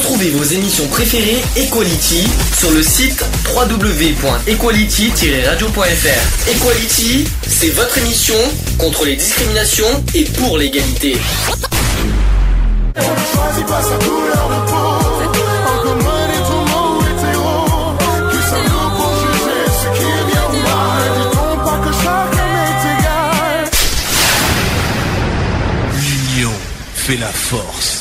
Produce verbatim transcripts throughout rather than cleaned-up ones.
Retrouvez vos émissions préférées Equality sur le site w w w point equality tiret radio point f r. Equality, c'est votre émission contre les discriminations et pour l'égalité. On ne choisit pas sa couleur de peau. En commun est ton mot hétéro. Qui sommes-nous pour juger ce qui est bien ou mal? Dit-on pas que chacun est égal? L'union fait la force.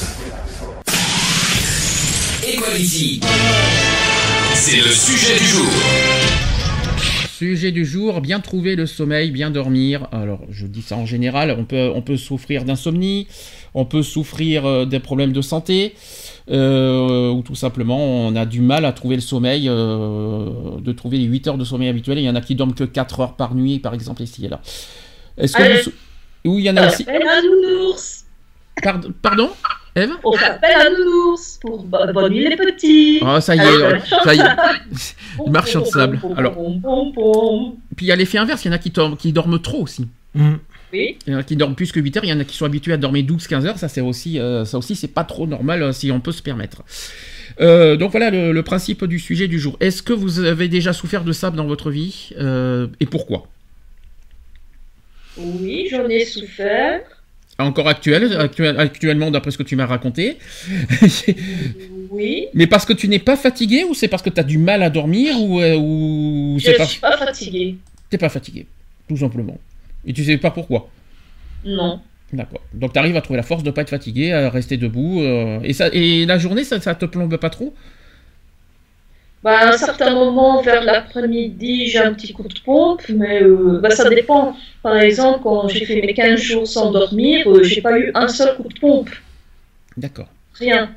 Equality. C'est le sujet du jour. Sujet du jour, bien trouver le sommeil, bien dormir. Alors, je dis ça en général, on peut, on peut souffrir d'insomnie, on peut souffrir euh, des problèmes de santé, euh, ou tout simplement, on a du mal à trouver le sommeil, euh, de trouver les huit heures de sommeil habituels. Il y en a qui dorment que quatre heures par nuit, par exemple, ici et là. Est-ce que Allez. vous... Oui, il y en a aussi... On appelle un nounours. Pardon, pardon Ève? On appelle un nounours pour bo- bonne nuit les petits. Oh, ça y est, Allez, euh, marche ça y est. sable. Marche sable. Alors, Pom, pom, pom. puis il y a l'effet inverse, il y en a qui, dorment- qui dorment trop aussi. Mm. Oui. Il y en a qui dorment plus que huit heures, il y en a qui sont habitués à dormir douze quinze heures, ça c'est aussi, euh, ça aussi c'est pas trop normal euh, si on peut se permettre. Euh, donc voilà le, le principe du sujet du jour. Est-ce que vous avez déjà souffert de ça dans votre vie euh, et pourquoi? Oui, j'en ai souffert. Encore actuel, actuel, actuellement d'après ce que tu m'as raconté. Oui. Mais parce que tu n'es pas fatigué ou c'est parce que tu as du mal à dormir ou, euh, ou Je c'est ne pas... suis pas fatiguée. T'es pas fatigué, tout simplement. Et tu sais pas pourquoi. Non. D'accord. Donc tu arrives à trouver la force de pas être fatigué, à rester debout. Euh, et, ça, et la journée, ça, ça te plombe pas trop? Bah, à un certain moment, vers l'après-midi, j'ai un petit coup de pompe, mais euh, bah, ça dépend. Par exemple, quand j'ai fait mes quinze jours sans dormir, euh, j'ai pas eu un seul coup de pompe. D'accord. Rien.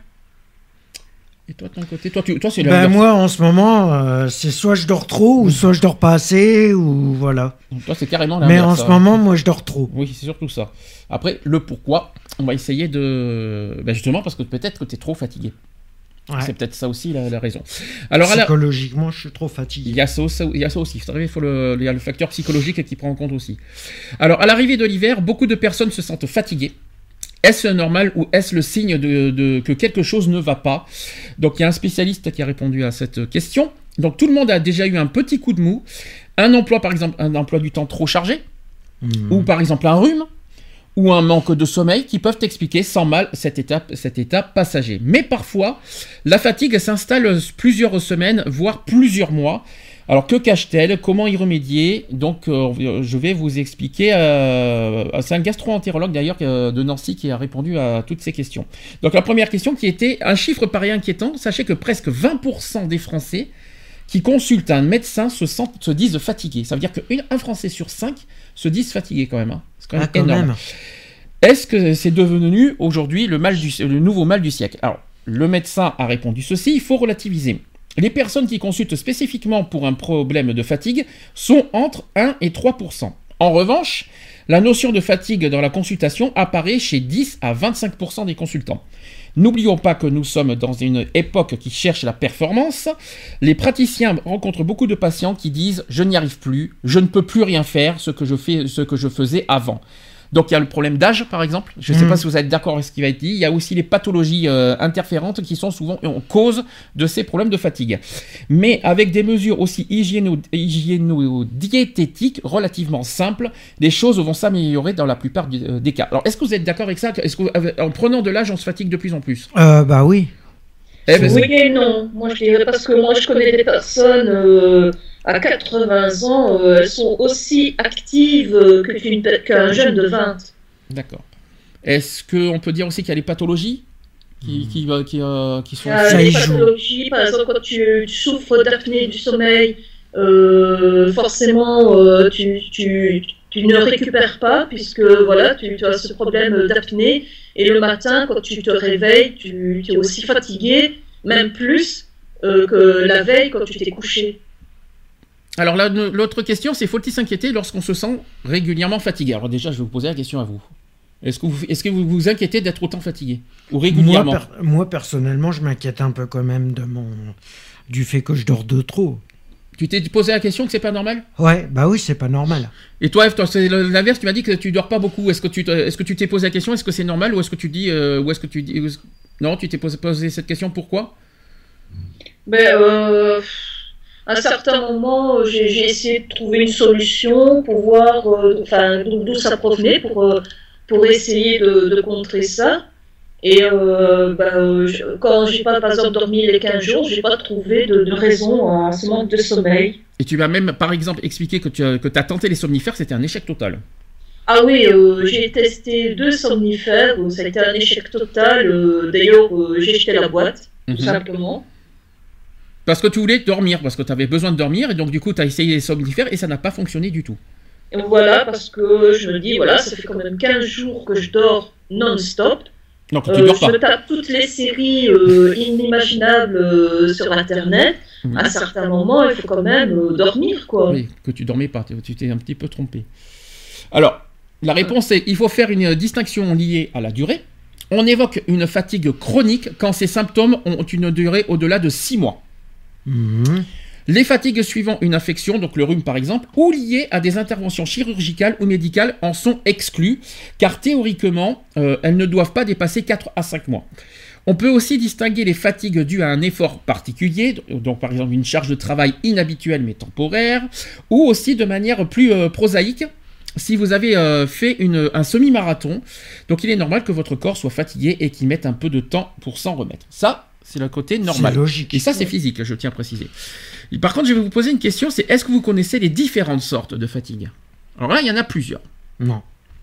Et toi, de ton côté, toi, tu, toi c'est le. Ben moi, en ce moment, euh, c'est soit je dors trop, ou soit je dors pas assez, ou voilà. Donc, toi, c'est carrément Mais l'inverse. en ce hein. moment, moi, je dors trop. Oui, c'est surtout ça. Après, le pourquoi, on va essayer de. Ben justement, parce que peut-être que tu es trop fatigué. Ouais. C'est peut-être ça aussi la, la raison. Alors, à la- Psychologiquement, je suis trop il fatigué. y a ça, ça- il y a ça aussi. Il faut le, il y a le facteur psychologique qui prend en compte aussi. Alors, à l'arrivée de l'hiver, beaucoup de personnes se sentent fatiguées. Est-ce normal ou est-ce le signe de, de- que quelque chose ne va pas? Donc, il y a un spécialiste qui a répondu à cette question. Donc, tout le monde a déjà eu un petit coup de mou. Un emploi, par exemple, un emploi du temps trop chargé, Mmh. ou par exemple un rhume, ou un manque de sommeil qui peuvent expliquer sans mal cette étape, cet état passager. Mais parfois, la fatigue s'installe plusieurs semaines, voire plusieurs mois. Alors que cache-t-elle? Comment y remédier? Donc euh, je vais vous expliquer. Euh, c'est un gastro-entérologue d'ailleurs euh, de Nancy qui a répondu à toutes ces questions. Donc la première question qui était un chiffre pareil inquiétant. Sachez que presque vingt pour cent des Français qui consultent un médecin se, sentent, se disent fatigués. Ça veut dire qu'un Français sur cinq se disent fatigués quand même. Hein. C'est quand même Ah, quand énorme. même. Est-ce que c'est devenu aujourd'hui le, mal du, le nouveau mal du siècle? Alors, le médecin a répondu ceci, il faut relativiser. Les personnes qui consultent spécifiquement pour un problème de fatigue sont entre un et trois pour cent. En revanche, la notion de fatigue dans la consultation apparaît chez dix à vingt-cinq pour cent des consultants. N'oublions pas que nous sommes dans une époque qui cherche la performance. Les praticiens rencontrent beaucoup de patients qui disent « je n'y arrive plus, je ne peux plus rien faire ce que je, fais, ce que je faisais avant ». Donc il y a le problème d'âge par exemple, je ne sais Mmh. pas si vous êtes d'accord avec ce qui va être dit, il y a aussi les pathologies euh, interférentes qui sont souvent en cause de ces problèmes de fatigue. Mais avec des mesures aussi hygiéno- hygiéno-diététiques relativement simples, les choses vont s'améliorer dans la plupart du- euh, des cas. Alors est-ce que vous êtes d'accord avec ça? Est-ce que vous- avec- en prenant de l'âge on se fatigue de plus en plus? Euh, bah oui. Eh ben, Oui et non. Moi, je dirais parce que moi, je connais des personnes euh, à quatre-vingts ans, euh, elles sont aussi actives euh, que qu'une pe- qu'un jeune de vingt. D'accord. Est-ce qu'on peut dire aussi qu'il y a les pathologies qui, qui, euh, qui, euh, qui sont... Euh, Ça y les joue. pathologies, par exemple, quand tu, tu souffres d'apnée du sommeil, euh, forcément, euh, tu, tu, tu ne récupères pas puisque voilà, tu, tu as ce problème d'apnée. Et le matin, quand tu te réveilles, tu, tu es aussi fatigué, même plus euh, que la veille quand tu t'es couché. Alors là, ne- l'autre question, c'est faut-il s'inquiéter lorsqu'on se sent régulièrement fatigué? Alors déjà, je vais vous poser la question à vous. Est-ce que vous est-ce que vous vous inquiétez d'être autant fatigué? Ou Moi, régulièrement? per- moi, personnellement, je m'inquiète un peu quand même de mon... du fait que je dors de trop. Tu t'es posé la question que c'est pas normal? Ouais, bah oui, c'est pas normal. Et toi, Eve, toi, c'est l'inverse, tu m'as dit que tu dors pas beaucoup. Est-ce que tu te- est-ce que tu t'es posé la question, est-ce que c'est normal ou est-ce que tu dis... euh, ou est-ce que tu dis... ou est-ce- Non, tu t'es posé, posé cette question, pourquoi? Ben, euh, à un certain moment, j'ai j'ai essayé de trouver une solution pour voir euh, enfin, d'où d'où ça provenait, pour, euh, pour essayer de, de contrer ça. Et euh, ben, euh, je- quand j'ai pas, par exemple, dormi les quinze jours, j'ai pas trouvé de, de raison à ce manque de sommeil. Et tu m'as même, par exemple, expliqué que tu as, que as tenté les somnifères, c'était un échec total. Ah oui, euh, j'ai testé deux somnifères, euh, ça a été un échec total. euh, D'ailleurs, euh, j'ai jeté la boîte, tout Mhm. simplement. Parce que tu voulais dormir, parce que tu avais besoin de dormir, et donc du coup, tu as essayé les somnifères, et ça n'a pas fonctionné du tout. Et voilà, parce que je me dis, voilà, ça fait quand même quinze jours que je dors non-stop. Donc tu Euh, dors je pas. me tape toutes les séries euh, inimaginables euh, sur Internet. Mhm. À un certain moment, il faut quand même euh, dormir, quoi. Oui, que tu dormais pas, tu tu t'es un petit peu trompé. Alors, la réponse est, il faut faire une distinction liée à la durée. On évoque une fatigue chronique quand ces symptômes ont une durée au-delà de six mois. Mhm. Les fatigues suivant une infection, donc le rhume par exemple, ou liées à des interventions chirurgicales ou médicales en sont exclues, car théoriquement, euh, elles ne doivent pas dépasser quatre à cinq mois. On peut aussi distinguer les fatigues dues à un effort particulier, donc par exemple une charge de travail inhabituelle mais temporaire, ou aussi de manière plus euh, prosaïque, si vous avez euh, fait une, un semi-marathon, donc il est normal que votre corps soit fatigué et qu'il mette un peu de temps pour s'en remettre. Ça, c'est le côté normal. C'est logique. Et ça, c'est physique, je tiens à préciser. Et par contre, je vais vous poser une question, c'est est-ce que vous connaissez les différentes sortes de fatigue? Alors là, il y en a plusieurs. Non.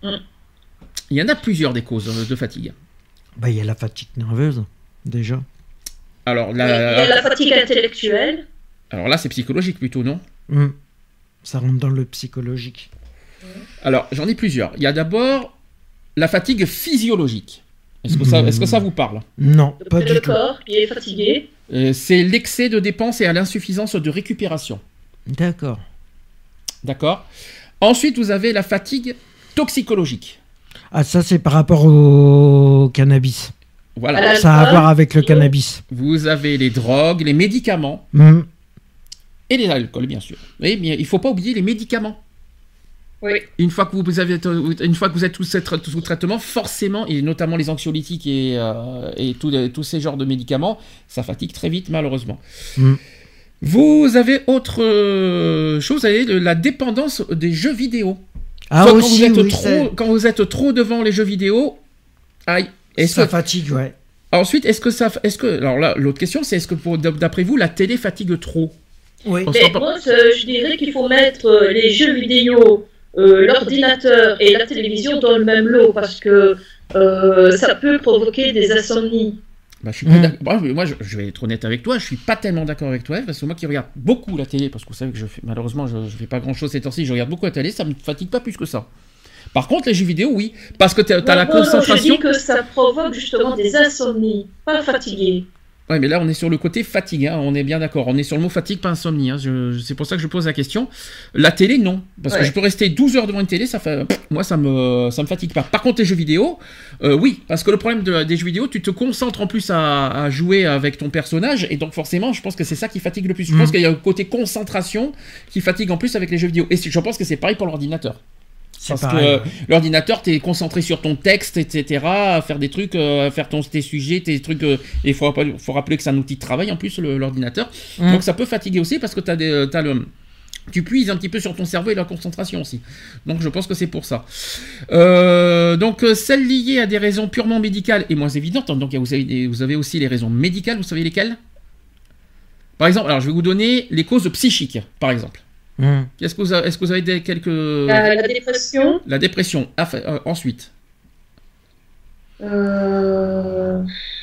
Il y en a plusieurs des causes euh, de fatigue. Bah, il y a la fatigue nerveuse, déjà. Alors Il y a là, la fatigue intellectuelle. alors là c'est psychologique plutôt, non? Hmm. Ça rentre dans le psychologique. Alors, j'en ai plusieurs. Il y a d'abord la fatigue physiologique. Est-ce que, ça, est-ce que ça vous parle? Non, Donc, pas c'est du le tout. corps qui est fatigué. Euh, C'est l'excès de dépenses et à l'insuffisance de récupération. D'accord. D'accord? Ensuite, vous avez la fatigue toxicologique. Ah, ça, c'est par rapport au cannabis. Voilà. Voilà. Ça a à L'alcool, voir avec le l'eau. cannabis. Vous avez les drogues, les médicaments Hmm. et les alcools, bien sûr. Oui, mais il ne faut pas oublier les médicaments. Oui. Une fois que vous, avez, une fois que vous êtes sous, sous traitement, forcément, et notamment les anxiolytiques et, euh, et tous les- tous ces genres de médicaments, ça fatigue très vite, malheureusement. Mm. Vous avez autre euh, chose, vous avez de la dépendance des jeux vidéo. Ah, Soit aussi, quand, vous êtes oui, trop, c'est- quand vous êtes trop devant les jeux vidéo, aïe. Est-ce ça que, fatigue, ouais. ensuite, est-ce que ça, est-ce que, alors là, l'autre question, c'est est-ce que pour, d'après vous, la télé fatigue trop? Oui. On se Mais rend pas- moi, euh, je dirais qu'il faut mettre euh, les jeux vidéo, euh, l'ordinateur et la télévision dans le même lot parce que euh, ça peut provoquer des insomnies. Bah, je suis pas Mm. d'accord. Moi, moi, je, je vais être honnête avec toi, je suis pas tellement d'accord avec toi, parce que moi qui regarde beaucoup la télé, parce que vous savez que je fais, malheureusement, je, je fais pas grand chose ces temps-ci, je regarde beaucoup la télé, ça me fatigue pas plus que ça. Par contre, les jeux vidéo, oui, parce que t'as, t'as la Non, non, non, concentration. je dis que ça provoque justement des insomnies, pas fatigué. Ouais, mais là, on est sur le côté fatigue, hein, on est bien d'accord. On est sur le mot fatigue, pas insomnie. Hein, je- je- c'est pour ça que je pose la question. La télé, non. Parce que Ouais. je peux rester douze heures devant une télé, ça fait, pff, moi, ça me, ça me fatigue pas. Par contre, les jeux vidéo, euh, oui. Parce que le problème de- des jeux vidéo, tu te concentres en plus à, à jouer avec ton personnage. Et donc, forcément, je pense que c'est ça qui fatigue le plus. Je Mhm. pense qu'il y a le côté concentration qui fatigue en plus avec les jeux vidéo. Et je pense que c'est pareil pour l'ordinateur. C'est Parce pareil, que ouais. l'ordinateur, t'es concentré sur ton texte, et cetera, à faire des trucs, euh, à faire ton, tes sujets, tes trucs. euh, et il faut, rappeler- faut rappeler que c'est un outil de travail en plus, le- l'ordinateur. Mm. Donc ça peut fatiguer aussi parce que t'as des, t'as le, tu puises un petit peu sur ton cerveau et la concentration aussi. Donc je pense que c'est pour ça. Euh, donc euh, celles liées à des raisons purement médicales et moins évidentes. Donc vous avez, des- vous avez aussi les raisons médicales, vous savez lesquelles? Par exemple, alors je vais vous donner les causes psychiques, par exemple. Hmm. Est-ce que vous avez, est-ce que vous avez des, quelques... La, la dépression, La dépression, ah, fa- euh, ensuite. euh,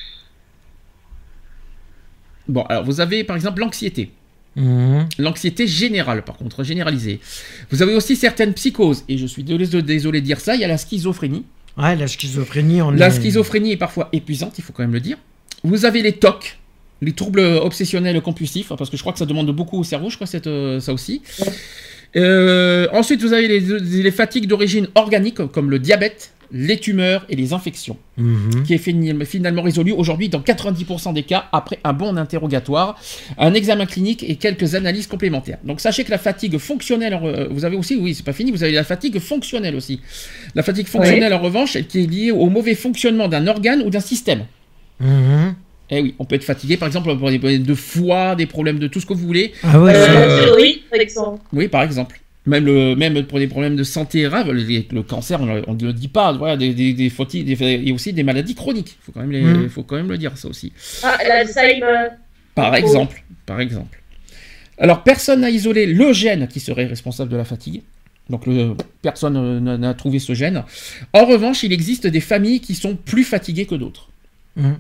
Bon, alors vous avez par exemple l'anxiété. Hmm. L'anxiété générale, par contre, généralisée. Vous avez aussi certaines psychoses, et je suis désolé, désolé de dire ça, il y a la schizophrénie. Ouais, la schizophrénie, on La est... schizophrénie est parfois épuisante, il faut quand même le dire. Vous avez les T O C, les troubles obsessionnels compulsifs, parce que je crois que ça demande beaucoup au cerveau, je crois que c'est euh, ça aussi. Euh, ensuite, vous avez les, les fatigues d'origine organique, comme le diabète, les tumeurs et les infections, Mhm. qui est fini- finalement résolu aujourd'hui dans quatre-vingt-dix pour cent des cas après un bon interrogatoire, un examen clinique et quelques analyses complémentaires. Donc sachez que la fatigue fonctionnelle, en re- vous avez aussi, oui c'est pas fini, vous avez la fatigue fonctionnelle aussi. La fatigue fonctionnelle en revanche, elle qui est liée au mauvais fonctionnement d'un organe ou d'un système. Mhm. Eh oui, on peut être fatigué, par exemple, pour des problèmes de foie, des problèmes de tout ce que vous voulez. Ah ouais, Euh, c'est- la thyroïde, par exemple. Oui, par exemple. Même, le, même pour des problèmes de santé graves, le, le cancer, on ne le dit pas. Voilà, des, des, des, fatigues, des, il y a aussi des maladies chroniques. Il faut, quand même les- Mhm. faut quand même le dire, ça aussi. Ah, l'Alzheimer. Par Oh. exemple, par exemple. Alors, personne n'a isolé le gène qui serait responsable de la fatigue. Donc, le, personne euh, n'a n'a trouvé ce gène. En revanche, il existe des familles qui sont plus fatiguées que d'autres. Mhm.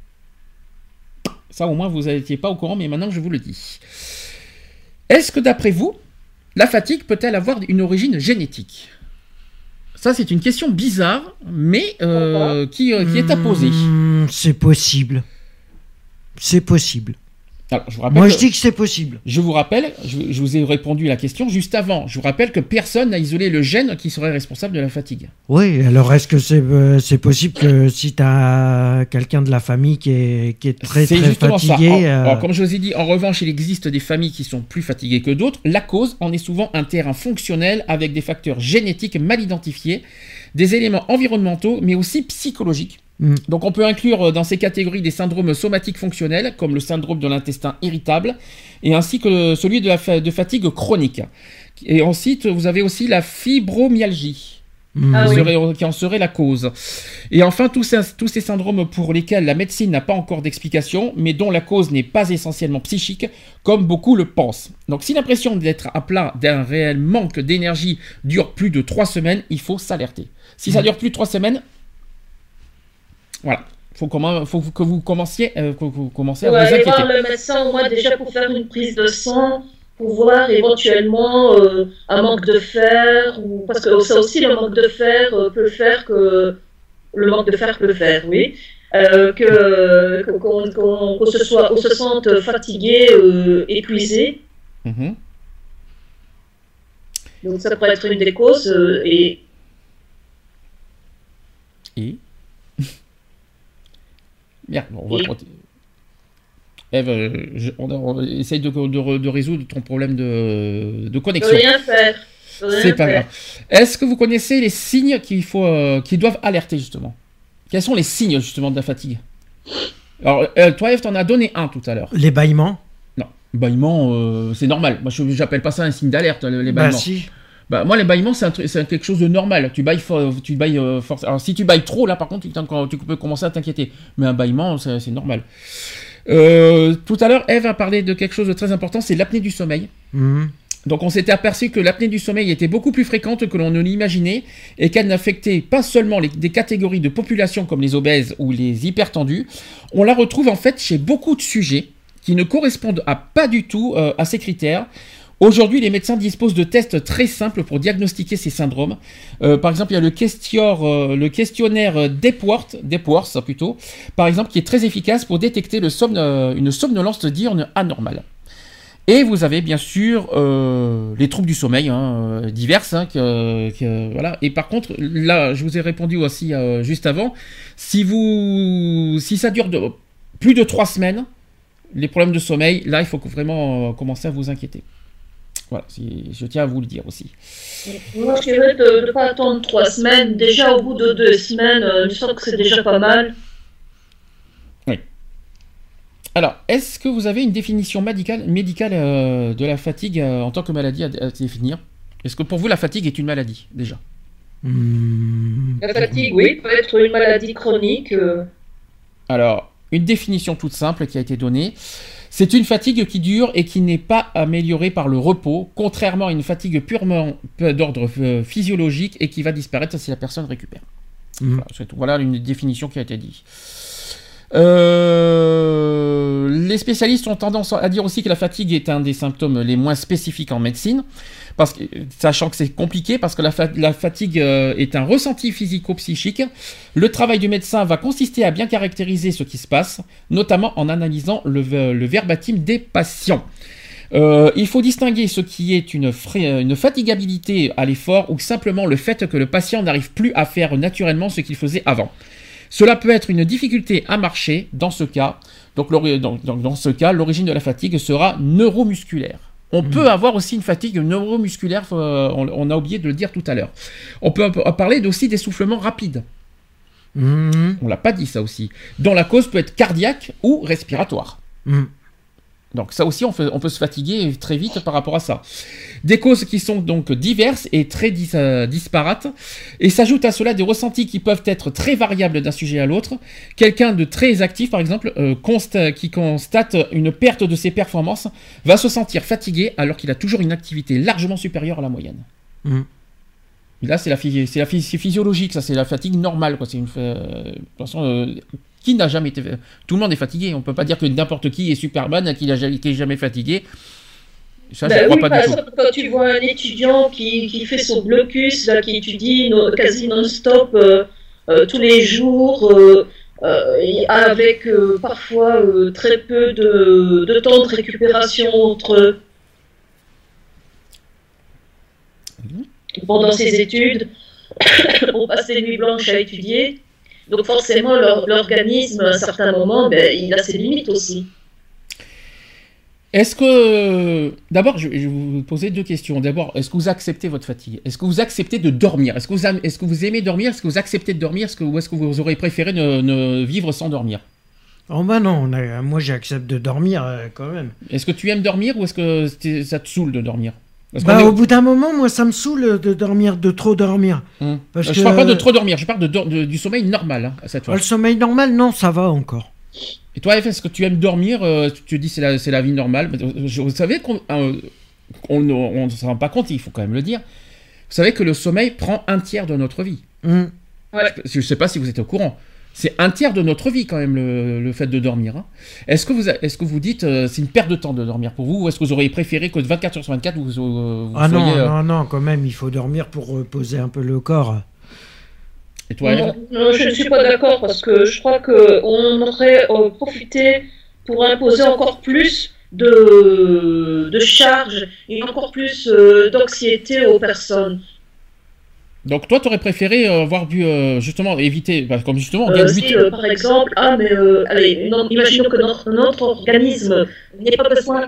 Ça, au moins, vous n'étiez pas au courant, mais maintenant, je vous le dis. Est-ce que, d'après vous, la fatigue peut-elle avoir une origine génétique ? Ça, c'est une question bizarre, mais euh, qui, euh, qui est à poser. Hmm, c'est possible. C'est possible. Alors, je vous rappelle Moi, que- je dis que c'est possible. Je vous rappelle, je, je vous ai répondu à la question juste avant. Je vous rappelle que personne n'a isolé le gène qui serait responsable de la fatigue. Oui, alors est-ce que c'est euh, c'est possible que si tu as quelqu'un de la famille qui est, qui est très C'est très justement fatigué... ça. En- euh, alors, comme je vous ai dit, en revanche, il existe des familles qui sont plus fatiguées que d'autres. La cause en est souvent un terrain fonctionnel avec des facteurs génétiques mal identifiés, des éléments environnementaux, mais aussi psychologiques. Mm. Donc on peut inclure dans ces catégories des syndromes somatiques fonctionnels, comme le syndrome de l'intestin irritable, et ainsi que celui de, la fa- de fatigue chronique. Et ensuite, vous avez aussi la fibromyalgie. hmm. Ah qui, oui. serait- qui en serait la cause. Et enfin, tous ces, tous ces syndromes pour lesquels la médecine n'a pas encore d'explication, mais dont la cause n'est pas essentiellement psychique, comme beaucoup le pensent. Donc si l'impression d'être à plat d'un réel manque d'énergie dure plus de trois semaines, il faut s'alerter. Si ça dure plus de trois semaines, voilà. Il faut, commen- faut que vous commenciez, euh, que vous commencez à Pour vous aller inquiéter. voir le médecin au moins déjà pour faire une prise de sang, pour voir éventuellement euh, un manque de fer, ou parce que ça aussi le manque de fer euh, peut faire que le manque de fer peut faire, oui, euh, que que- qu'on qu'on- qu'on se soit, on se sente fatigué, euh, épuisé. Mhm. Donc ça pourrait être une des causes euh, et Et Merde, on va Et trotter. Ève, euh, je- on, on essaye de, de- de résoudre ton problème de, de de connexion. rien faire. de rien C'est pas faire. grave. Est-ce que vous connaissez les signes qu'il faut, euh, qui doivent alerter justement ? Quels sont les signes justement de la fatigue ? Alors, euh, toi, Ève, t'en as donné un tout à l'heure. Les bâillements. Non, bâillement, euh, c'est normal. Moi, je j'appelle pas ça un signe d'alerte, les Bah bâillements. si. Bah, moi, les bâillements, c'est, un truc- c'est quelque chose de normal. Tu bailles, fo- tu bailles euh, force. Alors, si tu bailles trop, là, par contre, tu, t'en- tu peux commencer à t'inquiéter. Mais un bâillement, c'est, c'est normal. Euh, tout à l'heure, Ève a parlé de quelque chose de très important, c'est l'apnée du sommeil. Hmm. Donc, on s'était aperçu que l'apnée du sommeil était beaucoup plus fréquente que l'on ne l'imaginait et qu'elle n'affectait pas seulement les, des catégories de population comme les obèses ou les hypertendus. On la retrouve en fait chez beaucoup de sujets qui ne correspondent à, pas du tout euh, à ces critères. Aujourd'hui, les médecins disposent de tests très simples pour diagnostiquer ces syndromes. Euh, par exemple, il y a le, questionnaire, euh, le questionnaire Depworth, Depworth plutôt, par exemple, qui est très efficace pour détecter le somn- euh, une somnolence diurne anormale. Et vous avez bien sûr euh, les troubles du sommeil, hein, euh, diverses, hein, que, que- voilà. Et par contre, là, je vous ai répondu aussi euh, juste avant, si vous, si ça dure de, plus de trois semaines, les problèmes de sommeil, là, il faut que vraiment euh, commencer à vous inquiéter. Voilà, si- je tiens à vous le dire aussi. Moi, je dirais de ne pas attendre trois semaines. Déjà, au bout de deux semaines, euh, je sens que c'est déjà pas mal. Alors, est-ce que vous avez une définition médicale, médicale euh, de la fatigue euh, en tant que maladie à, à définir ? Est-ce que pour vous, la fatigue est une maladie, déjà ? Hmm. La fatigue, oui, peut être une maladie chronique. euh, Alors, une définition toute simple qui a été donnée. C'est une fatigue qui dure et qui n'est pas améliorée par le repos, contrairement à une fatigue purement d'ordre euh, physiologique et qui va disparaître si la personne récupère. Hmm. Voilà, c'est tout. Voilà une définition qui a été dite. Euh, les spécialistes ont tendance à dire aussi que la fatigue est un des symptômes les moins spécifiques en médecine, parce que, sachant que c'est compliqué, parce que la, fa- la fatigue euh, est un ressenti physico-psychique. Le travail du médecin va consister à bien caractériser ce qui se passe, notamment en analysant le, le verbatim des patients. Euh, il faut distinguer ce qui est une, fra- une fatigabilité à l'effort ou simplement le fait que le patient n'arrive plus à faire naturellement ce qu'il faisait avant. Cela peut être une difficulté à marcher. Dans ce cas, donc, l'ori- dans, dans- dans ce cas, l'origine de la fatigue sera neuromusculaire. On mmh. peut avoir aussi une fatigue neuromusculaire, euh, on, on a oublié de le dire tout à l'heure. On peut parler aussi d'essoufflement rapide. Mhm. On l'a pas dit ça aussi. Dont la cause peut être cardiaque ou respiratoire. Mhm. Donc ça aussi, on, fait, on peut se fatiguer très vite par rapport à ça. Des causes qui sont donc diverses et très dis, euh, disparates. Et s'ajoutent à cela des ressentis qui peuvent être très variables d'un sujet à l'autre. Quelqu'un de très actif, par exemple, euh, consta- qui constate une perte de ses performances, va se sentir fatigué alors qu'il a toujours une activité largement supérieure à la moyenne. Mhm. Là, c'est, la, phy- c'est, la phy- c'est physiologique, ça, c'est la fatigue normale. Quoi. C'est une, euh, de toute façon, euh, qui n'a jamais été... Tout le monde est fatigué. On ne peut pas dire que n'importe qui est Superman, qui n'est jamais fatigué. Ça, Bah je ne crois oui, pas par du tout. exemple, quand tu vois un étudiant qui, qui fait son blocus, là, qui étudie no- quasi non-stop euh, euh, tous les jours, euh, euh, et avec euh, parfois euh, très peu de, de temps de récupération entre pendant ses études, on passe des nuits blanches à étudier. Donc forcément, leur- l'organisme, à un certain moment, ben, il a ses limites aussi. Est-ce que... D'abord, je je vais vous poser deux questions. D'abord, est-ce que vous acceptez votre fatigue? Est-ce que vous acceptez de dormir? Est-ce que vous, am- est-ce que vous aimez dormir? Est-ce que vous acceptez de dormir? Est-ce que... Ou est-ce que vous aurez préféré ne, ne vivre sans dormir? Oh bah non, on a- moi j'accepte de dormir euh, quand même. Est-ce que tu aimes dormir ou est-ce que c'est- ça te saoule de dormir? Parce Bah qu'on est- au bout d'un moment, moi ça me saoule de dormir, de trop dormir. Hum. parce Je que- parle pas de trop dormir, je parle de, dor- de- du sommeil normal, hein, à cette Oh, fois. le sommeil normal, non, ça va encore. Et toi, F, est-ce que tu aimes dormir? euh, Tu te dis c'est la, c'est la vie normale. Mais, euh, je- Vous savez qu'on euh, on ne on ne se rend pas compte, il faut quand même le dire. Vous savez que le sommeil prend un tiers de notre vie. Hum. Je ne sais pas si vous êtes au courant. C'est un tiers de notre vie quand même le, le fait de dormir. hein. Est-ce que vous a- est-ce que vous dites euh, c'est une perte de temps de dormir pour vous ou est-ce que vous auriez préféré que vingt-quatre heures sur vingt-quatre vous, euh, vous Ah non, soyez... euh, non, non, quand même, il faut dormir pour reposer un peu le corps. Et toi, Ève Non, non, je ne suis pas d'accord parce que je crois qu'on aurait euh, profité pour imposer encore plus de, de charges et encore plus euh, d'anxiété aux personnes. Donc toi, tu aurais préféré euh, avoir vu euh, justement éviter, bah, comme justement, on Euh, gagne si, huit euh, par exemple, ah, mais euh, allez, non, imaginons que notre, notre organisme n'ait pas besoin.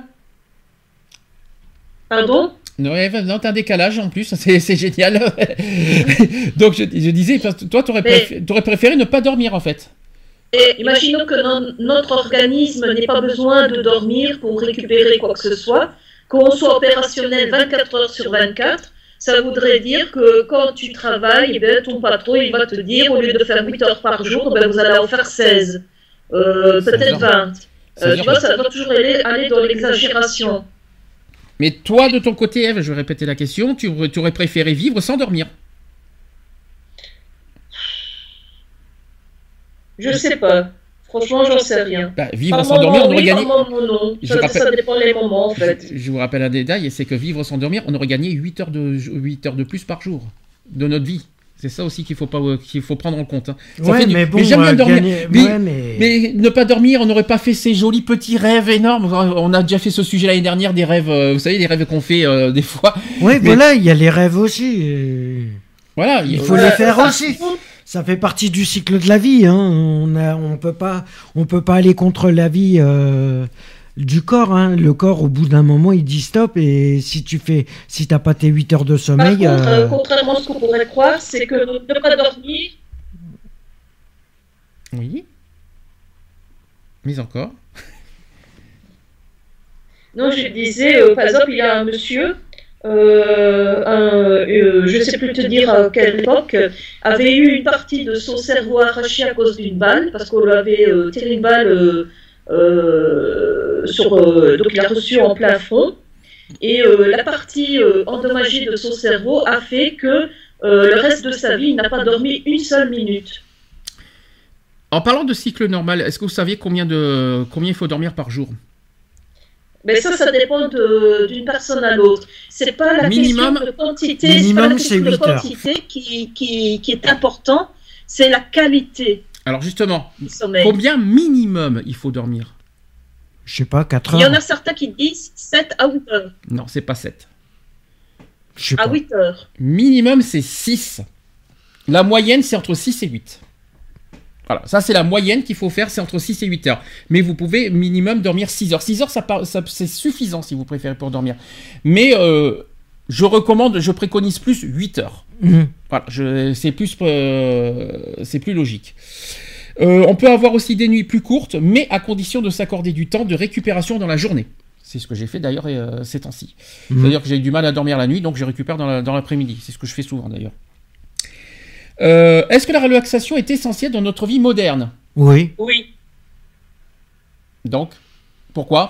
Pardon? Non, Ève, non, t'as un décalage en plus, c'est, c'est génial. Donc je, je disais, parce que toi, tu aurais, Mais- préféré ne pas dormir en fait. Et imaginons que non- notre organisme n'ait pas besoin de dormir pour récupérer quoi que ce soit, qu'on soit opérationnel vingt-quatre heures sur vingt-quatre, ça voudrait dire que quand tu travailles, eh bien, ton patron il va te dire, au lieu de faire huit heures par jour, ben, vous allez en faire seize, euh, seize peut-être heures. vingt. seize Euh, heures. tu vois, ça doit toujours aller, aller dans l'exagération. Mais toi, de ton côté, Ève, je vais répéter la question, tu, aurais- tu aurais préféré vivre sans dormir. Je sais pas. Franchement, j'en sais rien. Bah, vivre Par sans dormir, on moment, aurait oui, gagné... par moment, non. Je Ça, rappelle- ça dépend des moments, en fait. Je vous rappelle un détail, c'est que vivre sans dormir, on aurait gagné huit heures de, huit heures de plus par jour de notre vie. C'est ça aussi qu'il faut, pas, qu'il faut prendre en compte. hein. Ça Ouais, fait du- mais bon, j'aime bien euh, dormir. gagner- Mais, ouais, mais- mais ne pas dormir, on n'aurait pas fait ces jolis petits rêves énormes. On a déjà fait ce sujet l'année dernière, des rêves, euh, vous savez, des rêves qu'on fait euh, des fois. Ouais, Mais- voilà, il y a les rêves aussi. et Voilà, Il il faut les faire aussi. Ça fait partie du cycle de la vie. Hein. On a, on peut pas, on peut pas aller contre la vie euh, du corps. Hein. Le corps, au bout d'un moment, il dit stop. Et si tu fais, si t'as pas tes huit heures de Par sommeil, contre, euh, euh, contrairement à ce qu'on pourrait croire, c'est que ne pas dormir, Oui. Mais encore. non, je disais, euh, par exemple, il y a un monsieur, euh, un, euh, je ne sais plus te dire à quelle époque, avait eu une partie de son cerveau arrachée à cause d'une balle, parce qu'on lui avait euh, tiré une balle euh, euh, sur, euh, donc il a reçu en plein front, et euh, la partie euh, endommagée de son cerveau a fait que euh, le reste de sa vie, il n'a pas dormi une seule minute. En parlant de cycle normal, est-ce que vous saviez combien, de, combien il faut dormir par jour? Mais ça, ça dépend de- d'une personne à l'autre. C'est pas la Minimum- question de quantité, minimum, c'est pas la c'est question de huit heures. quantité qui, qui, qui est important, c'est la qualité Alors justement, du sommeil. combien minimum il faut dormir? je sais pas, quatre Il y en heures. a certains qui disent sept à huit heures. Non, c'est pas sept. Je sais À pas. huit heures. Minimum, c'est six. La moyenne, c'est entre six et huit. Voilà, ça c'est la moyenne qu'il faut faire, c'est entre six et huit heures. Mais vous pouvez minimum dormir six heures. six heures, ça, par- ça- c'est suffisant si vous préférez pour dormir. Mais euh, je recommande, je préconise plus huit heures. Mmh. Voilà, je, c'est plus, euh, c'est plus logique. Euh, on peut avoir aussi des nuits plus courtes, mais à condition de s'accorder du temps de récupération dans la journée. C'est ce que j'ai fait d'ailleurs euh, ces temps-ci. Mmh. C'est-à-dire que j'ai eu du mal à dormir la nuit, donc je récupère dans, la, dans l'après-midi. C'est ce que je fais souvent d'ailleurs. Euh, est-ce que la relaxation est essentielle dans notre vie moderne ? Oui. Oui. Donc, pourquoi ?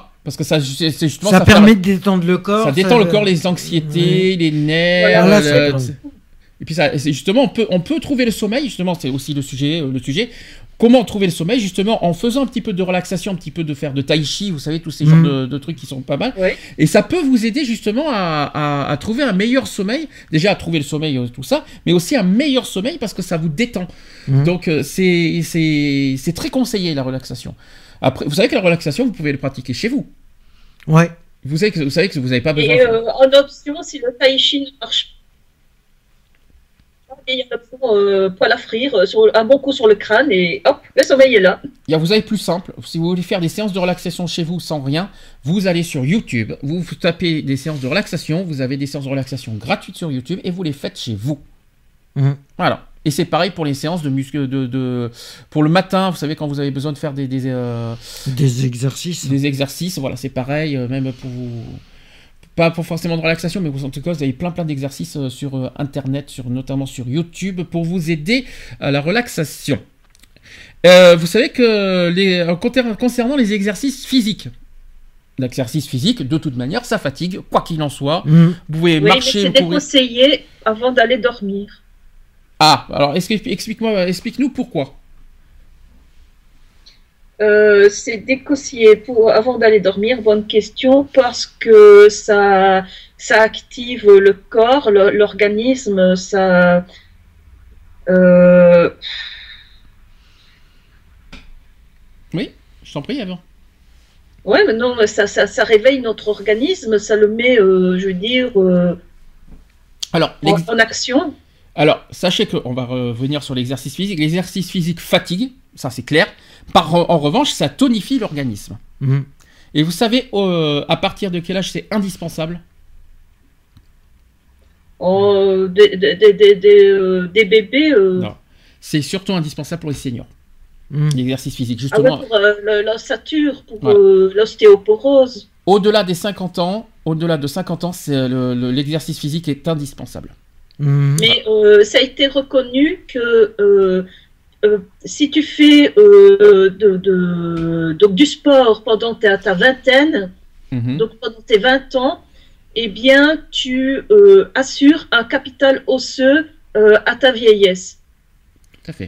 Parce que ça, c'est, c'est justement, ça, ça permet fait, de détendre le corps. Ça détend le corps, les anxiétés, oui. les nerfs. Voilà, le, c'est et puis ça, c'est justement, on peut, on peut trouver le sommeil. Justement, c'est aussi le sujet, le sujet. Comment trouver le sommeil, justement, en faisant un petit peu de relaxation, un petit peu de faire de tai chi, vous savez, tous ces mmh. genres de, de trucs qui sont pas mal. Ouais. Et ça peut vous aider justement à, à, à trouver un meilleur sommeil. Déjà à trouver le sommeil, tout ça, mais aussi un meilleur sommeil parce que ça vous détend. Mmh. Donc c'est, c'est, c'est très conseillé la relaxation. Après, vous savez que la relaxation, vous pouvez le pratiquer chez vous. Ouais. Vous savez que vous savez que vous n'avez pas besoin. Et euh, en option, si le tai chi ne marche pas, il y a l'option euh, poêle à frire, sur, un bon coup sur le crâne et hop, le sommeil est là. Vous avez plus simple. Si vous voulez faire des séances de relaxation chez vous sans rien, vous allez sur YouTube, vous, vous tapez des séances de relaxation, vous avez des séances de relaxation gratuites sur YouTube et vous les faites chez vous. Mmh. Voilà. Et c'est pareil pour les séances de muscu, de, de, pour le matin, vous savez, quand vous avez besoin de faire des... Des, euh, des exercices. Des exercices, voilà, c'est pareil, euh, même pour vous... Pas pour forcément de relaxation, mais en tout cas, vous avez plein plein d'exercices euh, sur euh, Internet, sur, notamment sur YouTube, pour vous aider à la relaxation. Euh, vous savez que les, concernant les exercices physiques, l'exercice physique, de toute manière, ça fatigue, quoi qu'il en soit. Mmh. Vous pouvez oui, marcher... mais c'est déconseillé avant d'aller dormir. Ah, alors explique-moi, explique-nous pourquoi. Euh, c'est déconseillé pour avant d'aller dormir, bonne question, parce que ça, ça active le corps, le, l'organisme, ça. Euh... Oui, je t'en prie, avant. Ouais, mais non, ça, ça, ça réveille notre organisme, ça le met, euh, je veux dire, euh, Alors, en, en action. Alors, sachez qu'on va revenir sur l'exercice physique. L'exercice physique fatigue, ça c'est clair. Par, en revanche, ça tonifie l'organisme. Mmh. Et vous savez euh, à partir de quel âge c'est indispensable ? Oh, des, des, des, des, des, euh, des bébés euh... Non, c'est surtout indispensable pour les seniors. Mmh. L'exercice physique, justement. Ah ouais, pour euh, l'ossature, pour voilà. euh, l'ostéoporose. Au-delà des cinquante ans, au-delà de cinquante ans, c'est le, le, l'exercice physique est indispensable. Mmh. Mais euh, ça a été reconnu que euh, euh, si tu fais euh, de, de, donc du sport pendant ta, ta vingtaine, mmh. donc pendant tes vingt ans, eh bien tu euh, assures un capital osseux euh, à ta vieillesse. Tout à fait.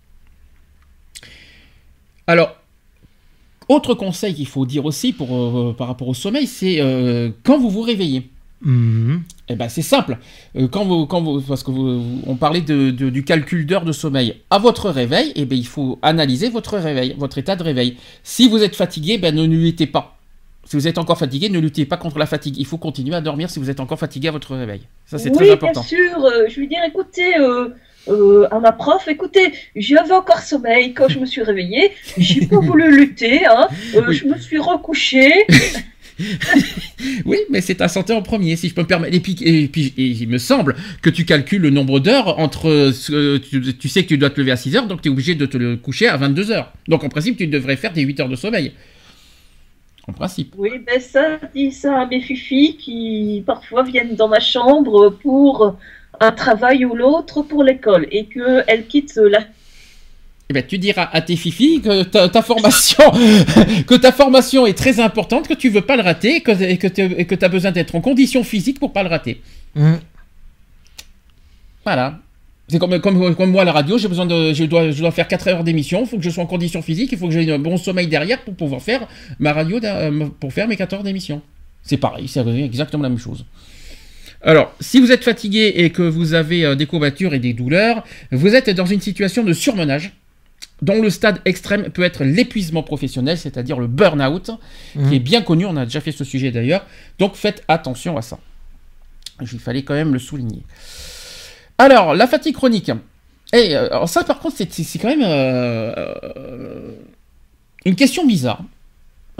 Alors, autre conseil qu'il faut dire aussi pour, euh, par rapport au sommeil, c'est euh, quand vous vous réveillez. Mmh. Eh ben c'est simple. Euh, quand vous, quand vous, parce que vous, vous, on parlait de, de, du calcul d'heures de sommeil. À votre réveil, eh ben il faut analyser votre réveil, votre état de réveil. Si vous êtes fatigué, ben ne luttez pas. Si vous êtes encore fatigué, ne luttez pas contre la fatigue. Il faut continuer à dormir si vous êtes encore fatigué à votre réveil. Ça c'est oui, très important. Oui, bien sûr. Euh, je veux dire, écoutez. Euh... Euh, à ma prof, écoutez, j'avais encore sommeil quand je me suis réveillée, j'ai pas voulu lutter, hein, euh, oui. Je me suis recouchée. Oui, mais c'est ta santé en premier, si je peux me permettre. Et puis, et puis et il me semble que tu calcules le nombre d'heures entre. Euh, tu, tu sais que tu dois te lever à six heures, donc tu es obligé de te le coucher à vingt-deux heures. Donc en principe, tu devrais faire tes huit heures de sommeil. En principe. Oui, ben ça, dis ça à mes fifis qui parfois viennent dans ma chambre pour un travail ou l'autre pour l'école et qu'elles quittent la... Eh ben, tu diras à tes fifis que ta, ta formation que ta formation est très importante, que tu veux pas le rater et que, et que tu as besoin d'être en condition physique pour pas le rater. Mmh. Voilà. C'est comme, comme, comme moi à la radio, j'ai besoin de, je, dois, je dois faire quatre heures d'émission, il faut que je sois en condition physique, il faut que j'ai un bon sommeil derrière pour pouvoir faire ma radio, pour faire mes quatre heures d'émission. C'est pareil, c'est exactement la même chose. Alors, si vous êtes fatigué et que vous avez euh, des courbatures et des douleurs, vous êtes dans une situation de surmenage, dont le stade extrême peut être l'épuisement professionnel, c'est-à-dire le burn-out, mmh. qui est bien connu, on a déjà fait ce sujet d'ailleurs, donc faites attention à ça. Il fallait quand même le souligner. Alors, la fatigue chronique. Et, alors ça, par contre, c'est, c'est quand même euh, euh, une question bizarre.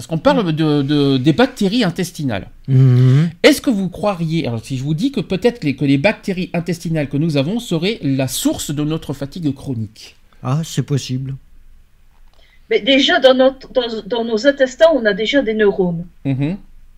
parce qu'on parle de, de, des bactéries intestinales. Mhm. Est-ce que vous croiriez, alors si je vous dis que peut-être les, que les bactéries intestinales que nous avons seraient la source de notre fatigue chronique? Ah, c'est possible. Mais déjà, dans, notre, dans, dans nos intestins, on a déjà des neurones. Mhm.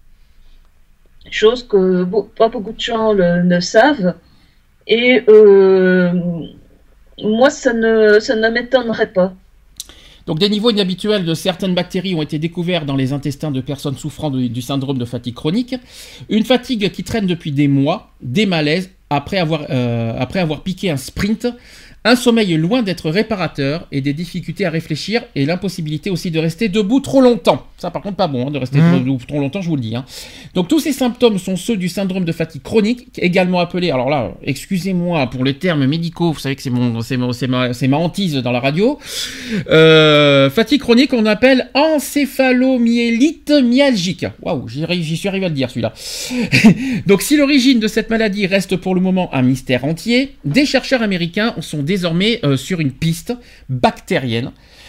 Chose que beau- pas beaucoup de gens le- ne savent. Et euh, moi, ça ne, ça ne m'étonnerait pas. Donc des niveaux inhabituels de certaines bactéries ont été découverts dans les intestins de personnes souffrant de- du syndrome de fatigue chronique. Une fatigue qui traîne depuis des mois, des malaises, après avoir, euh, après avoir piqué un sprint, un sommeil loin d'être réparateur et des difficultés à réfléchir et l'impossibilité aussi de rester debout trop longtemps. Ça par contre pas bon hein, de rester Mmh. debout trop longtemps, je vous le dis. Hein. Donc tous ces symptômes sont ceux du syndrome de fatigue chronique, également appelé, alors là, excusez-moi pour les termes médicaux, vous savez que c'est, mon, c'est, mon, c'est, ma, c'est ma hantise dans la radio. Euh, fatigue chronique, on appelle encéphalomyélite myalgique. Waouh, j'y, j'y suis arrivé à le dire celui-là. Donc si l'origine de cette maladie reste pour le moment un mystère entier, des chercheurs américains sont désormais euh, sur une piste bactérienne.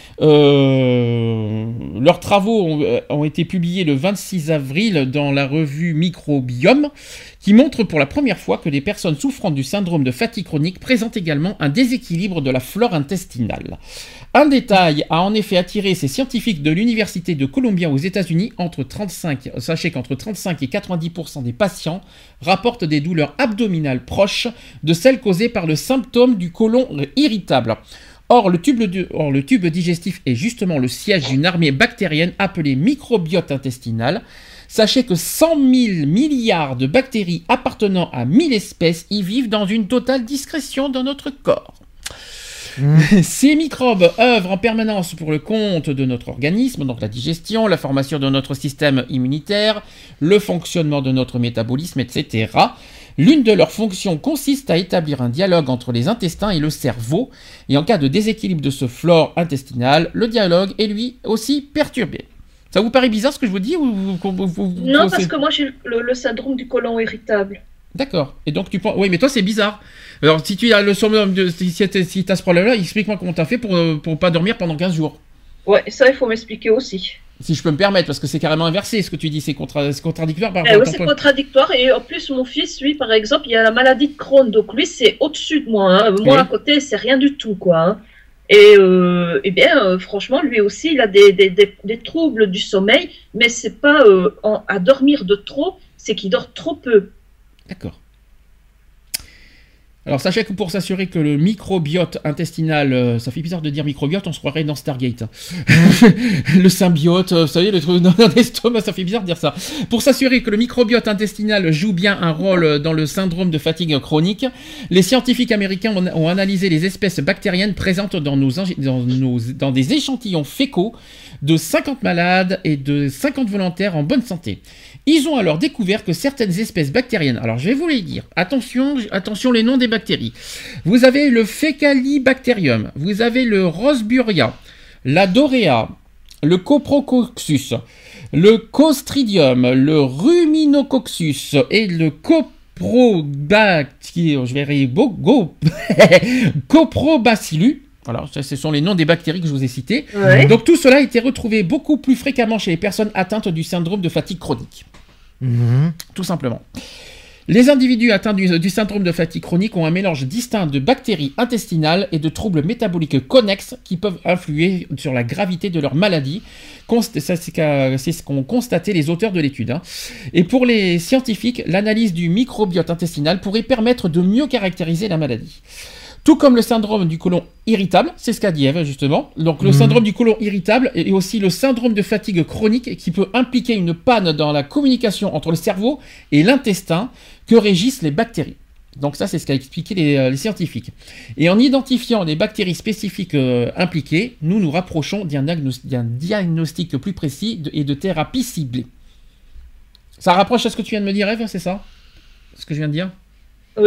Euh, leurs travaux ont, ont été publiés le vingt-six avril dans la revue Microbiome, qui montre pour la première fois que les personnes souffrant du syndrome de fatigue chronique présentent également un déséquilibre de la flore intestinale. Un détail a en effet attiré ces scientifiques de l'université de Columbia aux États-Unis. Entre trente-cinq, sachez qu'entre trente-cinq et quatre-vingt-dix pour cent des patients rapportent des douleurs abdominales proches de celles causées par le symptôme du côlon irritable. Or le, tube de, or, le tube digestif est justement le siège d'une armée bactérienne appelée microbiote intestinal. Sachez que cent mille milliards de bactéries appartenant à mille espèces y vivent dans une totale discrétion dans notre corps. Mmh. Ces microbes œuvrent en permanence pour le compte de notre organisme, donc la digestion, la formation de notre système immunitaire, le fonctionnement de notre métabolisme, et cetera. L'une de leurs fonctions consiste à établir un dialogue entre les intestins et le cerveau, et en cas de déséquilibre de ce flore intestinal, le dialogue est lui aussi perturbé. Ça vous paraît bizarre ce que je vous dis ou vous, vous, vous, Non, vous, parce que moi j'ai le, le syndrome du côlon irritable. D'accord. Et donc tu penses... Oui, mais toi c'est bizarre. Alors si tu as le syndrome de... Si, si tu as ce problème-là, explique-moi comment tu as fait pour ne pour pas dormir pendant quinze jours. Ouais, ça il faut m'expliquer aussi. Si je peux me permettre, parce que c'est carrément inversé ce que tu dis, c'est, contra... c'est contradictoire par eh rapport oui, à c'est ton... contradictoire, et en plus mon fils, lui par exemple, il a la maladie de Crohn, donc lui c'est au-dessus de moi, hein. Moi oui. à côté c'est rien du tout quoi. Hein. Et euh, eh bien euh, franchement lui aussi il a des, des, des, des troubles du sommeil, mais c'est pas euh, en, à dormir de trop, c'est qu'il dort trop peu. D'accord. Alors sachez que pour s'assurer que le microbiote intestinal, euh, ça fait bizarre de dire microbiote, on se croirait dans Stargate. Hein. Le symbiote, euh, vous savez, le truc dans l'estomac, ça fait bizarre de dire ça. Pour s'assurer que le microbiote intestinal joue bien un rôle dans le syndrome de fatigue chronique, les scientifiques américains ont, ont analysé les espèces bactériennes présentes dans, nos, dans, nos, dans des échantillons fécaux de cinquante malades et de cinquante volontaires en bonne santé. Ils ont alors découvert que certaines espèces bactériennes, alors je vais vous les dire, attention, attention les noms des bactéries. Vous avez le Faecalibacterium, vous avez le Rosburgia, la Dorea, le Coprococcus, le Clostridium, le Ruminococcus et le Coprobacillus, je vais rire, go, Coprobacillus. Voilà, ce sont les noms des bactéries que je vous ai cités. Ouais. Donc tout cela a été retrouvé beaucoup plus fréquemment chez les personnes atteintes du syndrome de fatigue chronique. Mmh. Tout simplement. Les individus atteints du, du syndrome de fatigue chronique ont un mélange distinct de bactéries intestinales et de troubles métaboliques connexes qui peuvent influer sur la gravité de leur maladie. Const- ça, c'est, c'est ce qu'ont constaté les auteurs de l'étude. Hein. Et pour les scientifiques, l'analyse du microbiote intestinal pourrait permettre de mieux caractériser la maladie. Tout comme le syndrome du côlon irritable, c'est ce qu'a dit Eve justement. Donc le mmh. syndrome du côlon irritable et aussi le syndrome de fatigue chronique qui peut impliquer une panne dans la communication entre le cerveau et l'intestin que régissent les bactéries. Donc ça c'est ce qu'a expliqué les, les scientifiques. Et en identifiant les bactéries spécifiques euh, impliquées, nous nous rapprochons d'un, diagnostic, d'un diagnostic plus précis de, et de thérapie ciblée. Ça rapproche à ce que tu viens de me dire Eve, c'est ça? Ce que je viens de dire? Oui.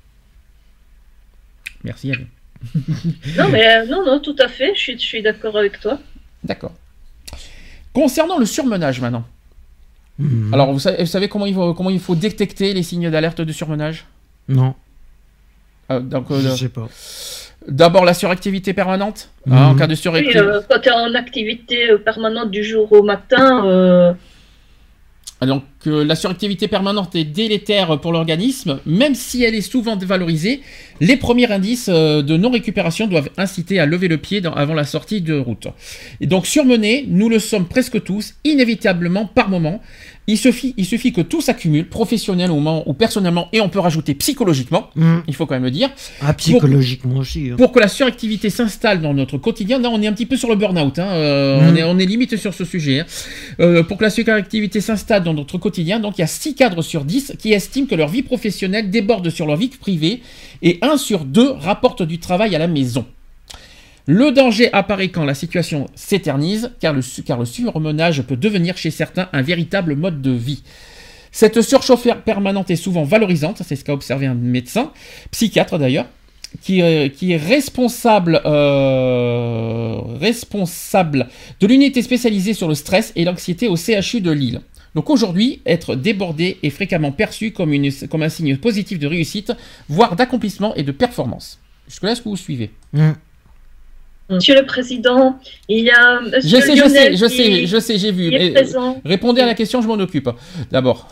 Merci, Eve. Non, mais euh, non, non, tout à fait, je suis, je suis d'accord avec toi. D'accord. Concernant le surmenage maintenant. Mmh. Alors, vous savez, vous savez comment, il faut, comment il faut détecter les signes d'alerte de surmenage? Non. Euh, donc, je euh, sais pas. D'abord la suractivité permanente, hein, en cas de Oui, suractivité. euh, quand tu es en activité euh, permanente du jour au matin, euh, Donc euh, la suractivité permanente est délétère pour l'organisme, même si elle est souvent dévalorisée. Les premiers indices euh, de non-récupération doivent inciter à lever le pied dans- avant la sortie de route. Et donc surmenés, nous le sommes presque tous, inévitablement par moment. Il suffit, il suffit que tout s'accumule, professionnellement ou personnellement, et on peut rajouter psychologiquement, Mm. il faut quand même le dire, Ah, psychologiquement aussi. hein. pour que la suractivité s'installe dans notre quotidien. Là, on est un petit peu sur le burn-out, hein, euh, Mm. on, est, on est limite sur ce sujet. hein. Euh, pour que la suractivité s'installe dans notre quotidien, donc il y a six cadres sur dix qui estiment que leur vie professionnelle déborde sur leur vie privée, et un sur deux rapporte du travail à la maison. Le danger apparaît quand la situation s'éternise, car le, su- car le surmenage peut devenir chez certains un véritable mode de vie. Cette surchauffe permanente est souvent valorisante, c'est ce qu'a observé un médecin, psychiatre d'ailleurs, qui, euh, qui est responsable, euh, responsable de l'unité spécialisée sur le stress et l'anxiété au C H U de Lille. Donc aujourd'hui, être débordé est fréquemment perçu comme, une, comme un signe positif de réussite, voire d'accomplissement et de performance. Jusque-là, est-ce que vous suivez ? Mm. Monsieur le Président, il y a Je Monsieur sais, je Lionel sais, je qui- sais, je sais, j'ai vu. qui est mais, présent. répondez à la question, je m'en occupe. D'abord.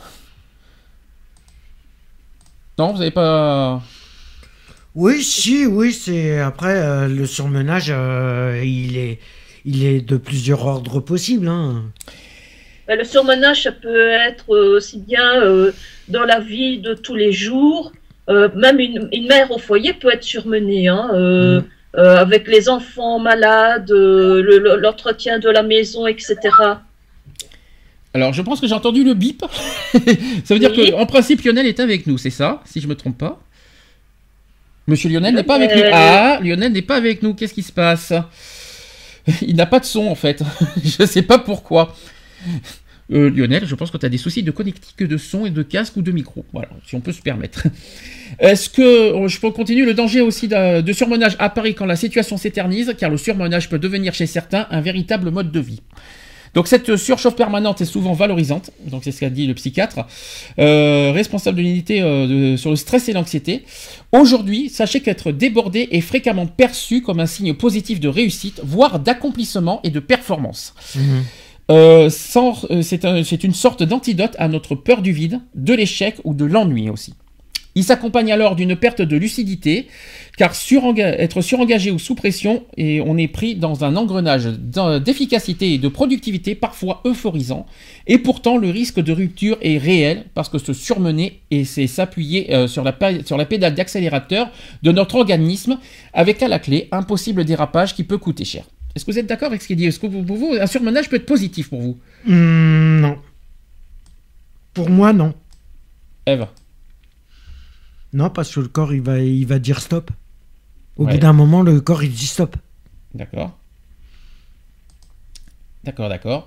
Non, vous n'avez pas... Oui, si, oui, c'est après euh, le surmenage, euh, il est, il est de plusieurs ordres possibles. Hein. Ben, le surmenage, ça peut être euh, aussi bien euh, dans la vie de tous les jours, euh, même une, une mère au foyer peut être surmenée, hein, euh, Mm. euh, avec les enfants malades, euh, le- le- l'entretien de la maison, et cetera. Alors, je pense que j'ai entendu le bip. Ça veut dire Oui. qu'en principe, Lionel est avec nous, c'est ça, si je me trompe pas. Monsieur Lionel n'est pas avec nous. Lionel. Ah, Lionel n'est pas avec nous. Qu'est-ce qui se passe ? Il n'a pas de son, en fait. Je ne sais pas pourquoi. Euh, Lionel, je pense que tu as des soucis de connectique de son et de casque ou de micro. Voilà, si on peut se permettre. Est-ce que, je peux continuer, le danger aussi de, de surmenage apparaît quand la situation s'éternise, car le surmenage peut devenir chez certains un véritable mode de vie. Donc cette surchauffe permanente est souvent valorisante, donc c'est ce qu'a dit le psychiatre, euh, responsable de l'unité euh, de- sur le stress et l'anxiété. Aujourd'hui, sachez qu'être débordé est fréquemment perçu comme un signe positif de réussite, voire d'accomplissement et de performance. Mhm. Euh, sans- euh, c'est un- c'est une sorte d'antidote à notre peur du vide, de l'échec ou de l'ennui aussi. Il s'accompagne alors d'une perte de lucidité, car surenga- être surengagé ou sous pression, et on est pris dans un engrenage d'en- d'efficacité et de productivité parfois euphorisant, et pourtant le risque de rupture est réel, parce que se surmener, et c'est s'appuyer euh, sur, la pa- sur la pédale d'accélérateur de notre organisme, avec à la clé un possible dérapage qui peut coûter cher. Est-ce que vous êtes d'accord avec ce qu'il dit ? Est-ce que vous- pour vous, un surmenage peut être positif pour vous ? Hmm, non. Pour moi, non. Ève ? Non, parce que le corps, il va, il va dire stop. Au Ouais. bout d'un moment, le corps, il dit stop. D'accord. D'accord, d'accord.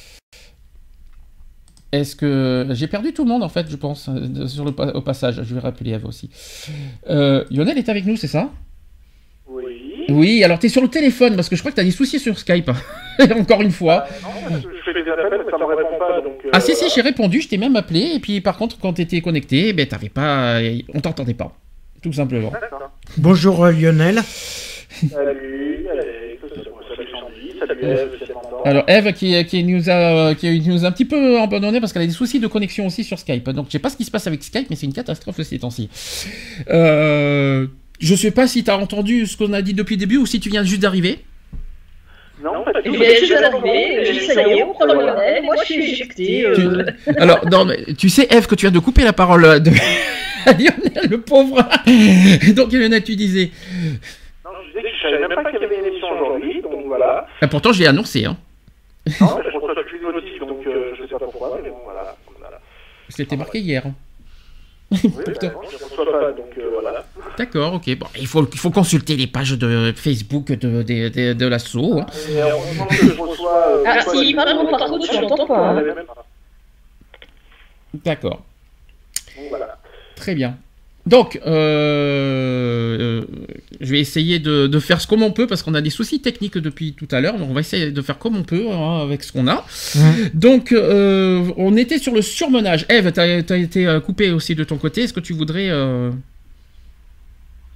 Est-ce que... J'ai perdu tout le monde, en fait, je pense, euh, sur le pa- au passage. Je vais rappeler Eve aussi. Euh, Lionel est avec nous, c'est ça ? Oui. Oui, alors t'es sur le téléphone, parce que je crois que t'as des soucis sur Skype. Encore une fois. Non, parce que je fais des appels, mais ça me répond pas, donc... euh, Ah si, si, j'ai répondu, je t'ai même appelé, et puis par contre, quand t'étais connecté, ben t'avais pas... On t'entendait pas. Tout simplement. D'accord. Bonjour euh, Lionel. Salut, Alex, salut Sandy, salut Ève, si elle m'entend. Alors Eve qui, qui, nous a, qui nous a un petit peu abandonné parce qu'elle a des soucis de connexion aussi sur Skype. Donc je sais pas ce qui se passe avec Skype, mais c'est une catastrophe ces temps-ci. Euh, je sais pas si tu as entendu ce qu'on a dit depuis le début ou si tu viens juste d'arriver. Non, pas du Il tout. est juste arrivé, j'ai dit ça y est, on prend le Lionel, moi je suis éjecté. euh, Tu- Alors, non, mais tu sais Eve que tu viens de couper la parole de à Lionel, le pauvre. Donc Lionel, tu disais. Non, je disais que je savais même pas qu'il y avait une émission aujourd'hui, donc voilà. Ah, pourtant je l'ai annoncé. Hein. Non, mais je reçois plus de notifs, donc euh, je sais pas pourquoi, mais bon, voilà. voilà. C'était marqué hier. hein. Oui, Putain. bah, non, je reçois pas, donc euh, voilà. D'accord, ok. Bon, il faut, il faut consulter les pages de Facebook de, de, de, de l'assaut. Hein. Et euh, on demande que je reçois... euh, Ah, je reçois si, des- pardon, par contre, je l'entends pas. Je hein. savais même pas. D'accord. Donc voilà. Très bien. Donc, euh, euh, je vais essayer de, de faire ce comme on peut parce qu'on a des soucis techniques depuis tout à l'heure. Donc, on va essayer de faire comme on peut hein, avec ce qu'on a. Ouais. Donc, euh, on était sur le surmenage. Ève, tu as été euh, coupée aussi de ton côté. Est-ce que tu voudrais... euh,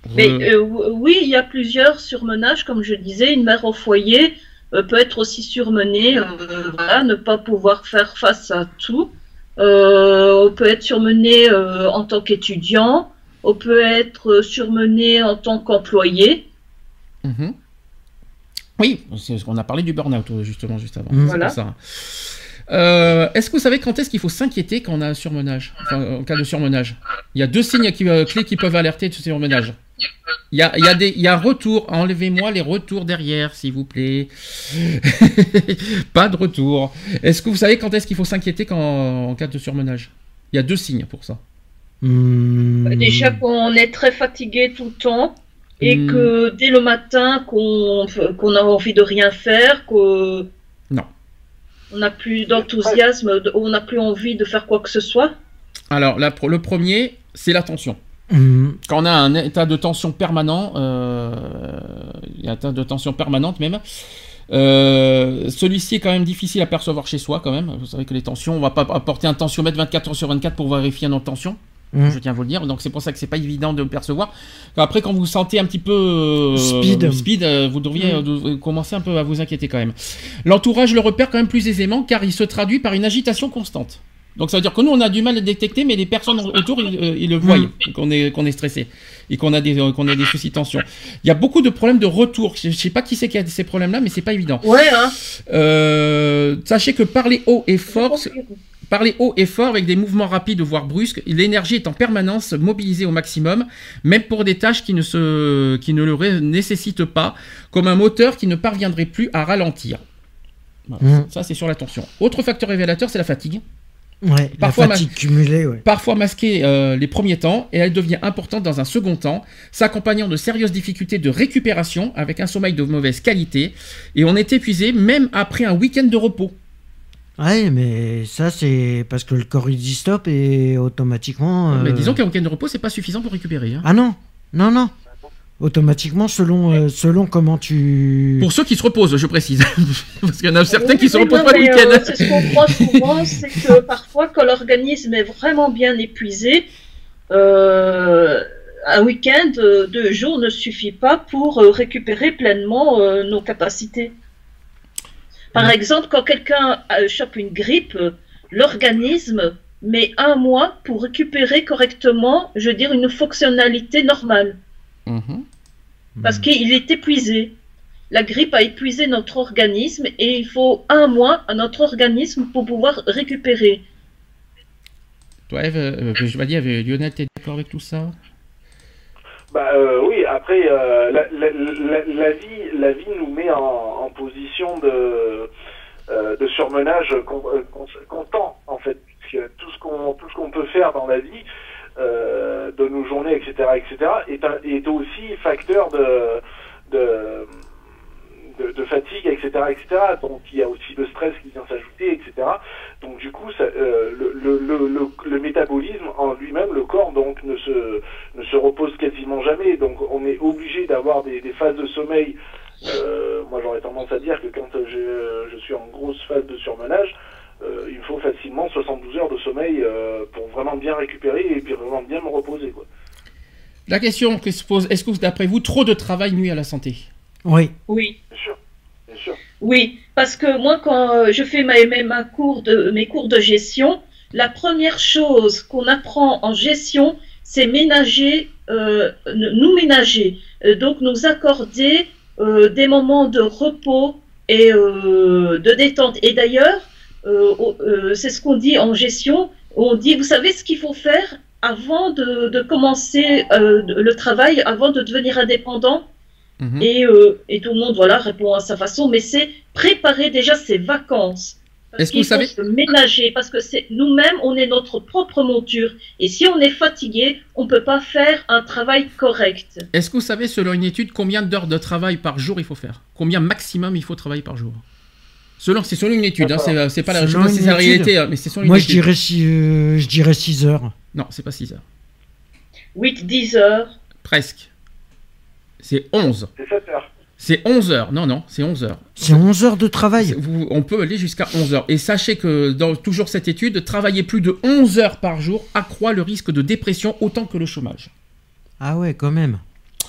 Mais euh, oui, il y a plusieurs surmenages, comme je disais. Une mère au foyer euh, peut être aussi surmenée, euh, voilà, ne pas pouvoir faire face à tout. Euh, on peut être surmené euh, en tant qu'étudiant, on peut être surmené en tant qu'employé. Mmh. Oui, c'est ce qu'on a parlé du burn-out justement juste avant. Mmh. C'est Voilà. pour ça. Euh, est-ce que vous savez quand est-ce qu'il faut s'inquiéter quand on a un surmenage, enfin, en cas de surmenage? Il y a deux signes qui, euh, clés qui peuvent alerter de ce surmenage. Il y a, il y a des, il y a un retour. Enlevez-moi les retours derrière, s'il vous plaît. Pas de retour. Est-ce que vous savez quand est-ce qu'il faut s'inquiéter quand, en cas de surmenage? Il y a deux signes pour ça. Mmh. Déjà qu'on est très fatigué tout le temps et Mmh. que dès le matin qu'on qu'on a envie de rien faire, que Non. on n'a plus d'enthousiasme, on n'a plus envie de faire quoi que ce soit. Alors, là, pour le premier, c'est la tension. Mmh. Quand on a un état de tension permanent, euh, il y a un état de tension permanente même, euh, celui-ci est quand même difficile à percevoir chez soi quand même. Vous savez que les tensions, on va pas apporter un tensiomètre vingt-quatre heures sur vingt-quatre pour vérifier notre tension. Mmh. Je tiens à vous le dire, donc c'est pour ça que c'est pas évident de le percevoir. Après, quand vous vous sentez un petit peu euh, Speed. speed euh, vous devriez Mm. euh, de- commencer un peu à vous inquiéter quand même. L'entourage le repère quand même plus aisément car il se traduit par une agitation constante. Donc ça veut dire que nous on a du mal à le détecter, mais les personnes autour ils, euh, ils le voient Mm. qu'on est qu'on est stressé et qu'on a des euh, qu'on a des soucis de tension. Il y a beaucoup de problèmes de retour. Je, je sais pas qui c'est qui a ces problèmes-là, mais c'est pas évident. Ouais, hein. Euh, sachez que parler haut et fort, parler haut et fort avec des mouvements rapides voire brusques, l'énergie est en permanence mobilisée au maximum, même pour des tâches qui ne se qui ne le ré- nécessitent pas, comme un moteur qui ne parviendrait plus à ralentir. Voilà, Mm. ça c'est sur la tension. Autre facteur révélateur, c'est la fatigue. Ouais, Parfois, la fatigue cumulée, ouais. Parfois masquée euh, les premiers temps, et elle devient importante dans un second temps, s'accompagnant de sérieuses difficultés de récupération avec un sommeil de mauvaise qualité, et on est épuisé même après un week-end de repos. Ouais, mais ça, c'est parce que le corps il dit stop et automatiquement. euh, Mais disons qu'un week-end de repos, c'est pas suffisant pour récupérer. Hein. Ah non, non, non. Automatiquement, selon, euh, selon comment tu. Pour ceux qui se reposent, je précise. Parce qu'il y en a certains Oui, qui se oui, reposent non, pas le mais, week-end. euh, c'est ce qu'on croit souvent, c'est que parfois, quand l'organisme est vraiment bien épuisé, euh, un week-end, euh, deux jours ne suffit pas pour euh, récupérer pleinement euh, nos capacités. Par Mhm. exemple, quand quelqu'un euh, chope une grippe, euh, l'organisme met un mois pour récupérer correctement, je veux dire, une fonctionnalité normale. Mhm. Parce qu'il est épuisé. La grippe a épuisé notre organisme et il faut un mois à notre organisme pour pouvoir récupérer. Toi, Eve, euh, je vais dire, Lionel, t'es d'accord avec tout ça? Bah euh, oui, après euh, la, la, la, la vie, la vie nous met en, en position de, euh, de surmenage con- euh, con- constant en fait, puisque tout ce qu'on tout ce qu'on peut faire dans la vie, euh, de nos journées, et cetera, et cetera, est, un- est aussi facteur de de, de de fatigue, et cetera, et cetera. Donc il y a aussi le stress qui vient s'ajouter, et cetera. Donc du coup, ça, euh, le, le, le, le, le métabolisme en lui-même, le corps donc ne se ne se repose quasiment jamais. Donc on est obligé d'avoir des, des phases de sommeil. Euh, moi j'aurais tendance à dire que quand je, je suis en grosse phase de surmenage, euh, il me faut facilement soixante-douze heures de sommeil euh, pour vraiment bien récupérer et puis vraiment bien me reposer, quoi. La question que se pose, est-ce que d'après vous, trop de travail nuit à la santé? Oui. Oui. Bien sûr, bien sûr. Oui, parce que moi, quand euh, je fais ma, mes, ma cours de, mes cours de gestion, la première chose qu'on apprend en gestion, c'est ménager, euh, nous ménager, euh, donc nous accorder euh, des moments de repos et euh, de détente. Et d'ailleurs, euh, euh, c'est ce qu'on dit en gestion, on dit, vous savez ce qu'il faut faire avant de, de commencer euh, le travail, avant de devenir indépendant? Mhm. Et, euh, et tout le monde voilà, répond à sa façon, mais c'est préparer déjà ses vacances. Parce Est-ce que qu'il vous savez- faut se ménager, parce que c'est nous-mêmes, on est notre propre monture. Et si on est fatigué, on ne peut pas faire un travail correct. Est-ce que vous savez, selon une étude, combien d'heures de travail par jour il faut faire? Combien maximum il faut travailler par jour? Selon, c'est selon une étude, hein, c'est, c'est pas la, je sais Selon pas si une c'est la étude. réalité, hein, mais c'est selon une Moi, je étude. dirais, six, euh, je dirais six heures. Non, c'est pas six heures. huit dix heures. Presque. C'est onze. C'est sept heures. C'est onze heures. Non, non, c'est onze heures. C'est onze heures de travail. C'est- vous- on peut aller jusqu'à onze heures. Et sachez que dans toujours cette étude, travailler plus de onze heures par jour accroît le risque de dépression autant que le chômage. Ah ouais, quand même.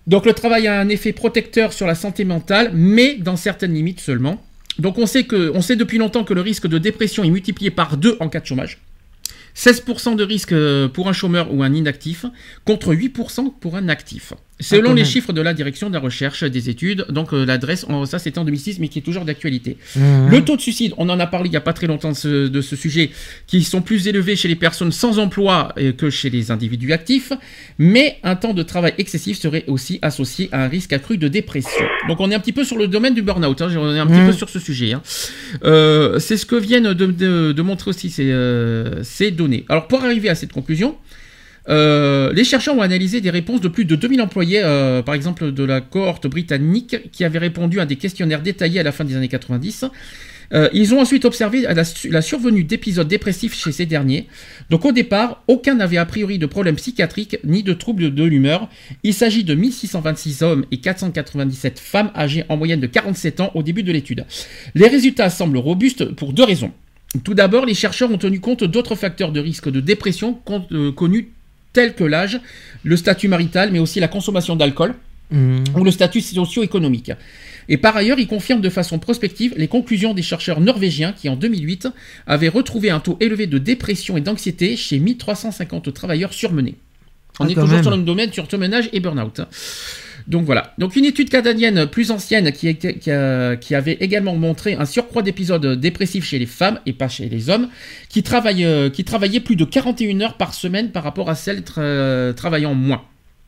Donc le travail a un effet protecteur sur la santé mentale, mais dans certaines limites seulement. Donc on sait, que, on sait depuis longtemps que le risque de dépression est multiplié par deux en cas de chômage. seize pour cent de risque pour un chômeur ou un inactif, contre huit pour cent pour un actif. Selon ah, les même. chiffres de la direction de la recherche des études, donc euh, l'adresse, oh, ça c'était en deux mille six, mais qui est toujours d'actualité. Mmh. Le taux de suicide, on en a parlé il n'y a pas très longtemps de ce, de ce sujet, qui sont plus élevés chez les personnes sans emploi euh, que chez les individus actifs, mais un temps de travail excessif serait aussi associé à un risque accru de dépression. Donc on est un petit peu sur le domaine du burn-out, hein, on est un petit Mmh. peu sur ce sujet. Hein. Euh, c'est ce que viennent de, de, de montrer aussi ces, euh, ces données. Alors pour arriver à cette conclusion, Euh, les chercheurs ont analysé des réponses de plus de deux mille employés, euh, par exemple de la cohorte britannique, qui avaient répondu à des questionnaires détaillés à la fin des années quatre-vingt-dix. Euh, ils ont ensuite observé la, la survenue d'épisodes dépressifs chez ces derniers. Donc au départ, aucun n'avait a priori de problème psychiatrique ni de troubles de l'humeur. Il s'agit de mille six cent vingt-six hommes et quatre cent quatre-vingt-dix-sept femmes âgées en moyenne de quarante-sept ans au début de l'étude. Les résultats semblent robustes pour deux raisons. Tout d'abord, les chercheurs ont tenu compte d'autres facteurs de risque de dépression con- euh, connus tels que l'âge, le statut marital, mais aussi la consommation d'alcool Mmh. ou le statut socio-économique. Et par ailleurs, ils confirment de façon prospective les conclusions des chercheurs norvégiens qui, en deux mille huit, avaient retrouvé un taux élevé de dépression et d'anxiété chez mille trois cent cinquante travailleurs surmenés. On Ah, est quand toujours même. sur le même domaine, sur surmenage et burn-out. Donc voilà. Donc une étude canadienne plus ancienne qui, est- qui, a- qui avait également montré un surcroît d'épisodes dépressifs chez les femmes et pas chez les hommes, qui, travaillent, euh, qui travaillaient plus de quarante et une heures par semaine par rapport à celles tra- travaillant moins.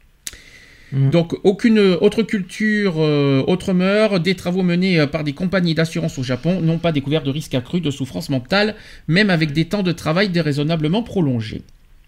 Mm. Donc aucune autre culture, euh, autre mœurs, des travaux menés euh, par des compagnies d'assurance au Japon n'ont pas découvert de risque accru de souffrance mentale, même avec des temps de travail déraisonnablement prolongés.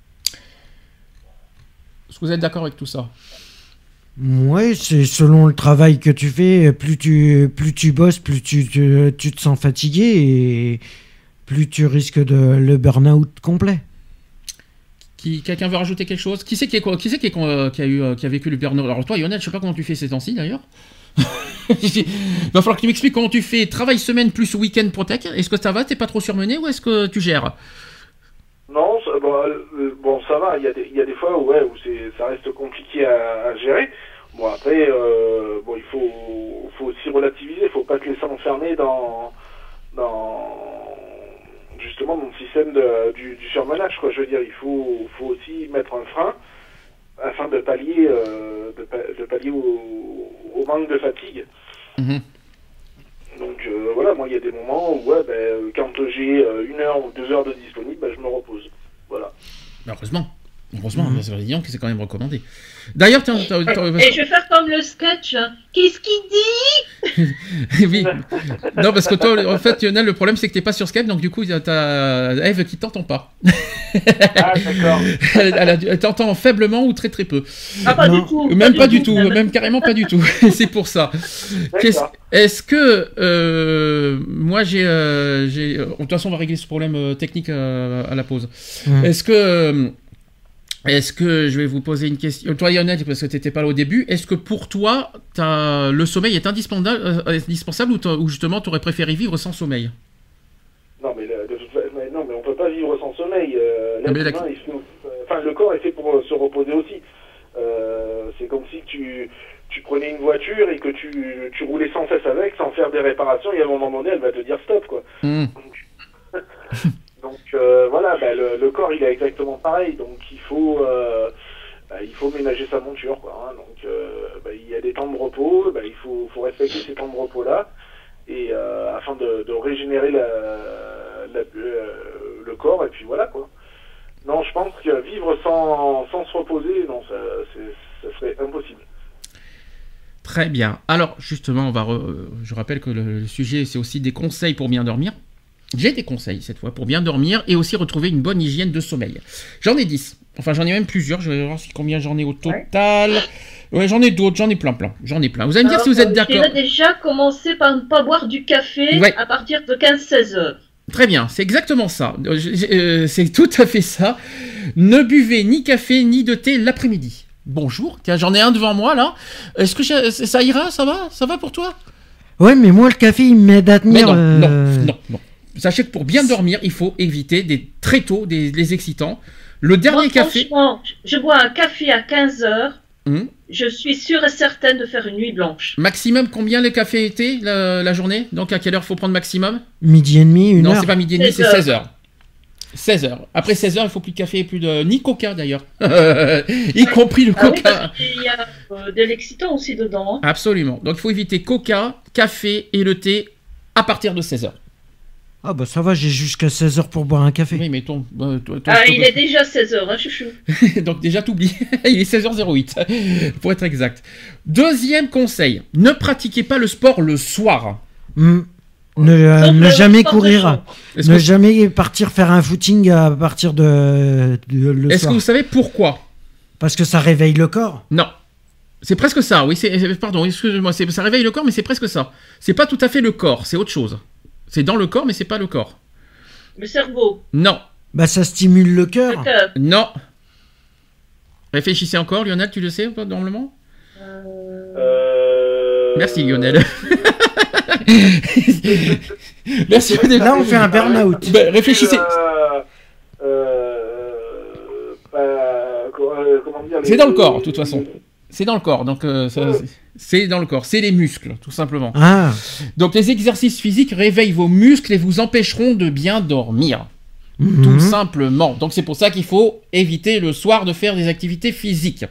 Est-ce que vous êtes d'accord avec tout ça ? Ouais, c'est selon le travail que tu fais, plus tu, plus tu bosses, plus tu, tu, tu te sens fatigué et plus tu risques de le burn-out complet. Qui, quelqu'un veut rajouter quelque chose ? Qui c'est qui, est, quoi- qui, c'est qui, est, euh, qui, a eu, euh, qui a vécu le burn-out ? Alors toi, Yonel, je sais pas comment tu fais ces temps-ci d'ailleurs. Il va falloir que tu m'expliques comment tu fais travail semaine plus week-end protect. Est-ce que ça va ? T'es pas trop surmené ou est-ce que tu gères ? Non, ça, bon, euh, bon, ça va. Il y a des, il y a des fois ouais, où c'est, ça reste compliqué à, à gérer. Bon, après, euh, bon, il faut, faut aussi relativiser. Il faut pas te laisser enfermer dans, dans justement dans le système de, du, du surmenage, quoi. Je veux dire, il faut, faut aussi mettre un frein afin de pallier, euh, de, pa- de pallier au, au manque de fatigue. Mhm. Donc euh, voilà, moi il y a des moments où ouais, ben, quand j'ai euh, une heure ou deux heures de disponible, ben, je me repose. Voilà. Bah, heureusement. Heureusement, mmh. parce que disons que c'est quand même recommandé. D'ailleurs, tiens, t'as- t'as- Et je vais faire comme le sketch. hein. Qu'est-ce qu'il dit oui. Non, parce que toi, en fait, Lionel, le problème c'est que t'es pas sur Skype, donc du coup, t'as Eve qui t'entend pas. Ah d'accord. elle, elle, a dû- elle t'entend faiblement ou très très peu. Ah, pas Non. du tout. Même pas du tout, même carrément pas du tout. C'est pour ça. Qu'est-ce- D'accord. Est-ce que euh, moi j'ai, euh, j'ai, euh, de toute façon, on va régler ce problème euh, technique euh, à la pause. Mm. Est-ce que euh, Est-ce que je vais vous poser une question, toi Yonel, parce que tu n'étais pas là au début, est-ce que pour toi, t'as- le sommeil est indispensable, euh, indispensable ou, t'as- ou justement tu aurais préféré vivre sans sommeil ? Non mais, le- de toute fa- mais non mais on peut pas vivre sans sommeil. Euh, Ah, mais l'être d'accord. humain, il fait- euh, enfin le corps est fait pour euh, se reposer aussi. Euh, c'est comme si tu tu prenais une voiture et que tu tu roulais sans cesse avec, sans faire des réparations. Et à un moment donné, elle va te dire stop quoi. Mmh. Donc euh, voilà, bah, le, le corps il est exactement pareil, donc il faut euh, bah, il faut ménager sa monture quoi. Hein. Donc euh, bah, il y a des temps de repos, bah, il faut, faut respecter ces temps de repos là, et euh, afin de, de régénérer la, la, euh, le corps et puis voilà quoi. Non, je pense que vivre sans, sans se reposer, non, ça, c'est, ça serait impossible. Très bien. Alors justement, on va re- je rappelle que le, le sujet c'est aussi des conseils pour bien dormir. J'ai des conseils cette fois pour bien dormir et aussi retrouver une bonne hygiène de sommeil. J'en ai dix. Enfin, j'en ai même plusieurs. Je vais voir si- combien j'en ai au total. Ouais, j'en ai d'autres. J'en ai plein, plein. J'en ai plein. Vous allez me dire Alors, si vous êtes euh, d'accord. Je dirais déjà commencer par ne pas boire du café Ouais. à partir de quinze seize heures. Très bien, c'est exactement ça. Euh, j'ai- euh, c'est tout à fait ça. Ne buvez ni café ni de thé l'après-midi. Bonjour. Tiens, j'en ai un devant moi là. Est-ce que j'ai- ça ira? Ça va? Ça va pour toi? Ouais, mais moi, le café, il m'aide à Mais tenir. non, euh, non, non, non. Sachez que pour bien dormir, il faut éviter des, très tôt des, les excitants. Le dernier Moi, café. franchement, je bois un café à quinze heures Mmh. je suis sûre et certaine de faire une nuit blanche. Maximum, combien le café était la, la journée? Donc à quelle heure faut prendre maximum? Midi et demi, une Non, heure. c'est pas midi et demi, c'est seize seize heures. seize heures. Après seize heures, il faut plus de café et plus de... Ni coca d'ailleurs. Y compris le Ah oui, coca. parce qu'il y a euh, de l'excitant aussi dedans. Hein. Absolument. Donc il faut éviter coca, café et le thé à partir de seize heures. Ah bah ça va, j'ai jusqu'à seize heures pour boire un café. Oui, mais ton... euh, toi- toi- Ah, toi- il est déjà seize heures, hein, chouchou. Donc déjà t'oublies, il est seize heures zéro huit pour être exact. Deuxième conseil, ne pratiquez pas le sport le soir. Hmm. Ne, euh, Donc, ne le jamais sport de courir. champ. Est-ce Ne que, jamais partir faire un footing à partir de, de le est-ce que soir. vous savez pourquoi? Parce que ça réveille le corps. Non. C'est presque ça, oui, c'est, c'est- pardon, excusez-moi, c'est, ça réveille le corps, mais c'est presque ça. C'est pas tout à fait le corps, c'est autre chose. C'est dans le corps, mais c'est pas le corps. Le cerveau, Non, Bah ça stimule le le cœur. cœur. non. Réfléchissez encore, Lionel, tu le sais, normalement? Euh... Merci, Lionel. Merci, Lionel. Là on fait un burn-out. Bah, réfléchissez. Euh, euh, bah, co- euh, comment dire, C'est les- dans le corps, de toute façon. C'est dans le corps, donc euh, ça, c'est- c'est dans le corps. C'est les muscles, tout simplement. Ah, Donc les exercices physiques réveillent vos muscles et vous empêcheront de bien dormir. mhm. Tout simplement. Donc c'est pour ça qu'il faut éviter le soir de faire des activités physiques.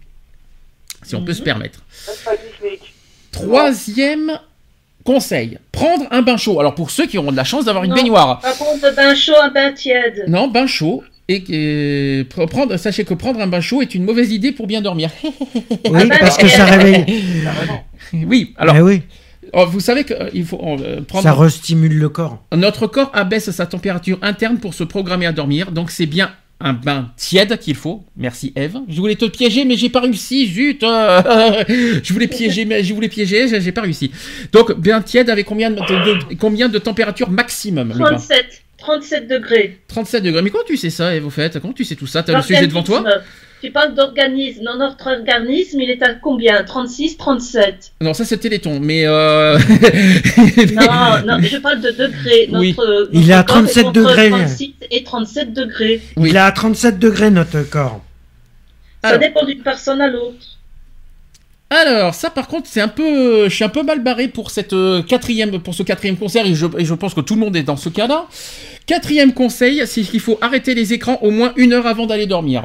Si on peut se permettre. Même pas Disney. Troisième conseil, prendre un bain chaud. Alors pour ceux qui auront de la chance d'avoir une Non. baignoire. Par contre, un bain chaud, un bain tiède. Non, bain chaud. Et que- pr- prendre, sachez que prendre un bain chaud est une mauvaise idée pour bien dormir. Oui, bah, parce que ça réveille. Oui, alors Eh oui, oh, vous savez qu'il faut euh, prendre... ça restimule le corps. Notre corps abaisse sa température interne pour se programmer à dormir, donc c'est bien un bain tiède qu'il faut. Merci Eve. Je voulais te piéger, mais j'ai pas réussi. Zut. euh, je voulais piéger, mais je voulais piéger, j'ai j'ai pas réussi. Donc bain tiède avec combien de, de- combien de température maximum le bain? trente-sept, trente-sept degrés. trente-sept degrés. Mais comment tu sais ça, Eve, au fait? Comment tu sais tout ça? T'as le sujet devant toi? L'organisme, Tu parles d'organisme. Non, notre organisme, il est à combien? trente-six, trente-sept. Non, ça c'est Téléthon, mais euh... Non, non, je parle de degrés. Notre, Oui. notre Il est à corps est trente-sept entre degrés. trente-six et trente-sept degrés. Oui. Il est à trente-sept degrés notre corps. Ça Alors. dépend d'une personne à l'autre. Alors, ça par contre, c'est un peu, je suis un peu mal barré pour cette euh, quatrième, pour ce quatrième conseil, et je, et je pense que tout le monde est dans ce cas-là. Quatrième conseil, c'est qu'il faut arrêter les écrans au moins une heure avant d'aller dormir.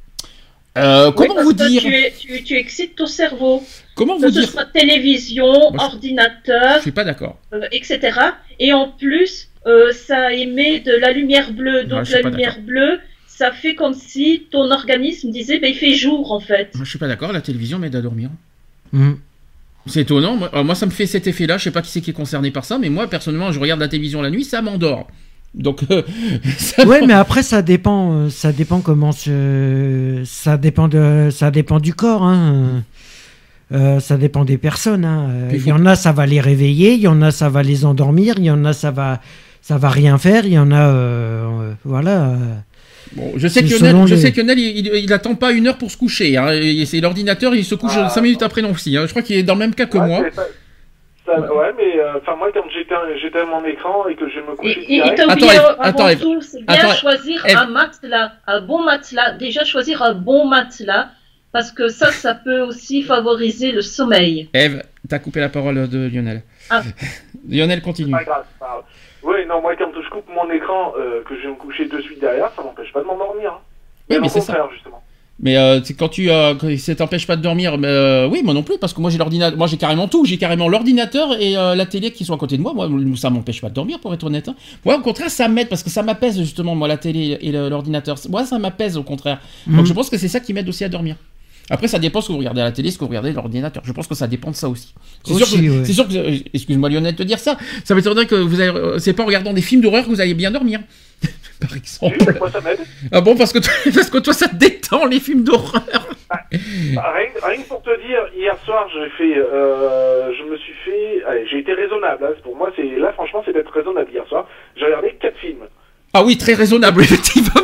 Euh, Oui, comment parce vous que dire, tu, es- tu, tu excites ton cerveau. comment Que vous ce dire, soit télévision, Moi, je- ordinateur, je suis pas d'accord. euh, et cetera. Et en plus, euh, ça émet de la lumière bleue. Moi, Donc je suis la pas lumière bleue, ça fait comme si ton organisme disait, ben, il fait jour en fait. Moi, je suis pas d'accord. La télévision m'aide à dormir. Hmm. C'est étonnant. Moi, euh, moi, ça me fait cet effet-là. Je sais pas qui c'est qui est concerné par ça, mais moi, personnellement, je regarde la télévision la nuit, ça m'endort. Donc, euh, ça Ouais, mais après ça dépend, euh, ça dépend comment se, ça dépend de, ça dépend du corps, hein. Euh, ça dépend des personnes, hein. Euh, Puis Il faut- y en a, ça va les réveiller, il y en a, ça va les endormir, il y en a, ça va, ça va rien faire, il y en a, euh, euh, voilà. euh. Bon, je sais C'est que Lionel, selon je les- sais que Lionel, il, il, il attend pas une heure pour se coucher. Hein. Et c'est l'ordinateur, il se couche Ah, cinq minutes après non aussi. Hein. Je crois qu'il est dans le même cas que Ouais, moi. c'est pas- ça- ouais, mais euh, enfin moi, quand j'éteins j'éteins mon écran et que je me couche Et, et, et direct, t'as Attends, oublié Eve, avant attends, Eve. tout, c'est bien Attends, choisir Eve. un matelas, un bon matelas. Déjà choisir un bon matelas, parce que ça, ça peut aussi favoriser le sommeil. Eve, t'as coupé la parole de Lionel. Ah. Lionel, continue. c'est pas grave. c'est pas grave. Oui, non, moi, quand je coupe mon écran, euh, que je vais me coucher de suite derrière, ça m'empêche pas de m'endormir. Hein. Oui, Bien mais au c'est ça. contraire, justement. Mais euh, c'est quand tu, euh, quand ça t'empêche pas de dormir, mais, euh, oui, moi non plus, parce que moi j'ai l'ordinateur, moi j'ai carrément tout, j'ai carrément l'ordinateur et euh, la télé qui sont à côté de moi. Moi, ça m'empêche pas de dormir, pour être honnête. Hein. Moi, au contraire, ça m'aide parce que ça m'apaise justement, moi, la télé et le- l'ordinateur. Moi, ça m'apaise au contraire. Donc Mhm. je pense que c'est ça qui m'aide aussi à dormir. Après, ça dépend ce que vous regardez à la télé, ce que vous regardez à l'ordinateur. Je pense que ça dépend de ça aussi. C'est sûr Aussi, que, ouais. c'est sûr que, euh, excuse-moi Lionel de te dire ça, ça m'étonnerait que vous avez, euh, c'est pas en regardant des films d'horreur que vous allez bien dormir. Par Oui, exemple. moi, ça m'aide. Ah bon, parce que, toi, parce que toi, ça te détend les films d'horreur. Bah, rien, rien que pour te dire, hier soir, j'ai fait, euh, je me suis fait, allez, j'ai été raisonnable. Hein. Pour moi, c'est là, franchement, c'est d'être raisonnable. Hier soir, j'ai regardé quatre films. Ah oui, très raisonnable, effectivement.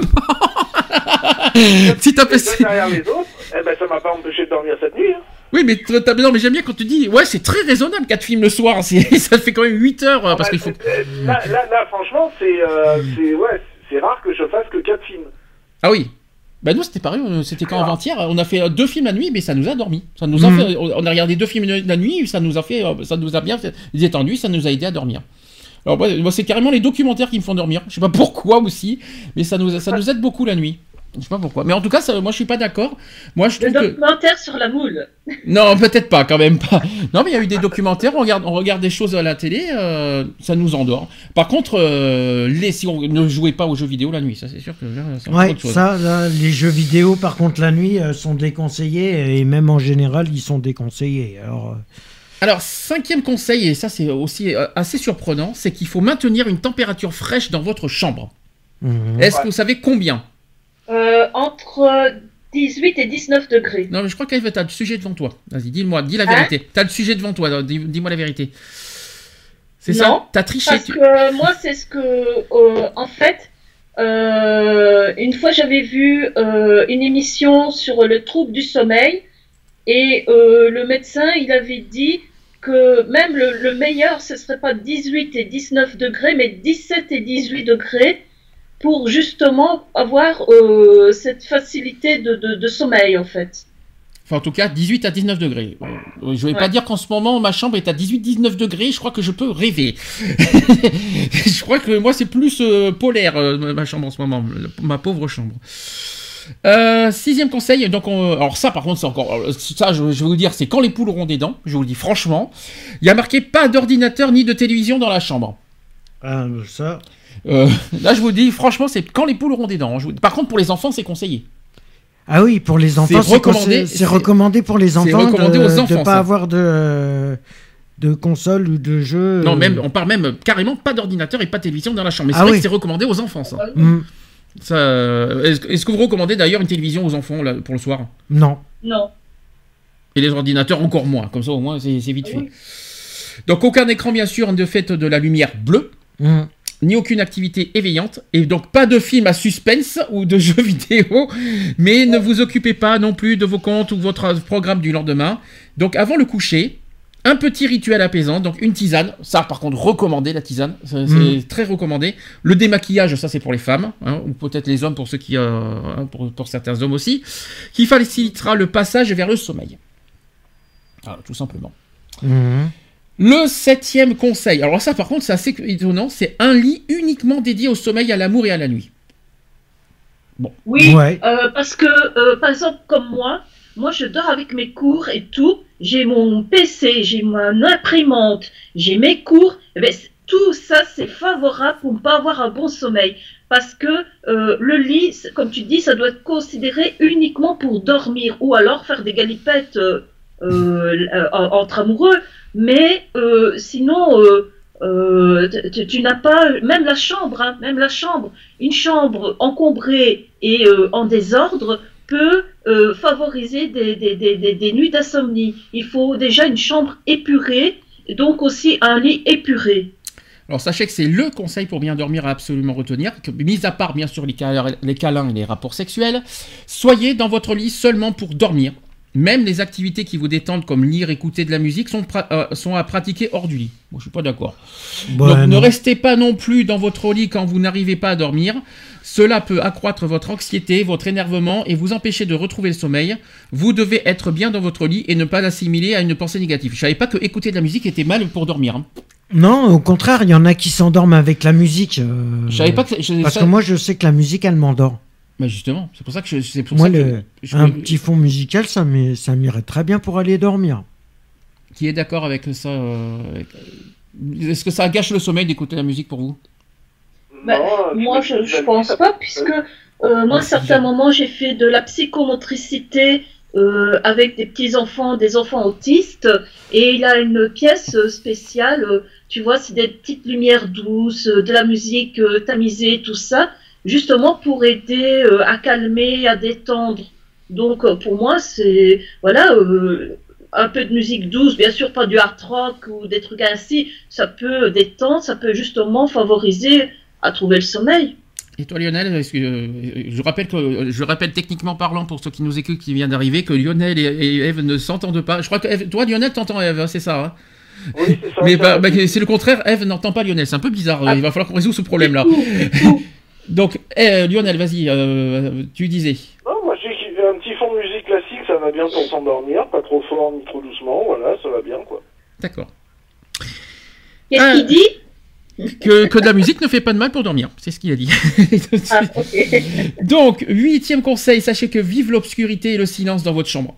Si t'as Les passé... uns derrière les autres, eh ben, ça m'a pas empêché de dormir cette nuit. Hein. Oui, mais t'as- t'as- non, mais j'aime bien quand tu dis, ouais, c'est très raisonnable, quatre films le soir, c'est- ça fait quand même huit heures, euh, parce Bah, qu'il faut... c'est- là, là, là, franchement, c'est, euh, c'est, ouais, c'est rare que je fasse que quatre films. Ah oui. Bah nous c'était pareil, euh, c'était quand avant-hier, on a fait euh, deux films la nuit, mais ça nous a dormi. Ça nous a Mhm. fait, on a regardé deux films la nuit, ça nous a fait, euh, ça nous a bien fait détendu, ça nous a aidé à dormir. Alors moi, moi, c'est carrément les documentaires qui me font dormir. Je sais pas pourquoi aussi, mais ça nous, ça nous aide beaucoup la nuit. Je sais pas pourquoi. Mais en tout cas, ça, moi je suis pas d'accord. Moi je Le trouve que documentaire sur la moule. non, peut-être pas, quand même pas. Non, mais il y a eu des documentaires, on regarde, on regarde des choses à la télé, euh, ça nous endort. Par contre, euh, les, si on ne jouait pas aux jeux vidéo la nuit, ça c'est sûr que là, c'est encore Ouais, autre chose. ça, là, les jeux vidéo, par contre, la nuit, euh, sont déconseillés, et même en général, ils sont déconseillés. Alors, euh, Alors, cinquième conseil, et ça c'est aussi euh, assez surprenant, c'est qu'il faut maintenir une température fraîche dans votre chambre. mhm. Est-ce que vous savez combien? Euh, entre dix-huit et dix-neuf degrés. Non, mais je crois qu'Eve, t'as le sujet devant toi. Vas-y, dis-moi, dis la Hein vérité. T'as le sujet devant toi, dis- dis-moi la vérité. C'est ça? Non, T'as triché. Parce tu- que moi, c'est ce que, euh, en fait, euh, une fois j'avais vu euh, une émission sur le trouble du sommeil et euh, le médecin, il avait dit que même le, le meilleur, ce serait pas dix-huit et dix-neuf degrés, mais dix-sept et dix-huit degrés pour justement avoir euh, cette facilité de, de, de sommeil, en fait. Enfin, en tout cas, dix-huit à dix-neuf degrés. Euh, Je vais Ouais. pas dire qu'en ce moment, ma chambre est à dix-huit à dix-neuf degrés. Je crois que je peux rêver. Je crois que moi, c'est plus euh, polaire, euh, ma chambre en ce moment. le- Ma pauvre chambre. Euh, sixième conseil. Donc, on- alors ça, par contre, c'est encore... euh, Ça, je, je vais vous dire, c'est quand les poules auront des dents. Je vous le dis franchement. Il y a marqué pas d'ordinateur ni de télévision dans la chambre. Ah, ça. Euh, là, je vous dis, franchement, c'est quand les poules auront des dents. Je vous- Par contre, pour les enfants, c'est conseillé. Ah oui, pour les enfants, C'est c'est recommandé- conseillé- c'est c'est- recommandé pour les c'est enfants recommandé de aux enfants, ne pas ça. avoir de, de console ou de jeu. Non, euh, même, on parle même carrément pas d'ordinateur et pas de télévision dans la chambre. Mais c'est Ah vrai oui. que c'est recommandé aux enfants, ça. hmm, Ça, euh, est-ce, est-ce que vous recommandez d'ailleurs une télévision aux enfants là, pour le soir? Non. Non. Et les ordinateurs encore moins, comme ça au moins c'est, c'est vite fait. Oui. Donc aucun écran bien sûr de fait de la lumière bleue, hmm. ni aucune activité éveillante, et donc pas de film à suspense ou de jeux vidéo, mais ne vous occupez pas non plus de vos comptes ou votre programme du lendemain. Donc avant le coucher, un petit rituel apaisant, donc une tisane, ça par contre recommandé la tisane, c'est, c'est Mm. très recommandé. Le démaquillage, ça c'est pour les femmes, hein, ou peut-être les hommes pour ceux qui, euh, hein, pour, pour certains hommes aussi, qui facilitera le passage vers le sommeil. Voilà, tout simplement. Mhm. Le septième conseil, alors ça par contre c'est assez étonnant, c'est un lit uniquement dédié au sommeil, à l'amour et à la nuit. Oui, Ouais. euh, parce que, euh, par exemple, comme moi, moi je dors avec mes cours et tout, j'ai mon P C, j'ai mon imprimante, j'ai mes cours, eh ben, c- tout ça c'est favorable pour ne pas avoir un bon sommeil. Parce que euh, le lit, c'est- comme tu dis, ça doit être considéré uniquement pour dormir ou alors faire des galipettes euh, euh, euh, entre amoureux. Mais euh, sinon, euh, euh, tu- tu, tu n'as pas, même la chambre, hein, même la chambre, une chambre encombrée et euh, en désordre peut euh, favoriser des, des, des, des, des nuits d'insomnie. Il faut déjà une chambre épurée, donc aussi un lit épuré. Alors sachez que c'est le conseil pour bien dormir à absolument retenir, que mis à part bien sûr les câlins, les câlins et les rapports sexuels, soyez dans votre lit seulement pour dormir. Même les activités qui vous détendent comme lire, écouter de la musique sont, pra- euh, sont à pratiquer hors du lit. Moi je suis pas d'accord. Bah, Donc ne non. restez pas non plus dans votre lit quand vous n'arrivez pas à dormir. Cela peut accroître votre anxiété, votre énervement et vous empêcher de retrouver le sommeil. Vous devez être bien dans votre lit et ne pas l'assimiler à une pensée négative. Je savais pas que écouter de la musique était mal pour dormir. hein. Non, au contraire, il y en a qui s'endorment avec la musique. euh, Je savais pas que... je- Parce ça- que moi, je sais que la musique, elle m'endort. Bah justement, c'est pour ça que je, c'est pour Moi, ça que le- je- Un petit fond musical, ça m'est- ça m'irait très bien pour aller dormir. qui est d'accord avec ça euh, avec- Est-ce que ça gâche le sommeil d'écouter la musique pour vous? Bah, Non, moi, tu- je, tu- je tu- pense ça- pas, puisque euh, moi, à certains moments, j'ai fait de la psychomotricité euh, avec des petits-enfants, des enfants autistes, et il a une pièce euh, spéciale, euh, tu vois, c'est des petites lumières douces, euh, de la musique euh, tamisée, tout ça, justement pour aider euh, à calmer, à détendre. Donc, euh, pour moi, c'est, voilà, euh, un peu de musique douce, bien sûr pas du hard rock ou des trucs ainsi, ça peut détendre, ça peut justement favoriser à trouver le sommeil. Et toi Lionel, est-ce que, euh, je rappelle que je rappelle techniquement parlant pour ceux qui nous écoutent qui viennent d'arriver que Lionel et, et Eve ne s'entendent pas. Je crois que Eve- toi Lionel t'entends Eve, hein, c'est ça. Hein Oui, c'est ça. Mais ça. bah, bah, c'est le contraire, Eve n'entend pas Lionel. C'est un peu bizarre. Ah. Il va falloir qu'on résout ce problème là. Tout, tout. Donc eh, Lionel, vas-y, euh, tu disais. Non, bien pour s'endormir, pas trop fort ni trop doucement, voilà, ça va bien, quoi. D'accord. Qu'est-ce Ah. qu'il dit? Que, que de la musique ne fait pas de mal pour dormir, c'est ce qu'il a dit. Ah, ok. Donc, huitième conseil, sachez que vive l'obscurité et le silence dans votre chambre.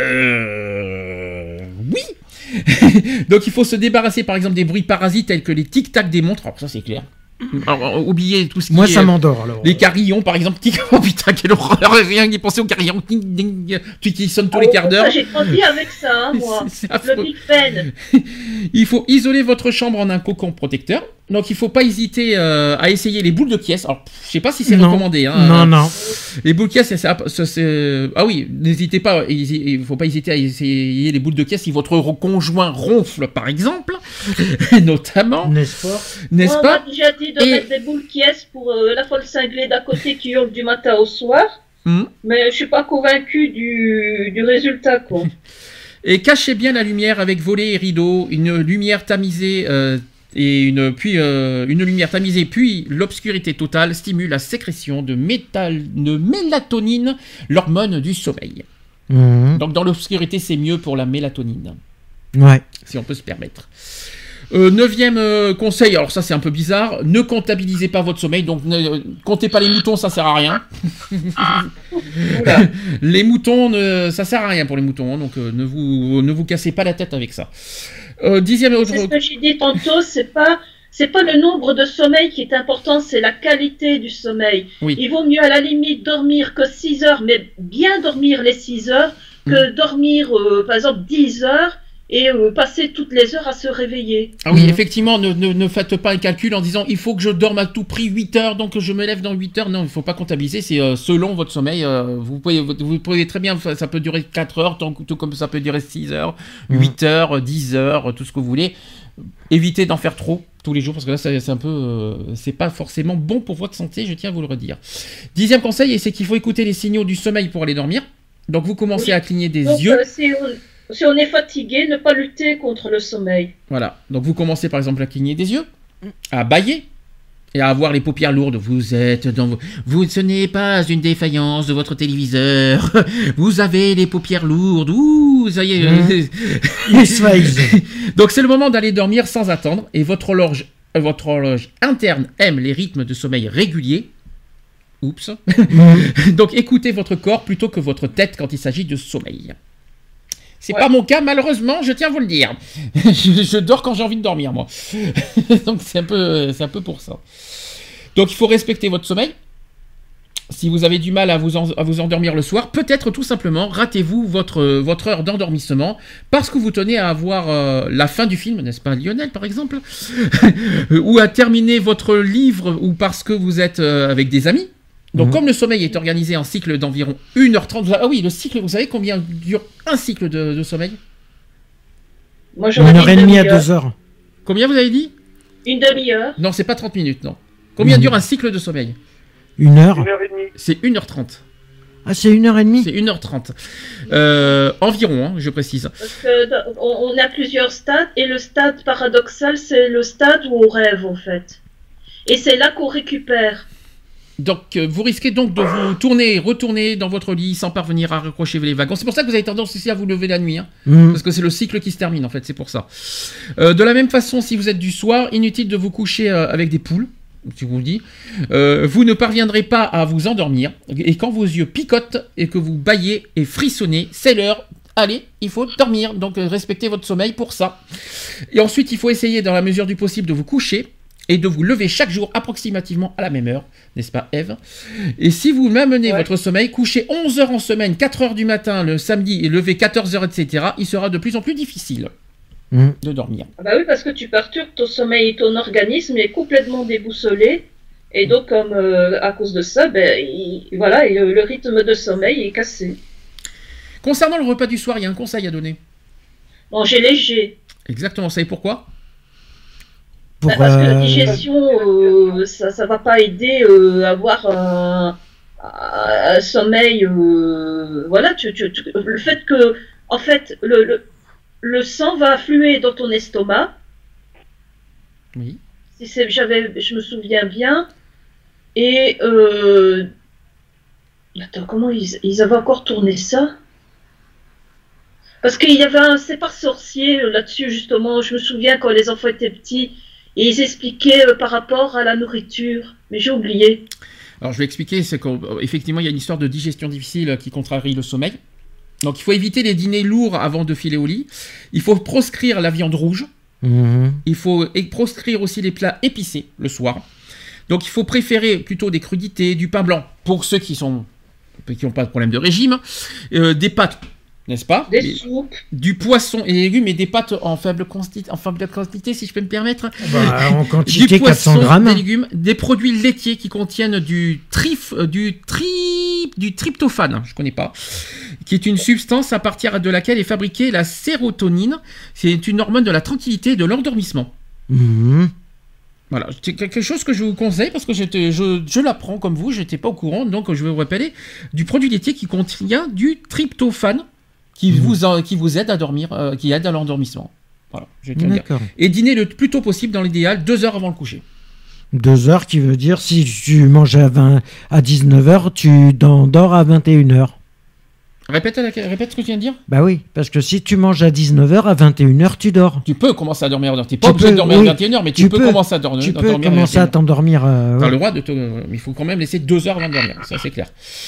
Euh... Oui. Donc, il faut se débarrasser, par exemple, des bruits parasites tels que les tic-tac des montres. Alors, ça, c'est clair. Alors, oubliez tout ce qui Moi, est... ça m'endort, alors. Les carillons, par exemple. Tic... Oh putain, quelle horreur. Rien que d'y penser aux carillons. Ding, ding, ding, qui sonnent tous Ah, les ouais, quarts d'heure. ça, j'ai grandi avec ça, hein, moi. C'est- c'est affreux. Le Big Ben. Il faut isoler votre chambre en un cocon protecteur. Donc il faut pas hésiter euh, à essayer les boules de Kies. Alors je sais pas si c'est Non. recommandé. Hein, Non, Euh, non. Les boules de Kies, c'est, c'est, c'est- ah oui, n'hésitez pas. Il faut pas hésiter à essayer les boules de Kies si votre conjoint ronfle, par exemple, notamment. N'est-ce pas? N'est-ce Moi, on pas m'a déjà dit de Et- mettre des boules qui est pour euh, la folle cinglée d'à côté qui hurle du matin au soir. Hmm. Mais je suis pas convaincu du, du résultat, quoi. Et cachez bien la lumière avec volets et rideaux, une lumière tamisée euh, et une puis euh, une lumière tamisée puis l'obscurité totale stimule la sécrétion de, métal, de mélatonine, l'hormone du sommeil. Mhm. Donc dans l'obscurité c'est mieux pour la mélatonine, Ouais. si on peut se permettre. Euh, neuvième euh, conseil, alors ça c'est un peu bizarre, ne comptabilisez pas votre sommeil, donc ne comptez pas les moutons, ça sert à rien. Oula. Les moutons, ne, ça sert à rien pour les moutons, hein, donc euh, ne vous ne vous cassez pas la tête avec ça. Euh, dixième autre. C'est ce que j'ai dit tantôt, c'est pas, c'est pas le nombre de sommeil qui est important, c'est la qualité du sommeil. Oui. Il vaut mieux à la limite dormir que six heures, mais bien dormir les six heures, que dormir euh, par exemple dix heures et euh, passer toutes les heures à se réveiller. Ah oui, Mhm. effectivement, ne, ne, ne faites pas un calcul en disant il faut que je dorme à tout prix huit heures, donc je me lève dans huit heures. Non, il ne faut pas comptabiliser, c'est euh, selon votre sommeil. euh, vous, pouvez, vous pouvez très bien, ça peut durer quatre heures, tant- tout comme ça peut durer six heures, Mhm. huit heures, dix heures, tout ce que vous voulez. Évitez d'en faire trop tous les jours, parce que là, c'est c'est un peu. euh, c'est pas forcément bon pour votre santé, je tiens à vous le redire. Dixième conseil, c'est qu'il faut écouter les signaux du sommeil pour aller dormir. Donc vous commencez Oui. à cligner des Donc yeux. euh, si, on, si on est fatigué, ne pas lutter contre le sommeil. Voilà. Donc vous commencez par exemple à cligner des yeux, à bâiller et à avoir les paupières lourdes. Vous êtes dans vos... vous ce n'est pas une défaillance de votre téléviseur. Vous avez les paupières lourdes. Ouh, ça y est. X-Files. Donc c'est le moment d'aller dormir sans attendre et votre horloge euh, votre horloge interne aime les rythmes de sommeil réguliers. Oups. Donc écoutez votre corps plutôt que votre tête quand il s'agit de sommeil. C'est Ouais. pas mon cas, malheureusement, je tiens à vous le dire. je, je dors quand j'ai envie de dormir, moi. Donc c'est un peu, c'est un peu pour ça. Donc il faut respecter votre sommeil. Si vous avez du mal à vous, en- à vous endormir le soir, peut-être tout simplement ratez-vous votre, votre heure d'endormissement parce que vous tenez à avoir euh, la fin du film, n'est-ce pas Lionel par exemple ou à terminer votre livre ou parce que vous êtes euh, avec des amis. Donc Mhm. comme le sommeil est organisé en cycle d'environ une heure trente, vous- ah oui, le cycle, vous savez combien dure un cycle de, de sommeil? Moi, j'aurais Une dit heure et demie à demi-heure. deux heures. Combien vous avez dit? Une demi-heure. Non, c'est pas trente minutes, non. Combien Mhm. dure un cycle de sommeil? Une heure. Une heure et demie. C'est une heure trente. Ah, c'est une heure et demie. C'est une heure trente. Euh, environ, hein, je précise. Parce que dans- on, on a plusieurs stades et le stade paradoxal, c'est le stade où on rêve en fait. Et c'est là qu'on récupère. Donc, euh, vous risquez donc de vous tourner, retourner dans votre lit sans parvenir à raccrocher les wagons. C'est pour ça que vous avez tendance aussi à vous lever la nuit, hein, Mhm. parce que c'est le cycle qui se termine, en fait, c'est pour ça. Euh, de la même façon, si vous êtes du soir, inutile de vous coucher euh, avec des poules, si vous le dites. Euh, vous ne parviendrez pas à vous endormir, et quand vos yeux picotent et que vous bâillez et frissonnez, c'est l'heure. Allez, il faut dormir, donc euh, respectez votre sommeil pour ça. Et ensuite, il faut essayer, dans la mesure du possible, de vous coucher et de vous lever chaque jour approximativement à la même heure, n'est-ce pas Ève? Et si vous m'amenez Ouais. votre sommeil, coucher onze heures en semaine, quatre heures du matin le samedi et lever quatorze heures, et cetera, il sera de plus en plus difficile Mhm. de dormir. Ah bah oui, parce que tu perturbes ton sommeil et ton organisme est complètement déboussolé. Et donc, comme euh, à cause de ça, ben, il- voilà, et le, le rythme de sommeil est cassé. Concernant le repas du soir, il y a un conseil à donner. Manger léger. Exactement, vous savez pourquoi? Pour, Bah, parce que la euh, digestion, euh, ça, ça va pas aider euh, à avoir un, un sommeil. euh, voilà, tu, tu- tu- le fait que, en fait, le, le, le sang va affluer dans ton estomac. Oui. Si c'est, j'avais, je me souviens bien. Et euh, attends, comment ils, ils avaient encore tourné ça? Parce qu'il y avait un C'est pas sorcier euh, là-dessus, justement. Je me souviens quand les enfants étaient petits, et ils expliquaient euh, par rapport à la nourriture. Mais j'ai oublié. Alors, je vais expliquer, c'est qu'effectivement, il y a une histoire de digestion difficile qui contrarie le sommeil. Donc, il faut éviter les dîners lourds avant de filer au lit. Il faut proscrire la viande rouge. Mhm. Il faut et proscrire aussi les plats épicés le soir. Donc, il faut préférer plutôt des crudités, du pain blanc pour ceux qui sont qui n'ont pas de problème de régime, euh, des pâtes, n'est-ce pas? Des Et- soupes. Du poisson et légumes et des pâtes en faible quantité, en faible quantité, si je peux me permettre. Bah, en Du quantité quatre cents poisson, grammes. des légumes, des produits laitiers qui contiennent du trif, euh, du tri, du tryptophane, je connais pas, qui est une substance à partir de laquelle est fabriquée la sérotonine. C'est une hormone de la tranquillité et de l'endormissement. Mhm. Voilà, c'est quelque chose que je vous conseille parce que j'étais, je, je l'apprends comme vous, j'étais pas au courant, donc je vais vous rappeler du produit laitier qui contient du tryptophane qui, vous, en- qui vous aide à dormir, euh, qui aide à l'endormissement. Voilà, je tiens à le dire. D'accord. Et dîner le plus tôt possible dans l'idéal, deux heures avant le coucher. Deux heures qui veut dire si tu manges à, vingt, à dix-neuf heures, tu dors à vingt et une heures. Répète, la- répète ce que tu viens de dire. Bah oui, parce que si tu manges à dix-neuf heures, à vingt et une heures, tu dors. Tu peux commencer à dormir, tu n'es pas Tu obligé peux, de dormir oui, à vingt et une heures, mais tu, tu peux, peux- commencer à dormir. Tu à peux dormir à commencer à vingt et une heures. t'endormir. euh, T'as ouais. le droit de te... Mais il faut quand même laisser deux heures avant de dormir, ça c'est clair.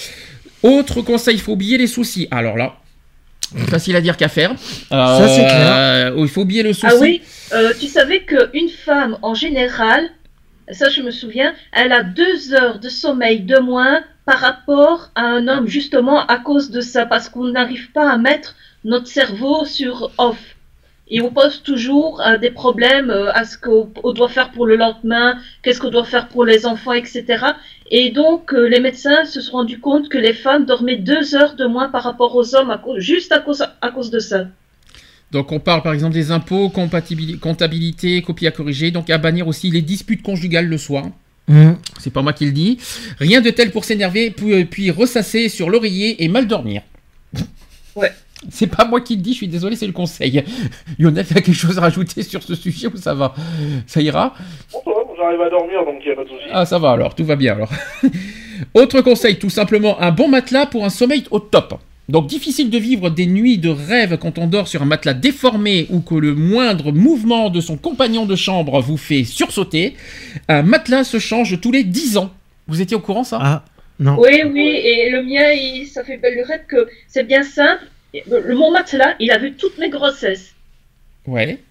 Autre conseil, il faut oublier les soucis. Alors là, facile à dire qu'à faire. Ça, c'est clair. Euh, il faut oublier le souci. Ah oui, euh, tu savais qu'une femme, en général, ça je me souviens, elle a deux heures de sommeil de moins par rapport à un homme, justement à cause de ça, parce qu'on n'arrive pas à mettre notre cerveau sur off. Et on pose toujours euh, des problèmes euh, à ce qu'on on doit faire pour le lendemain, qu'est-ce qu'on doit faire pour les enfants, et cetera. Et donc, euh, les médecins se sont rendus compte que les femmes dormaient deux heures de moins par rapport aux hommes, à cause, juste à cause, à cause de ça. Donc on parle par exemple des impôts, compatibili- comptabilité, copie à corriger, donc à bannir aussi les disputes conjugales le soir. Mhm. C'est pas moi qui le dis. Rien de tel pour s'énerver, puis, puis ressasser sur l'oreiller et mal dormir. Ouais. C'est pas moi qui le dis, je suis désolé, c'est le conseil. Yonef a quelque chose à rajouter sur ce sujet ou ça va? Ça ira? Bon, ça va, j'arrive à dormir, donc il n'y a pas de souci. Ah ça va alors, tout va bien alors. Autre conseil, tout simplement un bon matelas pour un sommeil au top. Donc difficile de vivre des nuits de rêve quand on dort sur un matelas déformé ou que le moindre mouvement de son compagnon de chambre vous fait sursauter. Un matelas se change tous les dix ans. Vous étiez au courant ça? Ah, non. Oui, oui, et le mien, il, ça fait belle lurette que c'est bien simple. Le, le- mon matelas, il a vu toutes mes grossesses, Ouais.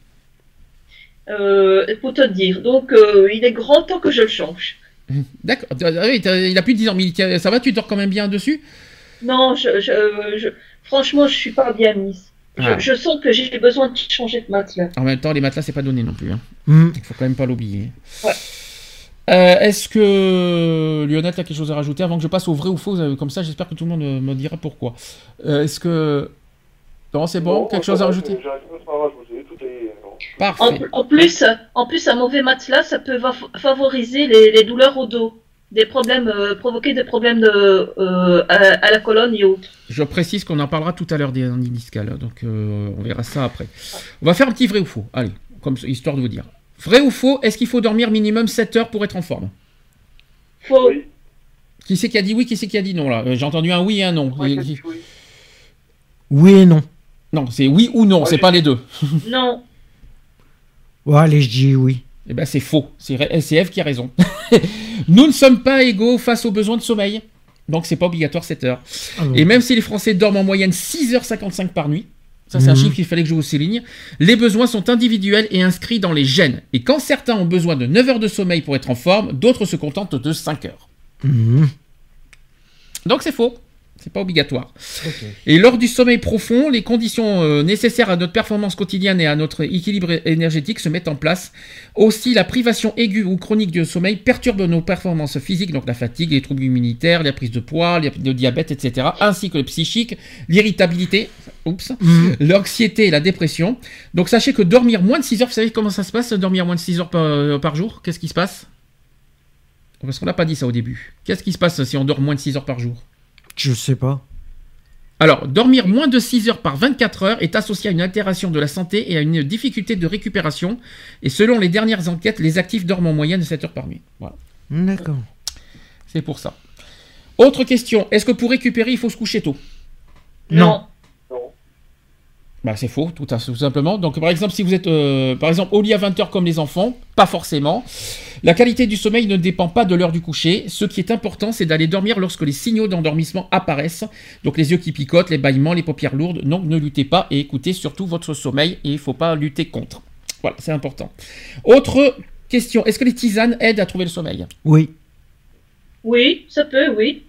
euh, pour te dire. Donc, euh, il est grand temps que je le change. D'accord. Ah oui, t'as- il a plus de dix ans, mais il- ça va, tu dors quand même bien dessus? Non, je, je, je- franchement, je suis pas bien mise. Je, Ah. je sens que j'ai besoin de changer de matelas. En même temps, les matelas, c'est pas donné non plus. Hein. Mhm. Il faut quand même pas l'oublier. Ouais. Euh, Est-ce que Lionel a quelque chose à rajouter avant que je passe au vrai ou faux? euh, Comme ça, j'espère que tout le monde euh, me dira pourquoi. Euh, Est-ce que... Non, c'est bon? Non, Quelque ça chose à va, rajouter? j'ai rien à rajouter, tout est... non. Parfait. En, en plus, en plus, un mauvais matelas, ça peut va- favoriser les, les douleurs au dos, des problèmes, euh, provoquer des problèmes de, euh, à, à la colonne et autres. Je précise qu'on en parlera tout à l'heure des hernies discales, donc euh, on verra ça après. On va faire un petit vrai ou faux, allez, comme histoire de vous dire. Vrai ou faux, est-ce qu'il faut dormir minimum sept heures pour être en forme? Faux. Oui. Qui c'est qui a dit oui, qui c'est qui a dit non là? Euh, J'ai entendu un oui et un non. Ouais, Et- t'as dit oui. Oui et non. Non, c'est oui ou non, Ouais, c'est j'ai- pas les deux. Non. Ouais, allez, je dis oui. Eh ben c'est faux, c'est Ré- c'est Eve qui a raison. Nous ne sommes pas égaux face aux besoins de sommeil, donc c'est pas obligatoire sept heures. Ah bon. Et même si les Français dorment en moyenne six heures cinquante-cinq par nuit, ça c'est un Mhm. chiffre qu'il fallait que je vous souligne, les besoins sont individuels et inscrits dans les gènes. Et quand certains ont besoin de neuf heures de sommeil pour être en forme, d'autres se contentent de cinq heures. Mhm. Donc c'est faux, c'est pas obligatoire. Et lors du sommeil profond, les conditions euh, nécessaires à notre performance quotidienne et à notre équilibre énergétique se mettent en place. Aussi, la privation aiguë ou chronique du sommeil perturbe nos performances physiques, donc la fatigue, les troubles immunitaires, la prise de poids, le diabète, et cetera, ainsi que le psychique, l'irritabilité, oups, Mhm. l'anxiété et la dépression. Donc sachez que dormir moins de six heures, vous savez comment ça se passe, dormir moins de six heures par, euh, par jour? Qu'est-ce qui se passe? Parce qu'on n'a pas dit ça au début. Qu'est-ce qui se passe si on dort moins de six heures par jour? Je sais pas. Alors, dormir moins de six heures par vingt-quatre heures est associé à une altération de la santé et à une difficulté de récupération. Et selon les dernières enquêtes, les actifs dorment en moyenne sept heures par nuit. Voilà, D'accord. c'est pour ça. Autre question, est-ce que pour récupérer, il faut se coucher tôt? Non. Non. Bah, c'est faux, tout, à, tout simplement. Donc, par exemple, si vous êtes, euh, par exemple, au lit à vingt heures comme les enfants, pas forcément. La qualité du sommeil ne dépend pas de l'heure du coucher. Ce qui est important, c'est d'aller dormir lorsque les signaux d'endormissement apparaissent. Donc, les yeux qui picotent, les bâillements, les paupières lourdes. Donc, ne luttez pas et écoutez surtout votre sommeil. Et il ne faut pas lutter contre. Voilà, c'est important. Autre question. Est-ce que les tisanes aident à trouver le sommeil? Oui. Oui, ça peut, oui.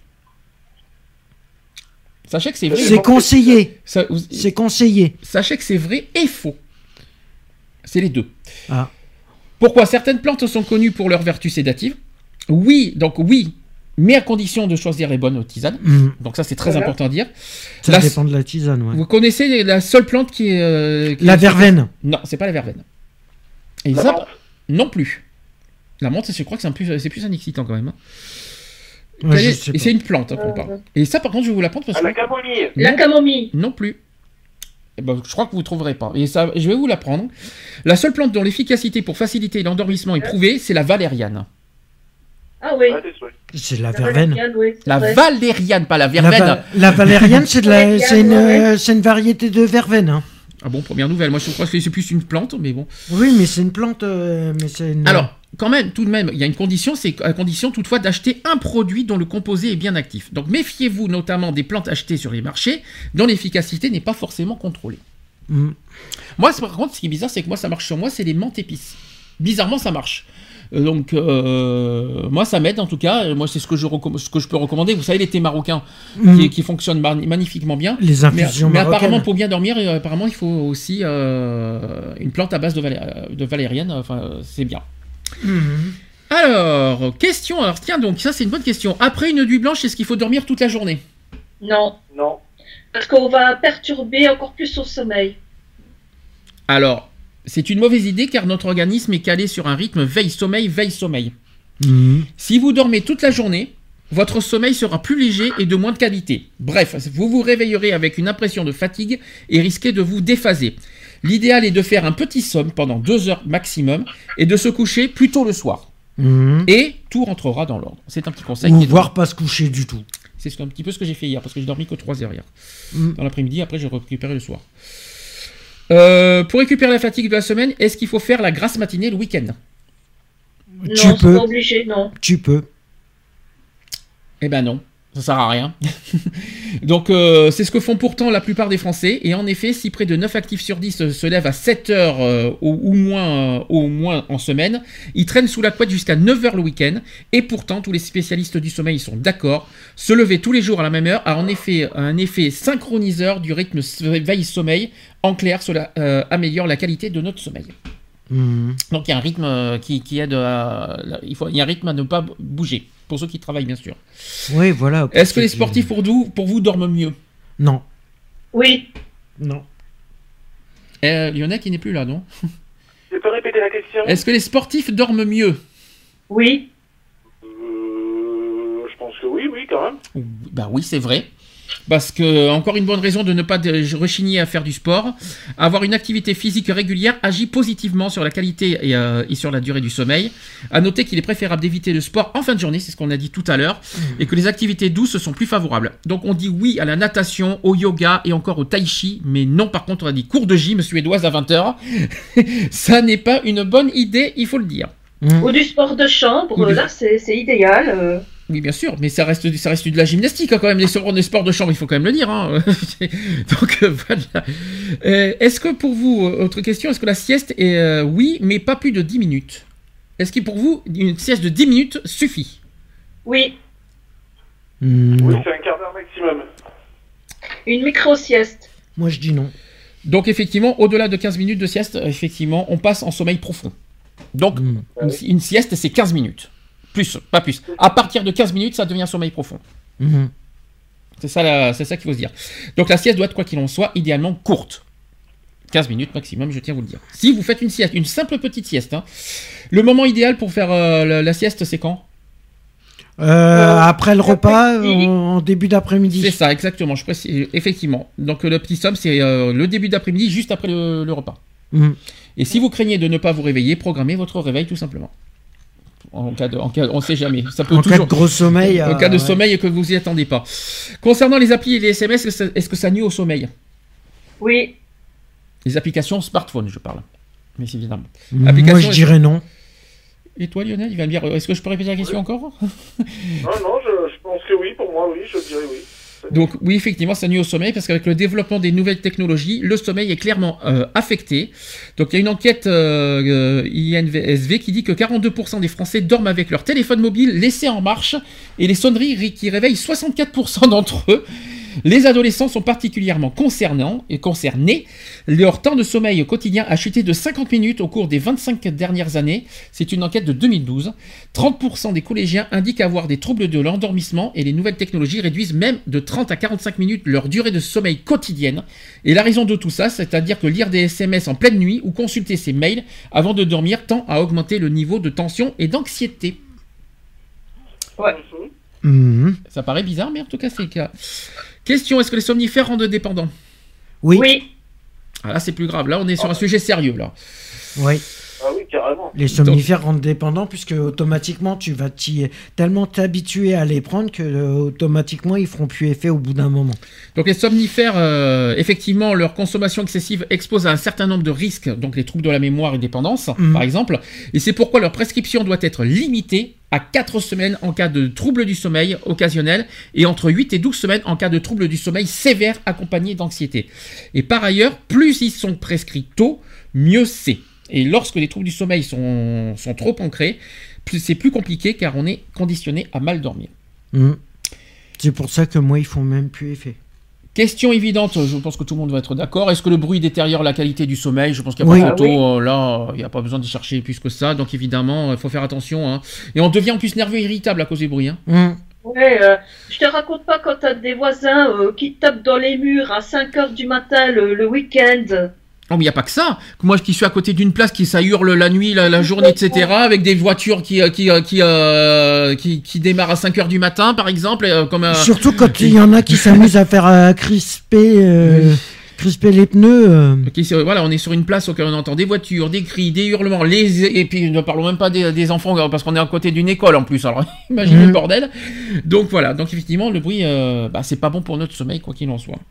Sachez que c'est vrai. C'est conseillé. Ça, vous- C'est conseillé. Sachez que c'est vrai et faux. C'est les deux. Ah. Pourquoi? Certaines plantes sont connues pour leurs vertus sédatives. Oui, donc oui, mais à condition de choisir les bonnes tisanes. Mm. Donc ça, c'est très Voilà. important à dire. Ça La- dépend de la tisane, ouais. Vous connaissez la seule plante qui est... euh, qui La est- verveine. Non, c'est pas la verveine. Et La ça, menthe. non plus. La menthe, je crois que c'est un, plus, c'est plus un excitant quand même. hein. Ouais, Quelle je est- sais Et pas. c'est une plante hein, qu'on Euh, parle. Et ça, par contre, je vais vous la prendre parce À que... la camomille. La Non. camomille. Non plus. Eh ben, je crois que vous ne trouverez pas. Et ça, je vais vous la prendre. La seule plante dont l'efficacité pour faciliter l'endormissement est prouvée, c'est la valériane. Ah oui. Ouais, c'est vrai. C'est la La verveine. valériane, oui, c'est La vrai. valériane, pas la La, verveine. va- la valériane, c'est de la- Valériane, c'est une, ouais. euh, c'est une variété de verveine. hein. Ah bon, première nouvelle. Moi, je crois que c'est plus une plante, mais bon. Oui, mais c'est une plante. euh, mais c'est une... Alors, quand même, tout de même, il y a une condition, c'est à condition toutefois d'acheter un produit dont le composé est bien actif. Donc, méfiez-vous notamment des plantes achetées sur les marchés dont l'efficacité n'est pas forcément contrôlée. Mm. Moi, c'est- par contre, ce qui est bizarre, c'est que moi, ça marche sur moi, c'est les menthes épices. Bizarrement, ça marche. Euh, Donc, euh, moi, ça m'aide en tout cas. Euh, Moi, c'est ce que je, recomm- ce que je peux recommander. Vous savez, les thés marocains Mm. qui, qui fonctionnent ma- magnifiquement bien. Les Mais, infusions mais marocaines. apparemment, pour bien dormir, euh, apparemment, il faut aussi euh, une plante à base de, valé- euh, de valériane. Enfin, euh, c'est bien. Mhm. Alors, question. Alors, tiens, donc, ça, c'est une bonne question. Après une nuit blanche, est-ce qu'il faut dormir toute la journée? Non, Non. parce qu'on va perturber encore plus son sommeil. Alors, c'est une mauvaise idée car notre organisme est calé sur un rythme veille-sommeil, veille-sommeil. Mhm. Si vous dormez toute la journée, votre sommeil sera plus léger et de moins de qualité. Bref, vous vous réveillerez avec une impression de fatigue et risquez de vous déphaser. L'idéal est de faire un petit somme pendant deux heures maximum et de se coucher plus tôt le soir. Mhm. Et tout rentrera dans l'ordre. C'est un petit conseil. Ou qui est- voire pas se coucher du tout. C'est ce- un petit peu ce que j'ai fait hier parce que j'ai dormi que trois heures hier. Mm. Dans l'après-midi, après j'ai récupéré le soir. Euh, pour récupérer la fatigue de la semaine, est-ce qu'il faut faire la grasse matinée le week-end? Non, Tu c'est peux. pas obligé, non. Tu peux. Eh ben non, ça sert à rien. Donc euh, c'est ce que font pourtant la plupart des Français. Et en effet, si près de neuf actifs sur dix se, se lèvent à sept heures euh, ou, ou moins, euh, au moins en semaine, ils traînent sous la couette jusqu'à neuf heures le week-end. Et pourtant, tous les spécialistes du sommeil sont d'accord. Se lever tous les jours à la même heure a en effet un effet synchroniseur du rythme veille-sommeil. En clair, cela euh, améliore la qualité de notre sommeil. Mhm. Donc il y a un rythme euh, qui, qui aide à, il faut, il y a un rythme à ne pas bouger. Pour ceux qui travaillent, bien sûr. Oui, voilà. Est-ce que les sportifs pour vous, pour vous dorment mieux? Non. Oui, Non. euh, Lionel qui n'est plus là, non? Tu peux répéter la question? Est-ce que les sportifs dorment mieux? oui, Euh, je pense que oui, oui, quand même. Bah oui, c'est vrai. Parce que, encore une bonne raison de ne pas de- rechigner à faire du sport. Avoir une activité physique régulière agit positivement sur la qualité et, euh, et sur la durée du sommeil. À noter qu'il est préférable d'éviter le sport en fin de journée, c'est ce qu'on a dit tout à l'heure, et que les activités douces sont plus favorables. Donc on dit oui à la natation, au yoga et encore au tai chi, mais non par contre on a dit cours de gym suédoise à vingt heures. Ça n'est pas une bonne idée, il faut le dire. Mhm. ou du sport de chambre, Ou du- là c'est c'est idéal. euh. Oui, bien sûr, mais ça reste, ça reste de la gymnastique hein, quand même, les sports, les sports de chambre, il faut quand même le dire. Hein. Donc euh, voilà. Euh, est-ce que pour vous, euh, autre question, est-ce que la sieste est euh, oui, mais pas plus de dix minutes? Est-ce que pour vous, une sieste de dix minutes suffit? Oui, Mhm, Oui, non. c'est un quart d'heure maximum. une micro-sieste. Moi, je dis non. Donc effectivement, au-delà de quinze minutes de sieste, euh, effectivement, on passe en sommeil profond. Donc Mhm. une, une sieste, c'est quinze minutes. Plus, pas plus. À partir de quinze minutes, ça devient sommeil profond. Mhm. C'est ça, la- c'est ça qu'il faut se dire. Donc la sieste doit être, quoi qu'il en soit, idéalement courte. quinze minutes maximum, je tiens à vous le dire. Si vous faites une sieste, une simple petite sieste, hein, le moment idéal pour faire euh, la, la sieste, c'est quand? Euh, après le repas, après-midi. en, en début d'après-midi. C'est ça, exactement. Je précise, effectivement. Donc le petit somme, c'est euh, le début d'après-midi, juste après le, le repas. Mhm. Et si vous craignez de ne pas vous réveiller, programmez votre réveil tout simplement. En cas de, en cas, on ne sait jamais. Ça peut En cas toujours. de gros sommeil. En euh, cas de ouais. sommeil et que vous y attendez pas. Concernant les applis et les S M S, est-ce que ça, est-ce que ça nuit au sommeil? Oui, Les applications smartphone, je parle. Mais c'est évidemment. Moi, Application, je dirais non. Et toi, Lionel, il va me dire, est-ce que je peux répéter la question encore? Non, non, je, je pense que oui, pour moi, oui, je dirais oui. Donc oui, effectivement, ça nuit au sommeil parce qu'avec le développement des nouvelles technologies, le sommeil est clairement euh, affecté. Donc il y a une enquête euh, I N S V qui dit que quarante-deux pour cent des Français dorment avec leur téléphone mobile laissé en marche et les sonneries qui réveillent soixante-quatre pour cent d'entre eux. Les adolescents sont particulièrement concernants et concernés. Leur temps de sommeil quotidien a chuté de cinquante minutes au cours des vingt-cinq dernières années. C'est une enquête de deux mille douze. trente pour cent des collégiens indiquent avoir des troubles de l'endormissement et les nouvelles technologies réduisent même de trente à quarante-cinq minutes leur durée de sommeil quotidienne. Et la raison de tout ça, c'est-à-dire que lire des S M S en pleine nuit ou consulter ses mails avant de dormir tend à augmenter le niveau de tension et d'anxiété. Ouais. Mhm. Ça paraît bizarre, mais en tout cas c'est le cas. Question, est-ce que les somnifères rendent dépendants? Oui. Oui. Ah là c'est plus grave, là on est sur un sujet sérieux là. Oui. Ah oui, carrément. Les somnifères rendent dépendants puisque automatiquement tu vas t'y tellement t'habituer à les prendre que euh, automatiquement ils feront plus effet au bout d'un moment. Donc les somnifères, euh, effectivement, leur consommation excessive expose à un certain nombre de risques, donc les troubles de la mémoire et dépendance, Mhm. par exemple, et c'est pourquoi leur prescription doit être limitée à quatre semaines en cas de troubles du sommeil occasionnel et entre huit et douze semaines en cas de troubles du sommeil sévères accompagnés d'anxiété. Et par ailleurs, plus ils sont prescrits tôt, mieux c'est. Et lorsque les troubles du sommeil sont, sont trop ancrés, plus, c'est plus compliqué car on est conditionné à mal dormir. Mhm. C'est pour ça que moi ils font même plus effet. Question évidente, je pense que tout le monde va être d'accord. Est-ce que le bruit détériore la qualité du sommeil? Je pense qu'il n'y a Oui. pas photo. Ah oui. euh, là, il n'y a pas besoin d'y chercher plus que ça. Donc évidemment, il faut faire attention. Hein. Et on devient en plus nerveux et irritable à cause du bruit. Hein. Mhm. Ouais, euh, je te raconte pas quand t'as des voisins euh, qui tapent dans les murs à cinq heures du matin le, le week-end. Non, mais il n'y a pas que ça. Moi qui suis à côté d'une place qui ça hurle la nuit, la, la journée, et cetera. Avec des voitures qui, euh, qui, euh, qui, euh, qui, qui démarrent à cinq heures du matin, par exemple. euh, comme, euh, Surtout quand il y en a qui s'amusent à faire euh, crisper, euh, crisper les pneus. euh. Ok, c'est- voilà, on est sur une place où on entend des voitures, des cris, des hurlements, les, et puis ne parlons même pas des, des enfants parce qu'on est à côté d'une école en plus. Alors imaginez Mhm. le bordel. Donc voilà, donc effectivement le bruit, euh, bah, c'est pas bon pour notre sommeil quoi qu'il en soit.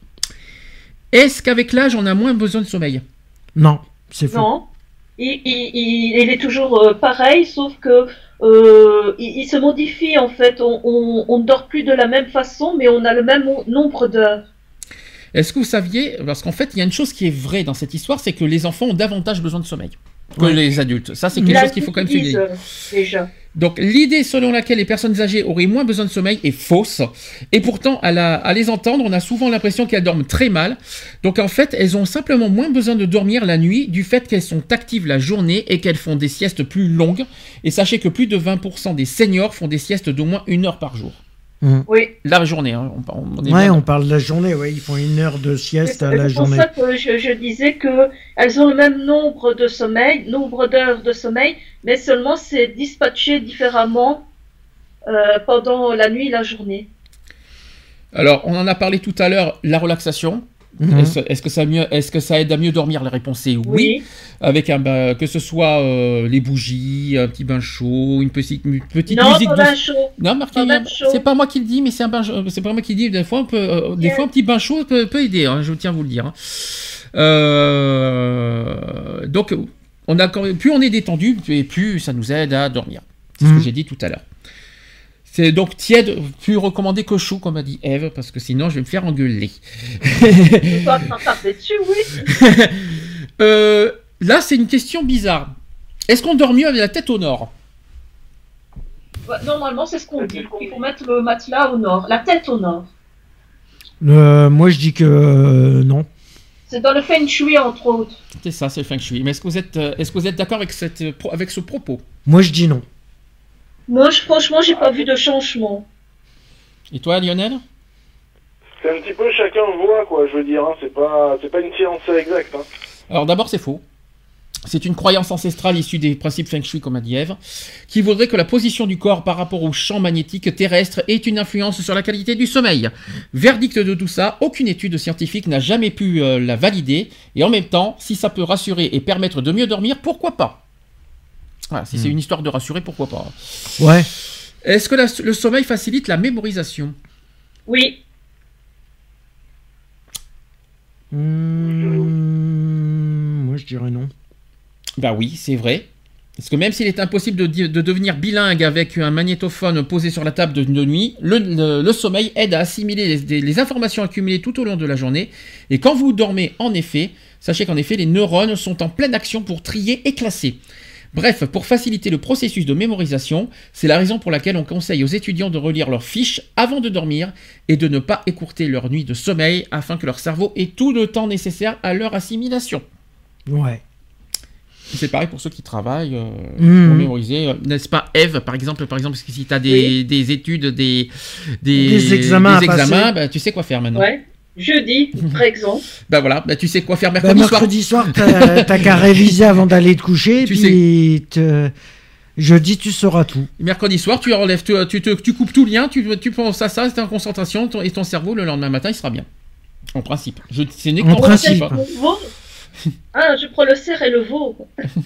Est-ce qu'avec l'âge on a moins besoin de sommeil? Non, c'est faux. Non. Il, il, il, il est toujours euh, pareil, sauf que euh, il, il se modifie en fait. On, on, on ne dort plus de la même façon, mais on a le même o- nombre d'heures. Est-ce que vous saviez, parce qu'en fait il y a une chose qui est vraie dans cette histoire, c'est que les enfants ont davantage besoin de sommeil que Ouais. les adultes. Ça c'est quelque Là, chose qu'il faut quand même se ils disent, dire. euh, déjà. Donc l'idée selon laquelle les personnes âgées auraient moins besoin de sommeil est fausse. Et pourtant, à, la- à les entendre, on a souvent l'impression qu'elles dorment très mal. Donc en fait, elles ont simplement moins besoin de dormir la nuit du fait qu'elles sont actives la journée et qu'elles font des siestes plus longues. Et sachez que plus de vingt pour cent des seniors font des siestes d'au moins une heure par jour. Oui. La journée, hein, on, on est Ouais, bien- on parle de la journée, ouais, ils font une heure de sieste à C'est la c'est pour journée. ça que je, je disais que elles ont le même nombre de sommeil, nombre d'heures de sommeil, mais seulement c'est dispatché différemment euh, pendant la nuit et la journée. Alors, on en a parlé tout à l'heure, la relaxation. Mhm. Est-ce, est-ce que ça mieux, est-ce que ça aide à mieux dormir? La réponse est oui. Avec un bain- que ce soit euh, les bougies, un petit bain chaud, une petite, une petite Non, musique pas douce. bain chaud. Non, Marc, Pas il y a- bain chaud. c'est pas moi qui le dis, mais c'est un bain, chaud- c'est pas moi qui le dis. Des fois, on peut, euh, des Yeah. fois, un petit bain chaud peut, peut aider. Hein, je tiens à vous le dire. hein. Euh, donc, on a quand même- plus on est détendu, et plus ça nous aide à dormir. C'est ce Mhm. que j'ai dit tout à l'heure. C'est donc tiède, plus recommandé que chaud, comme a dit Eve, parce que sinon je vais me faire engueuler. Tu peux pas taper dessus, oui. Euh, là, c'est une question bizarre. Est-ce qu'on dort mieux avec la tête au nord? Ouais, Normalement, c'est ce qu'on dit. Il faut mettre le matelas au nord, la tête au nord. Euh, moi, je dis que euh, non. C'est dans le feng shui, entre autres. C'est ça, c'est le feng shui. Mais est-ce que vous êtes, euh, est-ce que vous êtes d'accord avec, cette, euh, pro- avec ce propos? Moi, je dis non. Moi, je, franchement, j'ai pas vu de changement. Et toi, Lionel? C'est un petit peu chacun voit, quoi, je veux dire. Hein. C'est pas, c'est pas une science exacte. Hein. Alors d'abord, c'est faux. C'est une croyance ancestrale issue des principes feng shui, comme a dit Eve, qui voudrait que la position du corps par rapport au champ magnétique terrestre ait une influence sur la qualité du sommeil. Verdict de tout ça, aucune étude scientifique n'a jamais pu euh, la valider, et en même temps, si ça peut rassurer et permettre de mieux dormir, pourquoi pas? Voilà, si c'est une histoire de rassurer, pourquoi pas? Ouais. Est-ce que la- le sommeil facilite la mémorisation? Oui. Mmh, Moi, je dirais non. Bah oui, c'est vrai. Parce que même s'il est impossible de, di- de devenir bilingue avec un magnétophone posé sur la table de, de nuit, le, le- le sommeil aide à assimiler les, des- les informations accumulées tout au long de la journée. Et quand vous dormez, en effet, sachez qu'en effet, les neurones sont en pleine action pour trier et classer. Bref, pour faciliter le processus de mémorisation, c'est la raison pour laquelle on conseille aux étudiants de relire leurs fiches avant de dormir et de ne pas écourter leur nuit de sommeil afin que leur cerveau ait tout le temps nécessaire à leur assimilation. Ouais. C'est pareil pour ceux qui travaillent euh, Mmh. pour mémoriser, euh, n'est-ce pas, Eve, par exemple, par exemple, parce que si tu as des, Oui. des études, des, des, Des examens des à examens, passer. bah, tu sais quoi faire maintenant. Ouais. Jeudi, par exemple. Bah voilà, bah, tu sais quoi faire Bah, mercredi, mercredi soir, t'as t'as qu'à réviser avant d'aller te coucher. Et Tu puis, te- jeudi, tu sauras tout. soir. Mercredi soir, tu enlèves, tu, tu, te- tu coupes tout lien, tu, tu penses à ça, c'est en concentration, ton- et ton cerveau, le lendemain matin, il sera bien. En principe. Je, c'est une En principe. hein. Le veau. Ah, je prends le cerf et le veau.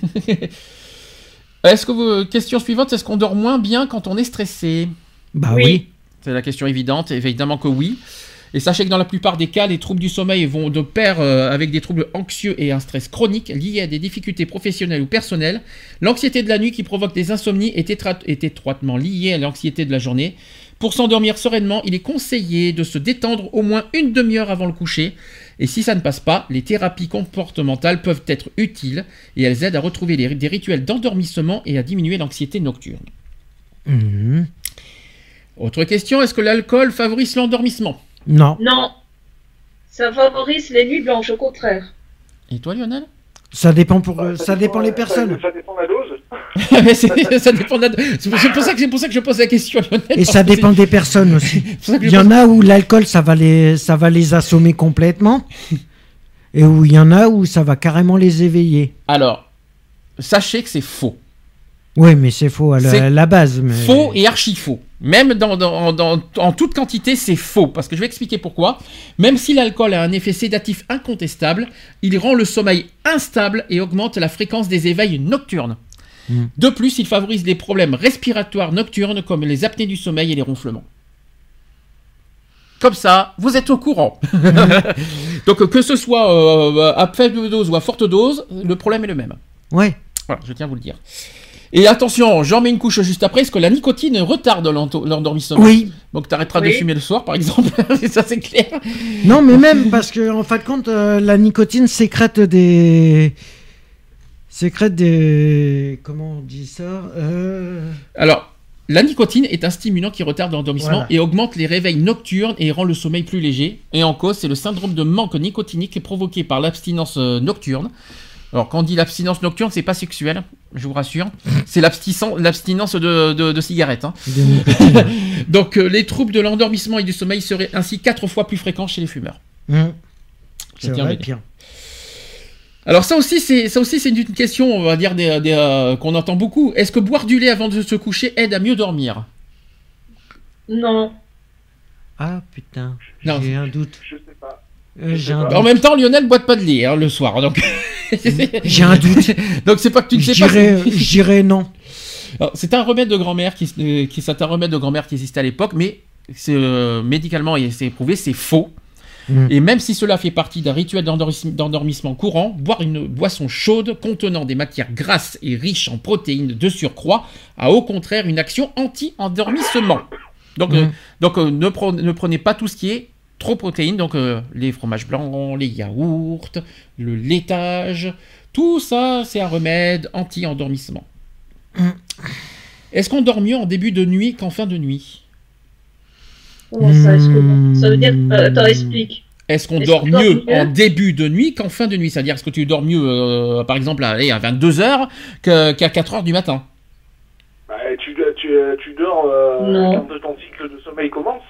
Est-ce que vous, question suivante, est-ce qu'on dort moins bien quand on est stressé? Bah Oui. oui. C'est la question évidente, évidemment que oui. Et sachez que dans la plupart des cas, les troubles du sommeil vont de pair euh, avec des troubles anxieux et un stress chronique lié à des difficultés professionnelles ou personnelles. L'anxiété de la nuit qui provoque des insomnies est, étra- est étroitement liée à l'anxiété de la journée. Pour s'endormir sereinement, il est conseillé de se détendre au moins une demi-heure avant le coucher. Et si ça ne passe pas, les thérapies comportementales peuvent être utiles et elles aident à retrouver les- des rituels d'endormissement et à diminuer l'anxiété nocturne. Mhm. Autre question, est-ce que l'alcool favorise l'endormissement? Non. Non. Ça favorise les nuits blanches, au contraire. Et toi, Lionel? Ça dépend pour, euh, Bah, ça dépend les personnes. Ça, ça dépend de la dose. Mais c'est- ça dépend de la- c'est pour ça que c'est pour ça que je pose la question, Lionel. Et parce ça que c'est- dépend des personnes aussi. c'est pour ça que je Il y en pose- a où l'alcool, ça va les, ça va les assommer complètement. Et où il y en a où ça va carrément les éveiller. Alors, sachez que c'est faux. Oui, mais c'est faux à la, C'est à la base. Mais... Faux et archi faux. Même dans, dans- dans- en toute quantité, c'est faux. Parce que je vais expliquer pourquoi. Même si l'alcool a un effet sédatif incontestable, il rend le sommeil instable et augmente la fréquence des éveils nocturnes. Mm. De plus, il favorise les problèmes respiratoires nocturnes comme les apnées du sommeil et les ronflements. Comme ça, vous êtes au courant. Donc que ce soit euh, à faible dose ou à forte dose, le problème est le même. Ouais. Voilà, je tiens à vous le dire. Et attention, j'en mets une couche juste après, parce que la nicotine retarde l'ento- l'endormissement. Oui. Donc t'arrêteras de Oui. fumer le soir, par exemple. Ça, c'est clair. Non, mais même parce que en fin de compte, euh, la nicotine sécrète des, sécrète des, comment on dit ça euh... Alors, la nicotine est un stimulant qui retarde l'endormissement Voilà. et augmente les réveils nocturnes et rend le sommeil plus léger. Et en cause, c'est le syndrome de manque nicotinique provoqué par l'abstinence euh, nocturne. Alors, quand on dit l'abstinence nocturne, c'est pas sexuel, je vous rassure. C'est l'abstinence l'abstinence de, de, de cigarettes. hein. de nicotine. Donc, euh, les troubles de l'endormissement et du sommeil seraient ainsi quatre fois plus fréquents chez les fumeurs. Hum. Je C'est tiens à vrai, le dire. pire. Alors ça aussi, c'est ça aussi, c'est une question, on va dire, des, des, euh, qu'on entend beaucoup. Est-ce que boire du lait avant de se coucher aide à mieux dormir? Non. Ah putain, Non. j'ai un doute. Je sais pas. Euh, j'ai un pas. doute. En même temps, Lionel boit pas de lait hein, le soir, donc J'ai un doute. donc c'est pas que tu ne Je sais pas. dirais, je dirais non. Alors, c'est un remède de grand-mère qui, euh, qui c'est un remède de grand-mère qui existait à l'époque, mais c'est euh, médicalement et c'est prouvé, c'est faux. Mm. Et même si cela fait partie d'un rituel d'endormis- d'endormissement courant, boire une boisson chaude contenant des matières grasses et riches en protéines de surcroît a au contraire une action anti-endormissement. Donc, Mm. euh, donc euh, ne, pre- ne prenez pas tout ce qui est trop protéines, donc euh, les fromages blancs, les yaourts, le laitage, tout ça c'est un remède anti-endormissement. Mm. Est-ce qu'on dort mieux en début de nuit qu'en fin de nuit? Comment ça, est-ce que... Ça veut dire... euh, attends, explique. Est-ce qu'on Est-ce dort qu'on dort mieux mieux en début de nuit qu'en fin de nuit? C'est-à-dire, est-ce que tu dors mieux, euh, par exemple, à, allez, à vingt-deux heures que- qu'à quatre heures du matin? Bah, tu, tu, tu dors euh, Non. quand ton cycle de sommeil commence.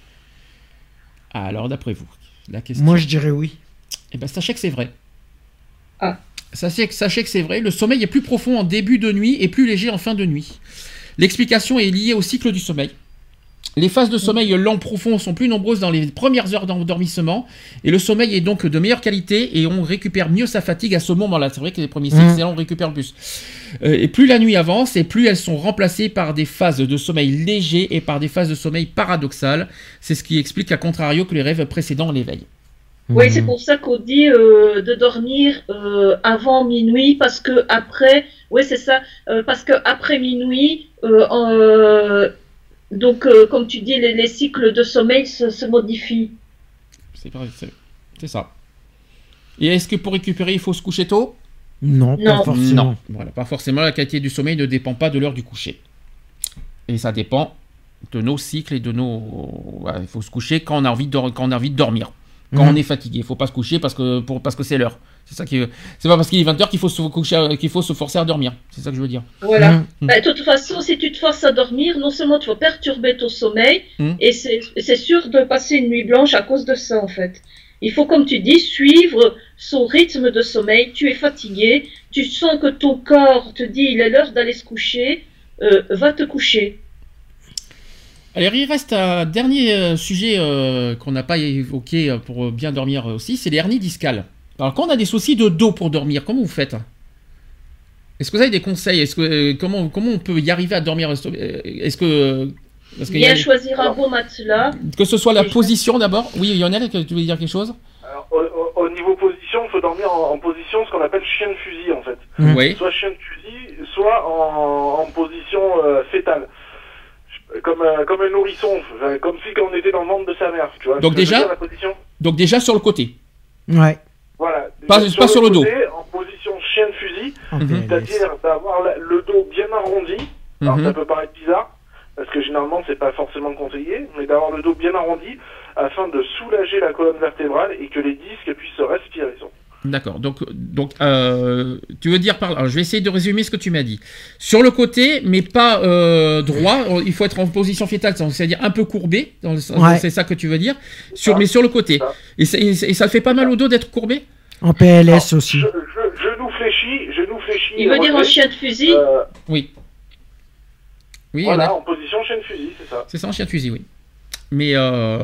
Ah, alors, d'après vous, la question... Moi, je dirais oui. Eh ben, sachez que c'est vrai. Ah. Sachez, que- sachez que c'est vrai, le sommeil est plus profond en début de nuit et plus léger en fin de nuit. L'explication est liée au cycle du sommeil. Les phases de sommeil lent profond sont plus nombreuses dans les premières heures d'endormissement et le sommeil est donc de meilleure qualité et on récupère mieux sa fatigue à ce moment-là. C'est vrai que les premiers cycles, Mmh. c'est là on récupère le plus. Euh, et plus la nuit avance et plus elles sont remplacées par des phases de sommeil léger et par des phases de sommeil paradoxales. C'est ce qui explique à contrario que les rêves précédents l'éveil. Oui, c'est pour ça qu'on dit euh, de dormir euh, avant minuit, parce que après, oui, c'est ça, euh, parce que après minuit, euh, euh, donc euh, comme tu dis, les, les cycles de sommeil se, se modifient. C'est vrai, c'est, c'est ça. Et est-ce que pour récupérer, il faut se coucher tôt ? Non, Non. pas forcément. Non, voilà, pas forcément. La qualité du sommeil ne dépend pas de l'heure du coucher. Et ça dépend de nos cycles et de nos. Voilà, il faut se coucher quand on a envie de, quand on a envie de dormir. Quand Mhm. on est fatigué, il faut pas se coucher parce que, pour, parce que c'est l'heure. C'est ça qui. C'est pas parce qu'il est vingt heures qu'il faut se coucher, qu'il faut se forcer à dormir. C'est ça que je veux dire. Voilà. Mhm. Bah, de toute façon, si tu te forces à dormir, non seulement tu vas perturber ton sommeil, Mhm. et c'est c'est sûr de passer une nuit blanche à cause de ça, en fait. Il faut, comme tu dis, suivre son rythme de sommeil. Tu es fatigué, tu sens que ton corps te dit il est l'heure d'aller se coucher, euh, va te coucher. Alors, il reste un dernier euh, sujet euh, qu'on n'a pas évoqué euh, pour bien dormir aussi, c'est les hernies discales. Alors, quand on a des soucis de dos pour dormir, comment vous faites ? Est-ce que vous avez des conseils ? Est-ce que, euh, comment, comment on peut y arriver à dormir ? Est-ce que... Parce qu'il y a- Bien choisir un beau matelas. Que ce soit la Et je- position d'abord. Oui, Lionel, que tu voulais dire quelque chose ? Alors, au, au- au niveau position, il faut dormir en, en position ce qu'on appelle chien de fusil en fait. Mhm. Oui. Soit chien de fusil, soit en, en position euh, fétale. Comme, euh, comme un nourrisson, enfin, comme si quand on était dans le ventre de sa mère, tu vois. Donc Ce que je veux déjà- dire, la position. Donc déjà sur le côté. Ouais. Voilà. Pas- pas sur le dos. côté, en position chien de fusil, En Mhm. P L S. c'est-à-dire d'avoir la- le dos bien arrondi. Alors Mhm. ça peut paraître bizarre, parce que généralement c'est pas forcément conseillé, mais d'avoir le dos bien arrondi afin de soulager la colonne vertébrale et que les disques puissent respirer. D'accord. Donc, donc euh, tu veux dire par alors, je vais essayer de résumer ce que tu m'as dit. Sur le côté, mais pas euh, droit. Il faut être en position fétale, c'est-à-dire un peu courbé. Dans le sens- Ouais. C'est ça que tu veux dire. Sur, ça. mais sur le côté. Ça. Et, c'est- et c'est- et ça fait pas mal au dos d'être courbé ? En P L S Alors, aussi. Je, je, genou fléchi, genou fléchi. Il veut dire en relevé. chien de fusil. Euh, Oui. Oui, voilà, Lionel. en position chien de fusil, c'est ça. C'est ça en chien de fusil, oui. Mais euh,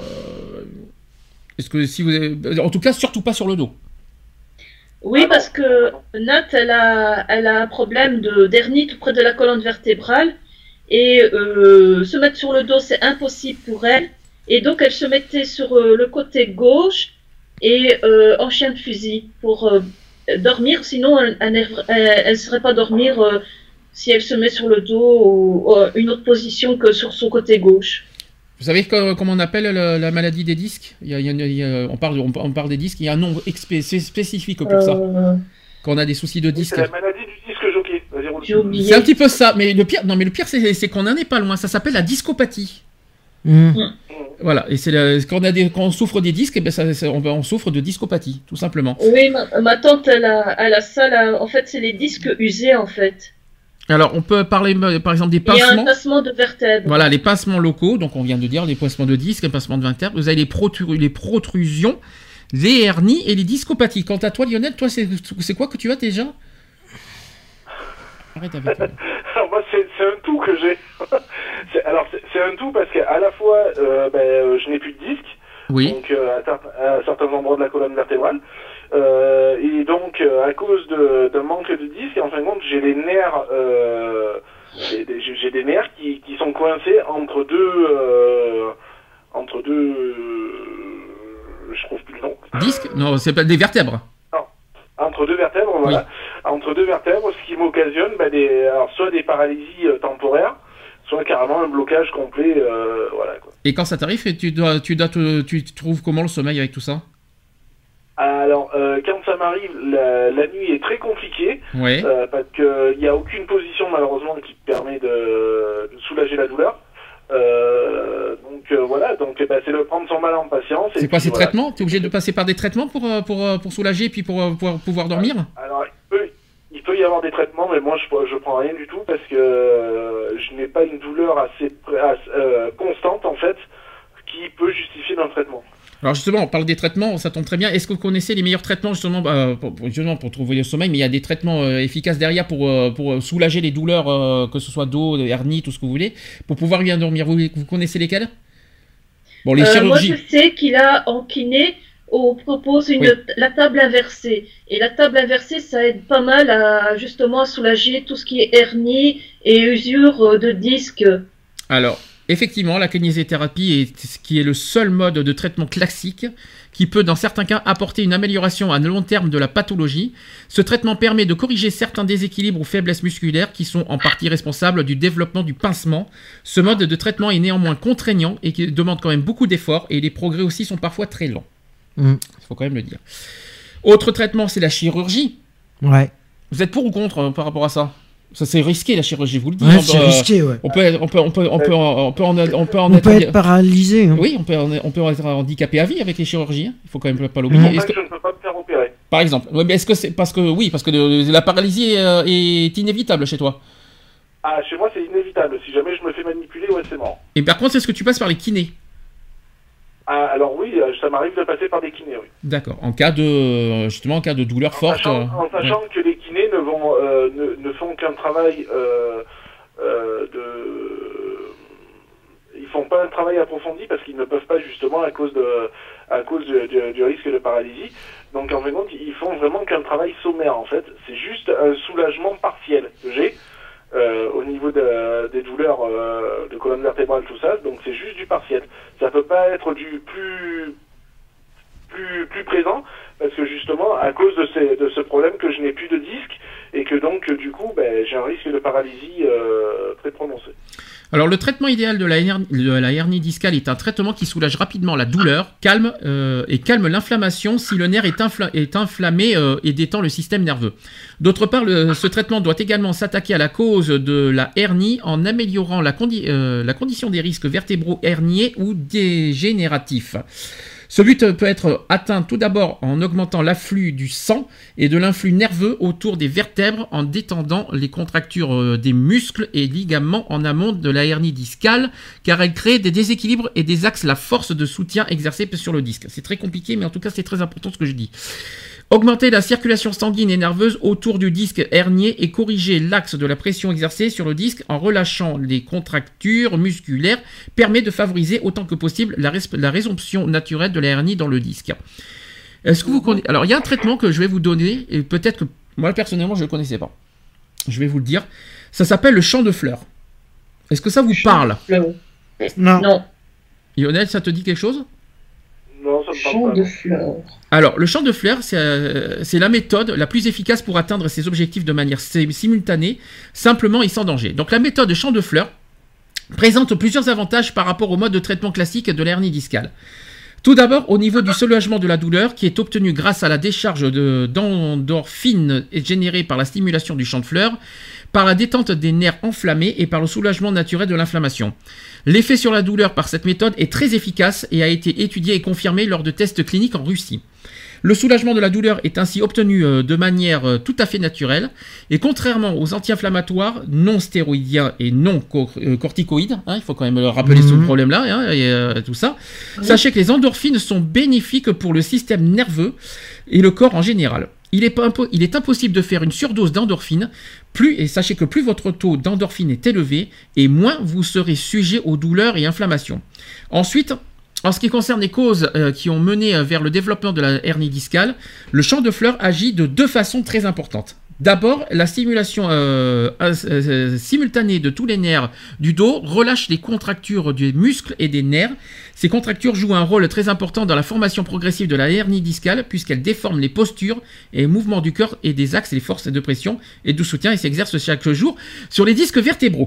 est-ce que si vous, avez- en tout cas, surtout pas sur le dos. Oui, Ah parce que Nat, elle a, elle a un problème de d'hernie tout près de la colonne vertébrale. Et euh, se mettre sur le dos, c'est impossible pour elle. Et donc, elle se mettait sur euh, le côté gauche et euh, en chien de fusil pour euh, dormir. Sinon, elle ne serait pas dormir euh, si elle se met sur le dos ou, ou une autre position que sur son côté gauche. Vous savez que- comment on appelle la, la maladie des disques ? il y a, il y a- il y a- on, parle, on, on parle des disques, il y a un nom expé- c'est spécifique pour ça. Euh, Quand on a des soucis de Oui, disques. c'est la maladie du disque jockey. Vas-y, roule. J'ai oublié. C'est un petit peu ça, mais le pire, non, mais le pire, c'est, c'est qu'on en est pas loin. Ça s'appelle la discopathie. Mhm. Voilà, et c'est la- quand, on a des, quand on souffre des disques, eh ben ça, ça- on, on souffre de discopathie, tout simplement. Oui, ma, ma tante, elle a, elle a ça. Là. En fait, c'est les disques usés, en fait. Alors, on peut parler, euh, par exemple, des Il y a un pincements. tassement de vertèbres. Voilà, les pincements locaux, donc on vient de dire les pincements de disques, les pincements de vertèbres. Vous avez les, protru- les protrusions, les hernies et les discopathies. Quant à toi, Lionel, toi, c'est, c'est quoi que tu as déjà ? Arrête avec toi. Alors moi c'est c'est un tout que j'ai. C'est- alors c'est c'est un tout parce qu'à la fois euh, ben, euh, je n'ai plus de disque, Oui, donc euh, à, cer- à certains endroits de la colonne vertébrale, euh, et donc euh, à cause de- d'un manque de disque, en fin de compte j'ai les nerfs, euh, j'ai des- j'ai des nerfs qui, qui sont coincés entre deux, euh, entre deux, euh, je trouve plus le nom. disques ? Non, c'est pas des vertèbres. Entre deux vertèbres, voilà. Entre deux vertèbres, ce qui m'occasionne bah, des, alors, soit des paralysies euh, temporaires, soit carrément un blocage complet, euh, voilà quoi. Et quand ça t'arrive, tu dois, tu dois te, tu trouves comment le sommeil avec tout ça ? Alors, euh, quand ça m'arrive, la, la nuit est très compliquée, Ouais. euh, parce qu'il n'y a aucune position malheureusement qui permet de, de soulager la douleur. Euh, donc euh, voilà, donc bah, c'est de prendre son mal en patience. et C'est quoi puis, ces voilà. traitements ? T'es obligé de passer par des traitements pour, euh, pour, euh, pour soulager et puis pour, euh, pour pouvoir dormir ? Alors, il peut, il peut y avoir des traitements, mais moi, je je prends rien du tout parce que euh, je n'ai pas une douleur assez, assez euh, constante, en fait, qui peut justifier d'un traitement. Alors justement, on parle des traitements, ça tombe très bien. Est-ce que vous connaissez les meilleurs traitements justement, bah, pour, pour- justement pour trouver le sommeil, mais il y a des traitements euh, efficaces derrière pour, euh, pour soulager les douleurs, euh, que ce soit dos, de hernie, tout ce que vous voulez, pour pouvoir bien dormir. Vous, vous connaissez lesquels ? Bon, les Euh, moi, chirurgies. je sais qu'il a en kiné, on propose une, Oui. la table inversée. Et la table inversée, ça aide pas mal à justement à soulager tout ce qui est hernie et usure euh, de disques. Alors, Effectivement, la kinésithérapie est ce qui est le seul mode de traitement classique qui peut, dans certains cas, apporter une amélioration à long terme de la pathologie. Ce traitement permet de corriger certains déséquilibres ou faiblesses musculaires qui sont en partie responsables du développement du pincement. Ce mode de traitement est néanmoins contraignant et qui demande quand même beaucoup d'efforts et les progrès aussi sont parfois très lents. Il mmh. faut quand même le dire. Autre traitement, c'est la chirurgie. Ouais. Vous êtes pour ou contre euh, par rapport à ça ? Ça, c'est risqué, la chirurgie, vous le dites. Ouais, on c'est peut, risqué, ouais. On peut, on peut, on peut, on peut, on peut en, on peut en on être, peut être paralysé. Hein. Oui, on peut, on peut être handicapé à vie avec les chirurgies. Hein. Il faut quand même pas l'oublier. C'est pour ça que je ne peux pas me faire opérer. Par exemple. Ouais, mais est-ce que c'est parce que oui, parce que de, la paralysie euh, est inévitable chez toi. Ah, chez moi, c'est inévitable. Si jamais je me fais manipuler, ouais, c'est mort. Et par contre, est-ce que tu passes par les kinés ? Ah, alors oui, ça m'arrive de passer par des kinés, oui. D'accord. En cas de, justement, en cas de douleur en forte. Sachant, euh, en sachant ouais. que les kinés ne vont, euh, ne, ne font qu'un travail euh, euh, de, ils font pas un travail approfondi parce qu'ils ne peuvent pas justement à cause de, à cause du, du, du risque de paralysie. Donc en fait, ils font vraiment qu'un travail sommaire en fait. C'est juste un soulagement partiel que j'ai. Euh, au niveau de, des douleurs euh, de colonne vertébrale, tout ça, donc c'est juste du partiel. Ça peut pas être du plus plus plus présent parce que justement à cause de, ces, de ce problème que je n'ai plus de disque et que donc du coup ben, j'ai un risque de paralysie euh, très prononcé. Alors le traitement idéal de la, hernie, de la hernie discale est un traitement qui soulage rapidement la douleur, calme euh, et calme l'inflammation si le nerf est, infla- est inflammé euh, et détend le système nerveux. D'autre part, le, ce traitement doit également s'attaquer à la cause de la hernie en améliorant la, condi- euh, la condition des risques vertébraux herniés ou dégénératifs. Ce but peut être atteint tout d'abord en augmentant l'afflux du sang et de l'influx nerveux autour des vertèbres en détendant les contractures des muscles et ligaments en amont de la hernie discale car elle crée des déséquilibres et désaxe la force de soutien exercée sur le disque. C'est très compliqué mais en tout cas c'est très important ce que je dis. Augmenter la circulation sanguine et nerveuse autour du disque hernié et corriger l'axe de la pression exercée sur le disque en relâchant les contractures musculaires permet de favoriser autant que possible la, res- la résorption naturelle de la hernie dans le disque. Est-ce que vous connaissez... Alors, il y a un traitement que je vais vous donner, et peut-être que moi, personnellement, je ne le connaissais pas. Je vais vous le dire. Ça s'appelle le champ de fleurs. Est-ce que ça vous champ parle ? Non. Non. Lionel, ça te dit quelque chose ? Non, ça me Champ parle pas. de fleurs. Alors, le champ de fleurs, c'est, euh, c'est la méthode la plus efficace pour atteindre ses objectifs de manière simultanée, simplement et sans danger. Donc, la méthode champ de fleurs présente plusieurs avantages par rapport au mode de traitement classique de la hernie discale. Tout d'abord, au niveau du soulagement de la douleur, qui est obtenu grâce à la décharge de, d'endorphines générée par la stimulation du champ de fleurs, par la détente des nerfs enflammés et par le soulagement naturel de l'inflammation. L'effet sur la douleur par cette méthode est très efficace et a été étudié et confirmé lors de tests cliniques en Russie. Le soulagement de la douleur est ainsi obtenu euh, de manière euh, tout à fait naturelle et contrairement aux anti-inflammatoires non stéroïdiens et non cor- euh, corticoïdes, hein, il faut quand même le rappeler mmh. ce problème-là hein, et euh, tout ça, mmh. sachez que les endorphines sont bénéfiques pour le système nerveux et le corps en général. Il est, pas impo- il est impossible de faire une surdose d'endorphines, plus, et sachez que plus votre taux d'endorphine est élevé, et moins vous serez sujet aux douleurs et inflammations. Ensuite, en ce qui concerne les causes euh, qui ont mené euh, vers le développement de la hernie discale, le champ de fleurs agit de deux façons très importantes. D'abord, la stimulation euh, euh, simultanée de tous les nerfs du dos relâche les contractures des muscles et des nerfs. Ces contractures jouent un rôle très important dans la formation progressive de la hernie discale puisqu'elles déforment les postures et les mouvements du cœur et des axes et les forces de pression et de soutien et s'exercent chaque jour sur les disques vertébraux.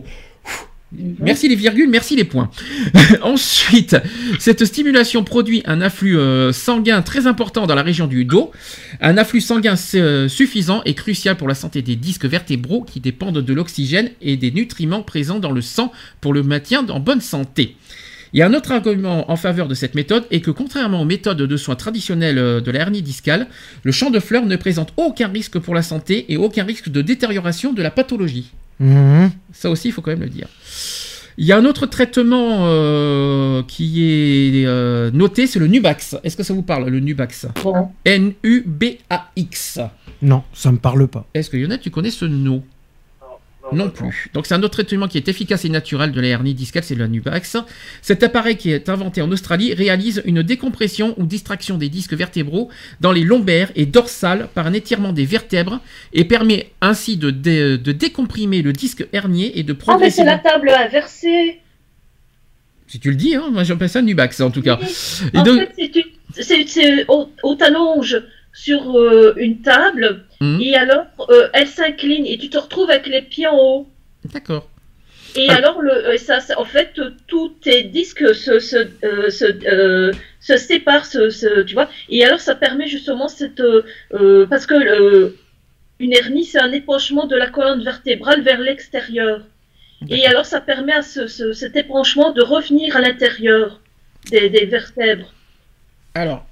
Merci les virgules, merci les points. Ensuite, cette stimulation produit un afflux euh, sanguin très important dans la région du dos. Un afflux sanguin euh, suffisant est crucial pour la santé des disques vertébraux qui dépendent de l'oxygène et des nutriments présents dans le sang pour le maintien en bonne santé. Il y a un autre argument en faveur de cette méthode est que contrairement aux méthodes de soins traditionnelles de la hernie discale, le champ de fleurs ne présente aucun risque pour la santé et aucun risque de détérioration de la pathologie. Mmh. Ça aussi, il faut quand même le dire. Il y a un autre traitement euh, qui est euh, noté, c'est le Nubax. Est-ce que ça vous parle, le Nubax ? Non. N U B A X. Non, ça me parle pas. Est-ce que Lionel, tu connais ce nom ? Non plus. Donc c'est un autre traitement qui est efficace et naturel de la hernie discale, c'est le Nubax. Cet appareil qui est inventé en Australie réalise une décompression ou distraction des disques vertébraux dans les lombaires et dorsales par un étirement des vertèbres et permet ainsi de, dé- de décomprimer le disque hernié et de Ah mais c'est progressivement... la table inversée. Si tu le dis, hein, moi j'appelle ça Nubax en tout cas. Oui. Et En donc, fait, c'est une- c'est- c'est- on, on t'allonge sur euh, une table Mhm. et alors euh, elle s'incline et tu te retrouves avec les pieds en haut. d'accord. Et Ah. alors, le, et ça, ça- en fait, euh, tous tes disques se, se, euh, se, euh, se séparent, se, se- tu vois. Et alors, ça permet justement cette... euh, euh, parce que euh, une hernie, c'est un épanchement de la colonne vertébrale vers l'extérieur. Et D'accord. alors, ça permet à ce, ce- cet épanchement de revenir à l'intérieur des, des vertèbres. Alors,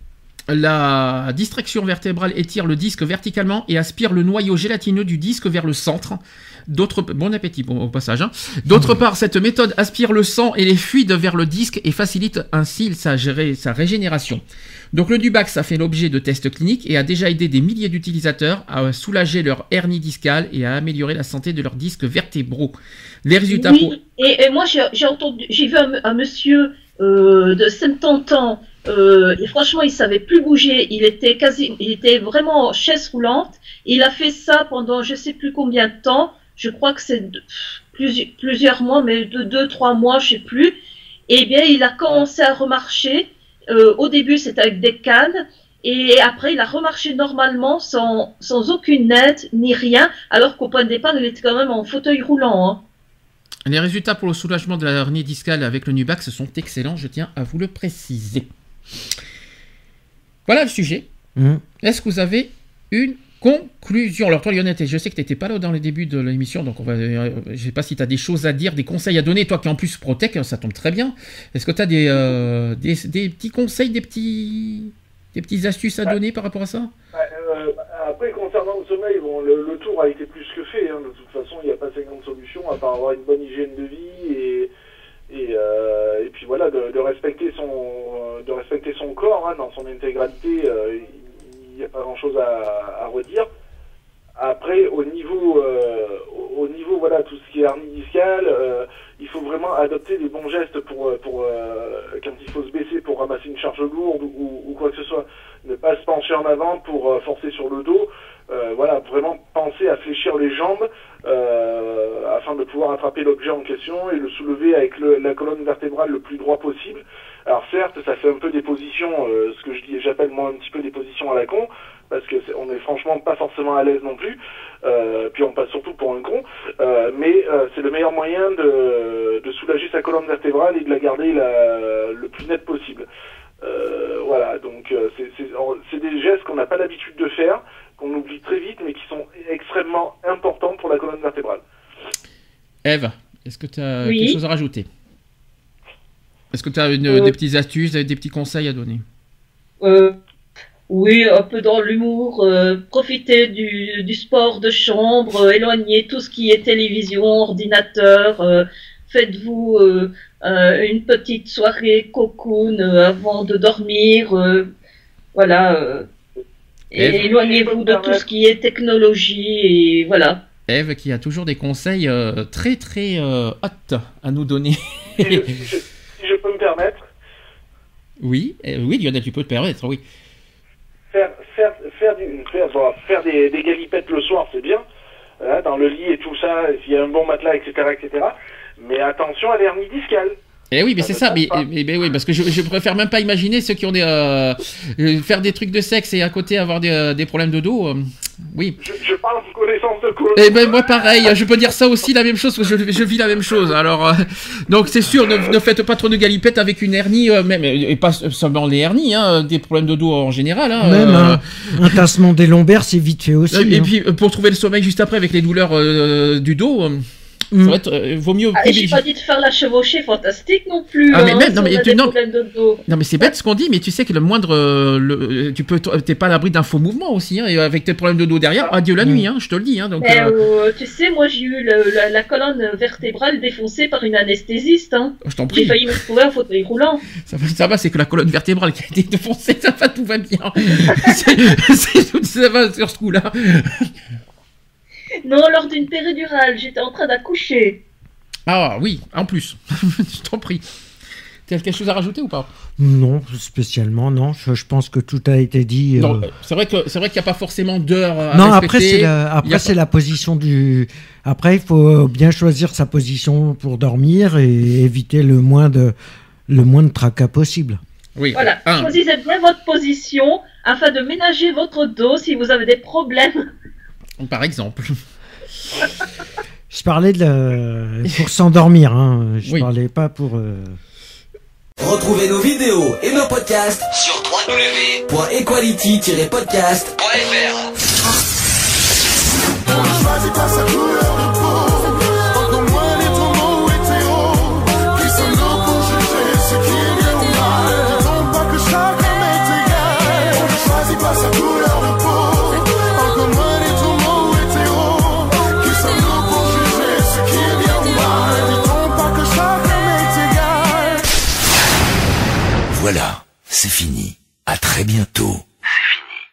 la distraction vertébrale étire le disque verticalement et aspire le noyau gélatineux du disque vers le centre. D'autre, bon appétit bon, au passage. Hein. D'autre part, cette méthode aspire le sang et les fluides vers le disque et facilite ainsi sa, géré- sa régénération. Donc le Nubax a fait l'objet de tests cliniques et a déjà aidé des milliers d'utilisateurs à soulager leur hernie discale et à améliorer la santé de leurs disques vertébraux. Les résultats Oui, pour... et, et moi j'ai j'ai entendu, j'ai vu un, un monsieur euh, de soixante-dix ans, euh, et franchement il savait plus bouger, il était quasi, il était vraiment en chaise roulante. Il a fait ça pendant je sais plus combien de temps, je crois que c'est de- plusieurs, plusieurs mois, mais de deux trois mois, je sais plus. Et bien il a commencé à remarcher. Euh, au début c'était avec des cannes. Et après, il a remarché normalement sans, sans aucune aide ni rien, alors qu'au point de départ, il était quand même en fauteuil roulant. Hein. Les résultats pour le soulagement de la hernie discale avec le Nubax sont excellents, je tiens à vous le préciser. Voilà le sujet. Mmh. Est-ce que vous avez une conclusion? Alors toi Lionette, je sais que tu n'étais pas là dans les débuts de l'émission, donc on va, euh, je ne sais pas si tu as des choses à dire, des conseils à donner. Toi qui en plus Protec, ça tombe très bien. Est-ce que tu as des, euh, des, des petits conseils, des petits, des petites astuces à donner par rapport à ça? Euh, après, concernant le sommeil, bon, le, le tour a été plus que fait. Hein. De toute façon, il n'y a pas cinquante solutions à part avoir une bonne hygiène de vie et, et, euh, et puis voilà, de, de respecter son, de respecter son corps hein, dans son intégralité. Euh, il n'y a pas grand-chose à, à redire. Après, au niveau, euh, au, au niveau, voilà, tout ce qui est hernie discale, euh, il faut vraiment adopter des bons gestes pour, pour euh, quand il faut se baisser pour ramasser une charge lourde ou, ou quoi que ce soit. Ne pas se pencher en avant pour euh, forcer sur le dos. Euh, voilà, vraiment penser à fléchir les jambes euh, afin de pouvoir attraper l'objet en question et le soulever avec le, la colonne vertébrale le plus droit possible. Alors certes, ça fait un peu des positions, euh, ce que je dis, j'appelle moi un petit peu des positions à la con, parce que c'est, on est franchement pas forcément à l'aise non plus. Euh, puis on passe surtout pour un con, euh, mais euh, c'est le meilleur moyen de, de soulager sa colonne vertébrale et de la garder la, le plus net possible. Euh, voilà, donc euh, c'est, c'est, c'est des gestes qu'on n'a pas l'habitude de faire, qu'on oublie très vite, mais qui sont extrêmement importants pour la colonne vertébrale. Ève, est-ce que tu as Oui. quelque chose à rajouter? Est-ce que tu as une, Euh. des petites astuces, des petits conseils à donner? Euh, oui, un peu dans l'humour, euh, profiter du, du sport de chambre, euh, éloigner tout ce qui est télévision, ordinateur, euh, faites-vous euh, euh, une petite soirée cocoon euh, avant de dormir, euh, voilà, euh, et Ève. éloignez-vous de tout ce qui est technologie, et voilà. Ève qui a toujours des conseils euh, très très euh, hot à nous donner. Si je, si je- si je peux me permettre, Oui, euh, oui Lionel, tu peux te permettre, oui. faire, faire, faire, du, faire, bon, faire des, des galipettes le soir, c'est bien, hein, dans le lit et tout ça, s'il y a un bon matelas, et cetera, et cetera. Mais attention à l'hernie discale. Eh oui, mais Ça c'est ne ça, passe mais, pas. mais, mais oui, parce que je, je préfère même pas imaginer ceux qui ont des euh, euh, faire des trucs de sexe et à côté avoir des, euh, des problèmes de dos. euh, oui. Je, je parle de connaissance de cause. Eh ben moi pareil, je peux dire ça aussi la même chose parce que je, je vis la même chose. Alors euh, donc c'est sûr, ne, ne faites pas trop de galipettes avec une hernie, euh, même et pas seulement les hernies, hein, des problèmes de dos en général. Hein, Même euh, un, un tassement des lombaires, c'est vite fait aussi. et hein. puis euh, pour trouver le sommeil juste après avec les douleurs euh, du dos, euh, Mm. faut être, euh, vaut mieux Ah, et j'ai privilégier. pas dit de faire la chevauchée fantastique non plus. Ah, mais hein, même- si non, mais on a tu- des non. problèmes de dos. Non mais c'est bête ce qu'on dit, mais tu sais que le moindre, euh, le, tu peux, t'es pas à l'abri d'un faux mouvement aussi, hein, et avec tes problèmes de dos derrière, adieu la Mm. nuit, hein, je te le dis, hein, donc. Mais euh, euh, tu sais, moi j'ai eu le- la, la colonne vertébrale défoncée par une anesthésiste. Hein. je t'en J'ai prie. failli me retrouver en fauteuil roulant. Ça va, ça va, c'est que la colonne vertébrale qui a été défoncée, ça va, tout va bien. c'est, c'est tout, ça va sur ce coup-là. Non, lors d'une péridurale, j'étais en train d'accoucher. Ah oui, en plus, je t'en prie. Tu as quelque chose à rajouter ou pas? Non, spécialement, non. Je, je pense que tout a été dit. Euh... Non, c'est vrai que c'est vrai qu'il n'y a pas forcément d'heures à non, respecter. après c'est la, après c'est pas... la position du. Après, il faut bien choisir sa position pour dormir et éviter le moins de le moins de tracas possible. Oui. Voilà. Un. Choisissez bien votre position afin de ménager votre dos si vous avez des problèmes. Par exemple. Je parlais de la... pour s'endormir. Hein. Je oui. parlais pas pour. Euh... Retrouvez nos vidéos et nos podcasts sur w w w point equality tiret podcast point f r. Choisis pas sa couleur de peau, encore moins les tourments hétéros, qui sommes-nous pour juger ce qui est bien ou mal? Disons pas que chaque homme est égal. Choisis pas sa couleur de peau, encore moins les tourments hétéros, qui sommes-nous pour juger ce qui est bien ou mal? Disons pas que chaque homme est égal. Voilà, c'est fini. À très bientôt. C'est fini.